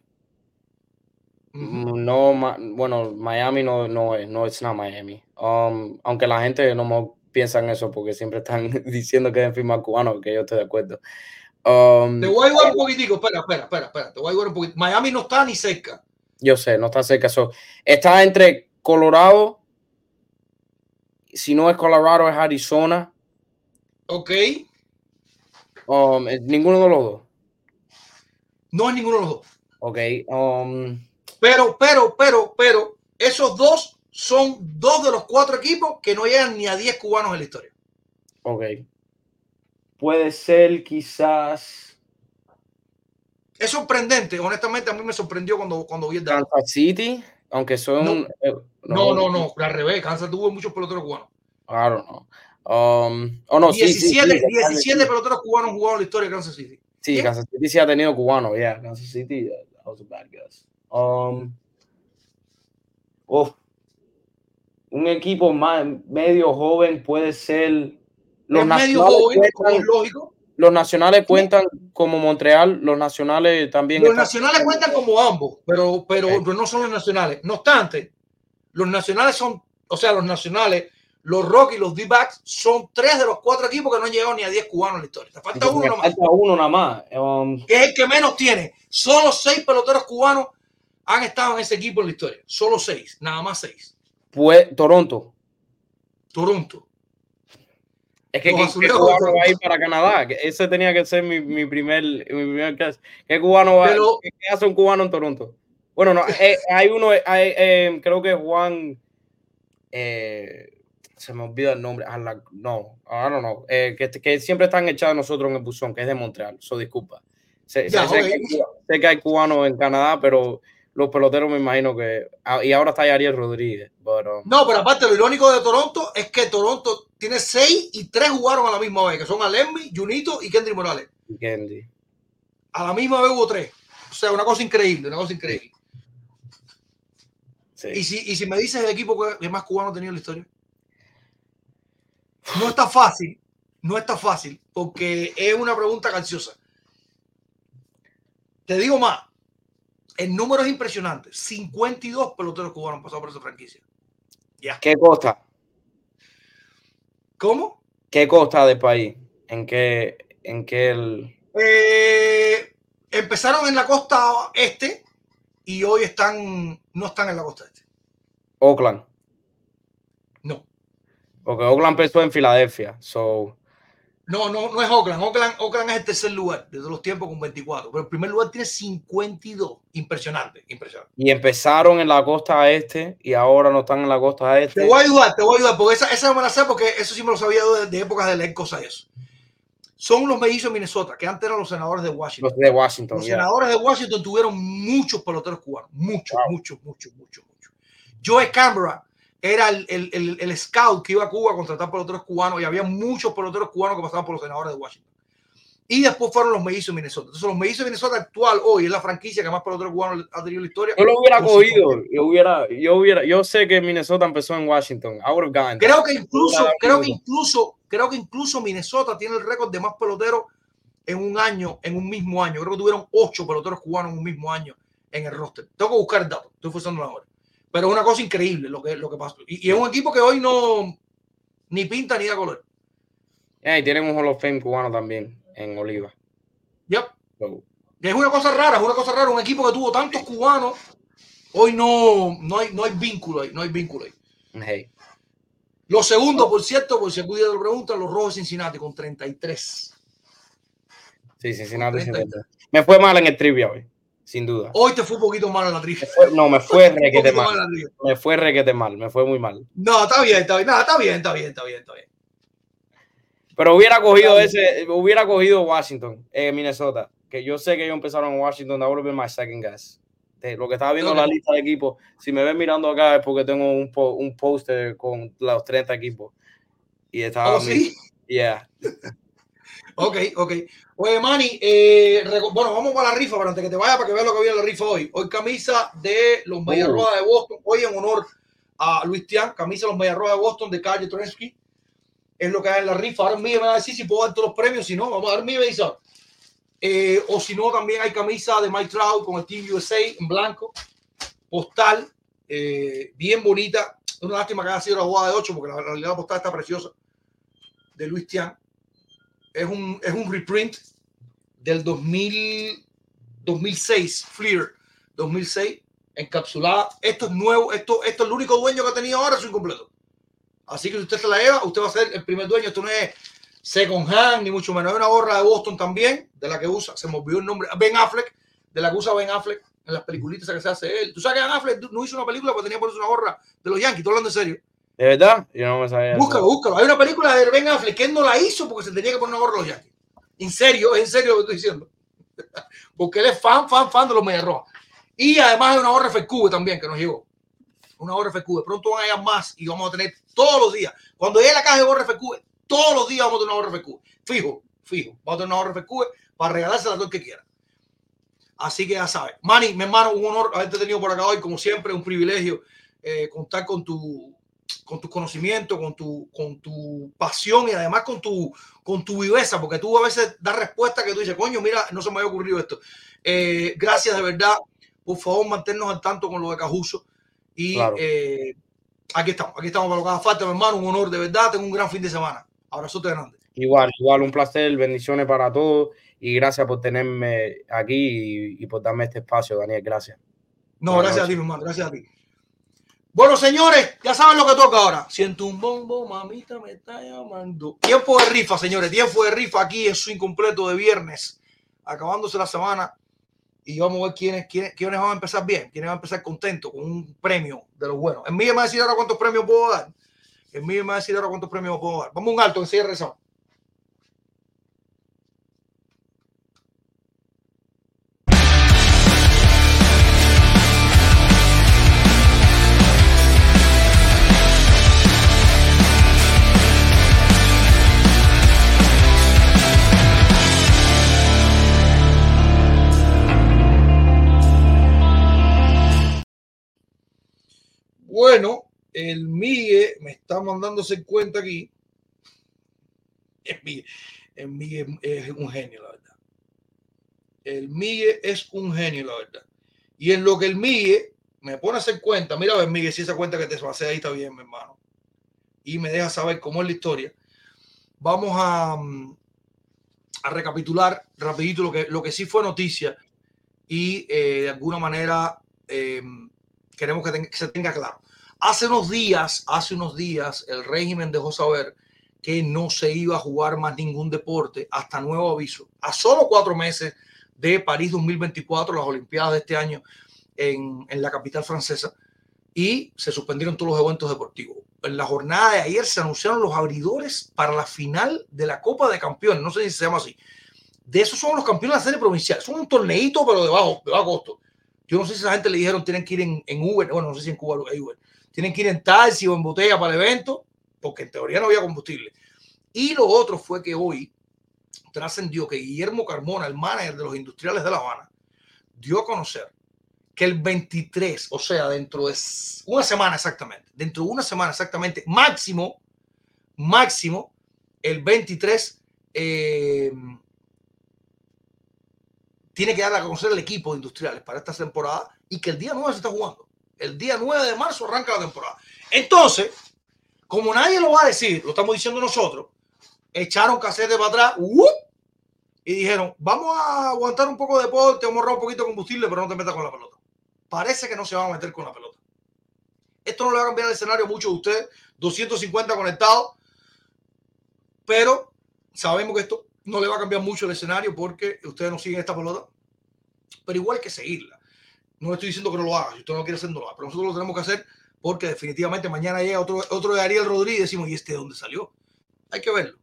No, bueno, Miami no es Miami. Aunque la gente no piensa en eso porque siempre están diciendo que deben firmar cubanos, que yo estoy de acuerdo. Te voy a ayudar un poquitico. Espera. Te voy a ayudar un poquito. Miami no está ni cerca. Yo sé, no está cerca. Está entre Colorado. Si no es Colorado, es Arizona. Ok. Ninguno de los dos. No es ninguno de los dos. Ok. Pero esos dos son 2 de los 4 equipos que no llegan ni a 10 cubanos en la historia. Ok. Puede ser quizás. Es sorprendente, honestamente a mí me sorprendió cuando vi el dato. Kansas City, aunque son. No, al revés. Kansas tuvo muchos peloteros cubanos. I don't know. 17 peloteros cubanos jugaron en la historia de Kansas City. Sí, ¿quién? Kansas City sí ha tenido cubanos, yeah. Kansas City, that was a bad guess. Un equipo medio joven puede ser. Los medio joven, como es lógico. Los nacionales cuentan como Montreal, los nacionales también. Los nacionales cuentan como ambos, pero no son los nacionales. No obstante, los nacionales los Rockies y los D-backs son 3 de los 4 equipos que no han llegado ni a 10 cubanos en la historia. Te falta uno nomás. Falta uno nada más. Que es el que menos tiene. Solo 6 peloteros cubanos han estado en ese equipo en la historia. Solo 6, nada más 6. Pues Toronto. Es que ¿qué cubano va a ir para Canadá? Ese tenía que ser mi primer caso. ¿Qué cubano va? ¿Qué hace un cubano en Toronto? Bueno, no, hay uno, creo que Juan, Se me olvida el nombre. No, I don't know. Que siempre están echados nosotros en el buzón, que es de Montreal. Disculpa. Sé que hay cubanos en Canadá, pero los peloteros me imagino que... Y ahora está Ariel Rodríguez. No, pero aparte lo irónico de Toronto es que Toronto tiene 6 y 3 jugaron a la misma vez, que son Alembi, Junito y Kendry Morales. A la misma vez hubo 3. O sea, una cosa increíble, Sí. ¿Y si me dices el equipo que más cubanos ha tenido en la historia? No está fácil, porque es una pregunta capciosa. Te digo más, el número es impresionante. 52 peloteros cubanos han pasado por esa franquicia. Ya. ¿Qué costa? ¿Cómo? ¿Qué costa del país? ¿En qué empezaron en la costa este y hoy no están en la costa este. Oakland. No. Porque Oakland empezó en Filadelfia. No es Oakland. Oakland es el tercer lugar de todos los tiempos con 24. Pero el primer lugar tiene 52. Impresionante. Y empezaron en la costa este y ahora no están en la costa este. Te voy a ayudar, porque esa no me la sé, porque eso sí me lo sabía de épocas de leer cosas de eso. Son los mellizos de Minnesota, que antes eran los senadores de Washington. Los senadores de Washington tuvieron muchos peloteros cubanos. Muchos. Joe Canberra era el scout que iba a Cuba a contratar peloteros cubanos y había muchos peloteros cubanos que pasaban por los senadores de Washington. Y después fueron los mellizos de Minnesota. Entonces, los mellizos de Minnesota actual hoy es la franquicia que más peloteros cubanos ha tenido en la historia. Yo lo hubiera cogido. Yo sé que Minnesota empezó en Washington. Creo que incluso Minnesota tiene el récord de más peloteros en un mismo año. Creo que tuvieron 8 peloteros cubanos en un mismo año en el roster. Tengo que buscar el dato. Estoy forzando la hora. Pero es una cosa increíble lo que pasó. Y es un equipo que hoy no ni pinta ni da color. Y tienen un Hall of Fame cubano también en Oliva. Yep. Es una cosa rara. Un equipo que tuvo tantos cubanos, hoy no hay vínculo ahí. Hey. Los segundos, por cierto, por si algún día te lo preguntan, los Rojos de Cincinnati con 33. Sí, Cincinnati. Me fue mal en el trivia hoy, sin duda. Hoy te fue un poquito mal en la trivia. Me fue requete mal. Me fue requete mal, me fue muy mal. No, está bien. Pero hubiera cogido Washington, Minnesota, que yo sé que ellos empezaron en Washington. That would have been my second guess. Lo que estaba viendo en la lista de equipos, si me ven mirando acá es porque tengo un póster con los 30 equipos. Y estaba... ¿sí? Yeah. Ok. Oye, Manny, bueno, vamos para la rifa, pero antes que te vaya, para que veas lo que había en la rifa hoy. Hoy camisa de los Medias Rojas de Boston, hoy en honor a Luis Tian, camisa de los Medias Rojas de Boston de Carl Yastrzemski. Es lo que hay en la rifa. Ahora me va a decir si puedo dar todos los premios, si no, vamos a dar mi visa. O si no, también hay camisa de Mike Trout con el Team USA en blanco, postal, bien bonita. Es una lástima que haya sido la jugada de 8 porque la realidad postal está preciosa, de Luis Tian. Es un reprint del 2006, Fleer 2006, encapsulada. Esto es nuevo, esto es el único dueño que ha tenido ahora, es incompleto. Así que si usted se la lleva, usted va a ser el primer dueño. Esto no es second hand, ni mucho menos. Hay una gorra de Boston también, de la que usa, se me olvidó el nombre, Ben Affleck, de la que usa Ben Affleck en las peliculitas que se hace él. Tú sabes que Ben Affleck no hizo una película porque tenía por eso una gorra de los Yankees. ¿Estoy hablando en serio? ¿De verdad? Yo no me sabía. Búscalo. Hay una película de Ben Affleck que él no la hizo porque se tenía que poner una gorra de los Yankees. En serio lo que estoy diciendo. Porque él es fan de los Medias Rojas. Y además hay una gorra FQ también que nos llegó. Una gorra FQ. Pronto van a ir más y vamos a tener todos los días. Cuando llegue la caja de gorra FQ, todos los días vamos a tener una gorra FQ. Fijo. Vamos a tener una gorra FQ para regalársela a todo el que quiera. Así que ya sabes. Manny, mi hermano, un honor haberte tenido por acá hoy. Como siempre, un privilegio contar con tu conocimiento, con tu pasión y además con tu viveza, porque tú a veces das respuestas que tú dices, coño, mira, no se me había ocurrido esto. Gracias de verdad. Por favor, mantenernos al tanto con lo de Cajuso. Y claro. Aquí estamos para lo que haga falta, mi hermano. Un honor, de verdad. Tengo un gran fin de semana. Abrazote grande. Igual, un placer. Bendiciones para todos. Y gracias por tenerme aquí y por darme este espacio, Daniel. Gracias. No, gracias a ti, mi hermano. Gracias a ti. Bueno, señores, ya saben lo que toca ahora. Siento un bombo, mamita me está llamando. Tiempo de rifa, señores. Tiempo de rifa aquí en su incompleto de viernes. Acabándose la semana. Y vamos a ver quiénes van a empezar bien. Quiénes van a empezar contentos con un premio de los buenos. En mí me va a decir ahora cuántos premios puedo dar. El Miguel me va a decir ahora cuántos premios puedo dar. Vamos a un alto, que sigue rezando. Bueno, el Miguel me está mandándose cuenta aquí. El Miguel es un genio, la verdad. El Miguel es un genio, la verdad. Y en lo que el Miguel me pone a hacer cuenta, mira a ver, Miguel, si esa cuenta que te va a hacer ahí está bien, mi hermano. Y me deja saber cómo es la historia. Vamos a recapitular rapidito lo que sí fue noticia y de alguna manera queremos que se tenga claro. Hace unos días el régimen dejó saber que no se iba a jugar más ningún deporte hasta nuevo aviso. A solo 4 meses de París 2024, las Olimpiadas de este año en la capital francesa, y se suspendieron todos los eventos deportivos. En la jornada de ayer se anunciaron los abridores para la final de la Copa de Campeones, no sé si se llama así. De esos son los campeones de la serie provincial. Son un torneito, pero de bajo costo. Yo no sé si a esa gente le dijeron tienen que ir en Uber. Bueno, no sé si en Cuba hay Uber. Tienen que ir en taxi o en botella para el evento, porque en teoría no había combustible. Y lo otro fue que hoy trascendió que Guillermo Carmona, el manager de los Industriales de La Habana, dio a conocer que el 23, o sea, dentro de una semana exactamente, máximo, el 23, tiene que dar a conocer el equipo de Industriales para esta temporada y que el día 9 se está jugando. El día 9 de marzo arranca la temporada. Entonces, como nadie lo va a decir, lo estamos diciendo nosotros, echaron casete para atrás y dijeron, vamos a aguantar un poco de deporte, vamos a ahorrar un poquito de combustible, pero no te metas con la pelota. Parece que no se van a meter con la pelota. Esto no le va a cambiar el escenario a muchos de ustedes, 250 conectados, pero sabemos que esto no le va a cambiar mucho el escenario porque ustedes no siguen esta pelota, pero igual hay que seguirla. No estoy diciendo que no lo haga, si usted no quiere hacer, no lo haga, pero nosotros lo tenemos que hacer porque definitivamente mañana llega otro de Ariel Rodríguez y decimos, ¿y este de dónde salió? Hay que verlo.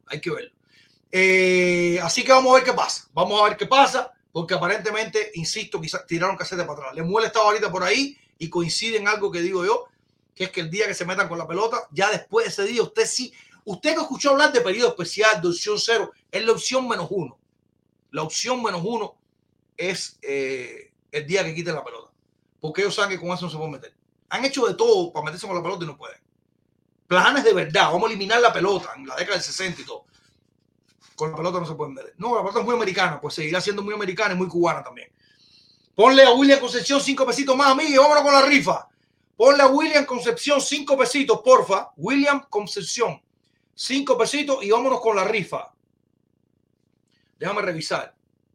Así que vamos a ver qué pasa, porque aparentemente, insisto, quizás tiraron casete para atrás. Lemuel estaba ahorita por ahí y coincide en algo que digo yo, que es que el día que se metan con la pelota, ya después de ese día, usted que escuchó hablar de periodo especial, de opción 0, es la opción -1. La opción -1 es el día que quiten la pelota, porque ellos saben que con eso no se pueden meter. Han hecho de todo para meterse con la pelota y no pueden. Planes de verdad, vamos a eliminar la pelota en la década del 60 y todo. Con la pelota no se pueden meter. No, la pelota es muy americana, pues seguirá siendo muy americana y muy cubana también. Ponle a William Concepción 5 pesitos más, amigo, y vámonos con la rifa. Ponle a William Concepción 5 pesitos, porfa. William Concepción 5 pesitos y vámonos con la rifa. Déjame revisar.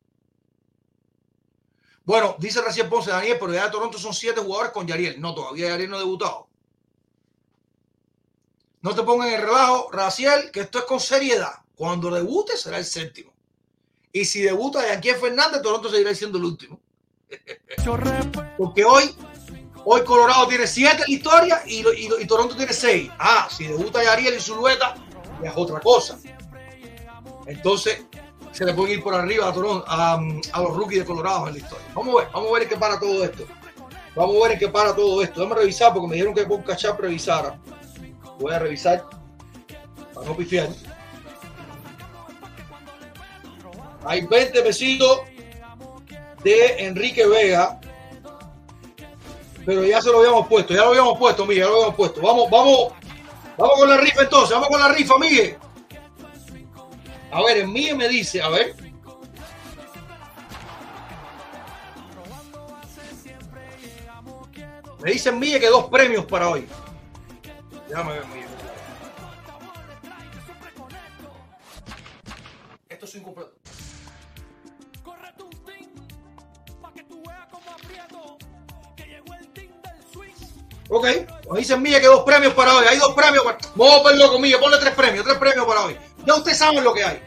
Bueno, dice recién Ponce, Daniel, pero ya de Toronto son 7 jugadores con Yariel. No, todavía Yariel no ha debutado. No te pongan en relajo, Raciel, que esto es con seriedad. Cuando debute será el 7º. Y si debuta Yanquiel Fernández, Toronto seguirá siendo el último. Porque hoy Colorado tiene 7 victorias y Toronto tiene 6. Si debuta Yariel y Zulueta, es otra cosa. Entonces, se le puede ir por arriba a Toronto, a los rookies de Colorado en la historia. Vamos a ver en qué para todo esto. Déjame revisar porque me dijeron que por cachar revisara. Voy a revisar para no pifiar. Hay 20 pesitos de Enrique Vega, pero ya se lo habíamos puesto, Miguel, Vamos con la rifa entonces, Miguel. A ver, en Miguel me dice, a ver. Me dice en Miguel que 2 premios para hoy. Déjame ver, Miguel. Esto es incompleto. Ok, nos dicen Miguel que 2 premios para hoy. Hay 2 premios para... Vamos a ver loco, Miguel, ponle 3 premios para hoy. Ya ustedes saben lo que hay.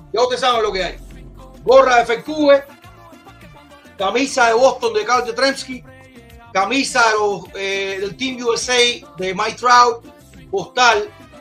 Gorra de FECUBE, camisa de Boston de Carl Yastrzemski, camisa de del Team USA de Mike Trout, postal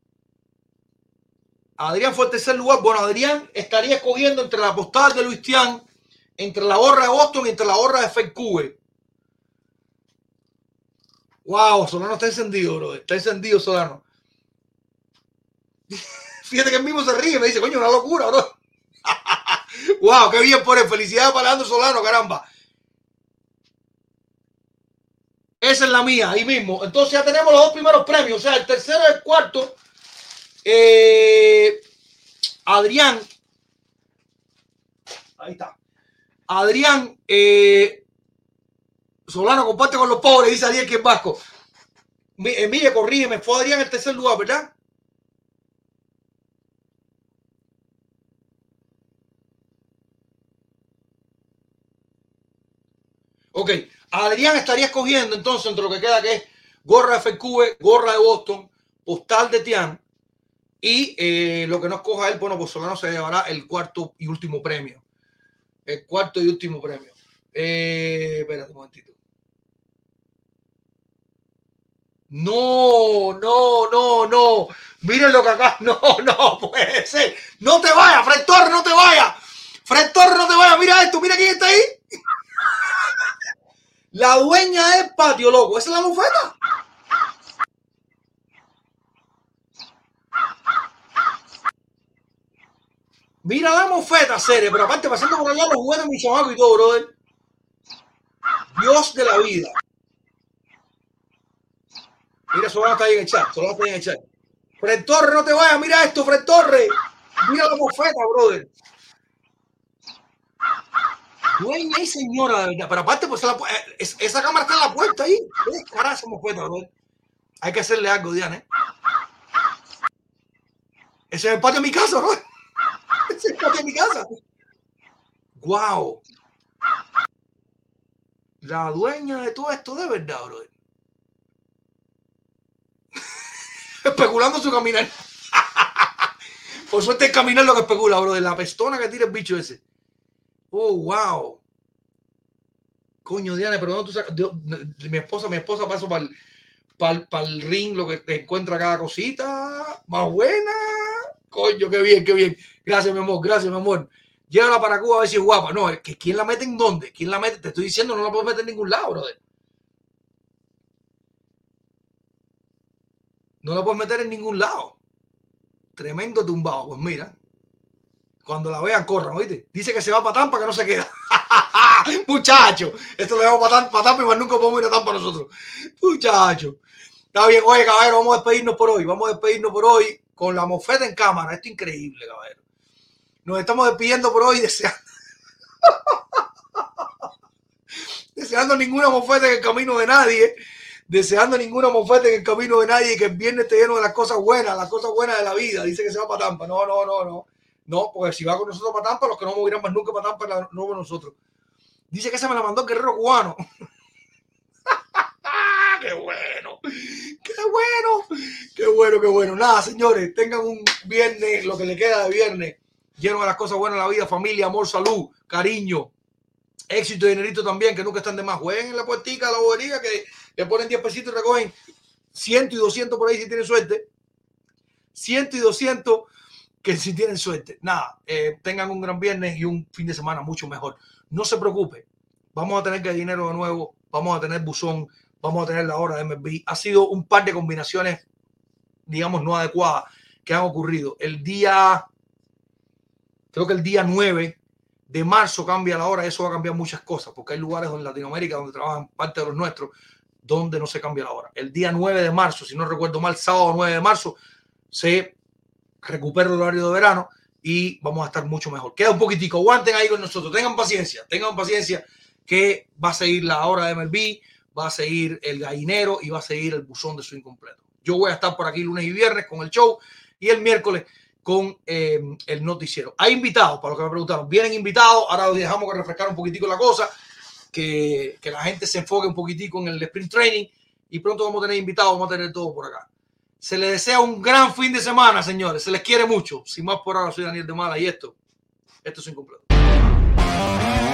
Adrián fue el tercer lugar. Bueno, Adrián estaría escogiendo entre la postal de Luis Tian, entre la gorra de Boston y entre la gorra de Vancouver. Wow, Solano está encendido, bro. Está encendido Solano. Fíjate que él mismo se ríe y me dice, coño, una locura, bro. Wow, qué bien por él. Felicidades para Leandro Solano, caramba. Esa es la mía, ahí mismo. Entonces ya tenemos los dos primeros premios. O sea, el tercero y el cuarto. Adrián. Ahí está. Adrián Solano comparte con los pobres, dice Ariel que es vasco. Emilia, corrígeme, fue Adrián el tercer lugar, ¿verdad? Ok, Adrián estaría escogiendo entonces entre lo que queda, que es gorra de FQ, gorra de Boston, postal de Tian, y lo que no escoja él, bueno, pues Solano se llevará el cuarto y último premio. El cuarto y último premio. Espérate un momentito. No. Miren lo que acá. No puede ser. No te vayas, Fred Torres, no te vayas. Fred Torres, no te vayas. Mira esto, mira quién está ahí. La dueña es Patio Loco. ¿Esa es la mofeta? Mira la mofeta, serie, pero aparte pasando por allá los juguetes de mi chamaco y todo, brother. Dios de la vida. Mira, Solano está ahí en el chat. Fred Torres, no te vayas. Mira esto, Fred Torres. Mira la mofeta, brother. Dueña y señora, de verdad. Pero aparte, pues esa cámara está en la puerta ahí. ¿Qué carajo esa mofeta, brother? Hay que hacerle algo, Diana, ¿eh? Ese es el patio de mi casa, brother. Ese es el patio de mi casa. Wow. La dueña de todo esto, de verdad, brother. Especulando su caminar. Por suerte el caminar lo que especula, bro, de la pestona que tira el bicho ese. Oh, wow. Coño, Diana, pero no tú sacas. Mi esposa pasó para el ring, lo que te encuentra cada cosita. Más buena. Coño, qué bien. Gracias, mi amor. Llévala para Cuba a ver si es guapa. No, es que ¿quién la mete en dónde? ¿Quién la mete? Te estoy diciendo, no la puedes meter en ningún lado, brother. No la puedes meter en ningún lado. Tremendo tumbado. Pues mira, cuando la vean, corran, ¿oíste? Dice que se va para Tampa, que no se queda. Muchacho, esto lo dejamos para Tampa y más nunca podemos ir a Tampa nosotros. Muchacho. Está bien, oye, caballero, vamos a despedirnos por hoy. Con la mofeta en cámara. Esto es increíble, caballero. Nos estamos despidiendo por hoy deseando ninguna mofeta en el camino de nadie. Y que el viernes esté lleno de las cosas buenas de la vida. Dice que se va para Tampa. No, porque si va con nosotros para Tampa, los que no moverán más nunca para Tampa, no con nosotros. Dice que se me la mandó el guerrero cubano. Qué bueno. Nada, señores, tengan un viernes, lo que le queda de viernes, lleno de las cosas buenas de la vida, familia, amor, salud, cariño, éxito y dinerito también, que nunca están de más. Jueguen en la puertica de la bobería, que le ponen 10 pesitos y recogen 100 y 200 por ahí si tienen suerte. 100 y 200 que si tienen suerte. Nada, tengan un gran viernes y un fin de semana mucho mejor. No se preocupe, vamos a tener dinero de nuevo, vamos a tener buzón, vamos a tener la hora de MLB. Ha sido un par de combinaciones, digamos, no adecuadas que han ocurrido. Creo que el día 9 de marzo cambia la hora. Eso va a cambiar muchas cosas, porque hay lugares en Latinoamérica donde trabajan parte de los nuestros donde no se cambia la hora. El día 9 de marzo, si no recuerdo mal, sábado 9 de marzo, se recupera el horario de verano y vamos a estar mucho mejor. Queda un poquitico, aguanten ahí con nosotros, tengan paciencia que va a seguir la hora de MLB, va a seguir el gallinero y va a seguir el buzón de Swing Completo. Yo voy a estar por aquí lunes y viernes con el show y el miércoles con el noticiero. Hay invitados, para los que me preguntaron, vienen invitados, ahora dejamos que refrescar un poquitico la cosa, que la gente se enfoque un poquitico en el sprint training y pronto vamos a tener invitados, vamos a tener todo por acá. Se les desea un gran fin de semana, señores, se les quiere mucho. Sin más por ahora, soy Daniel de Mala y esto es Swing Completo.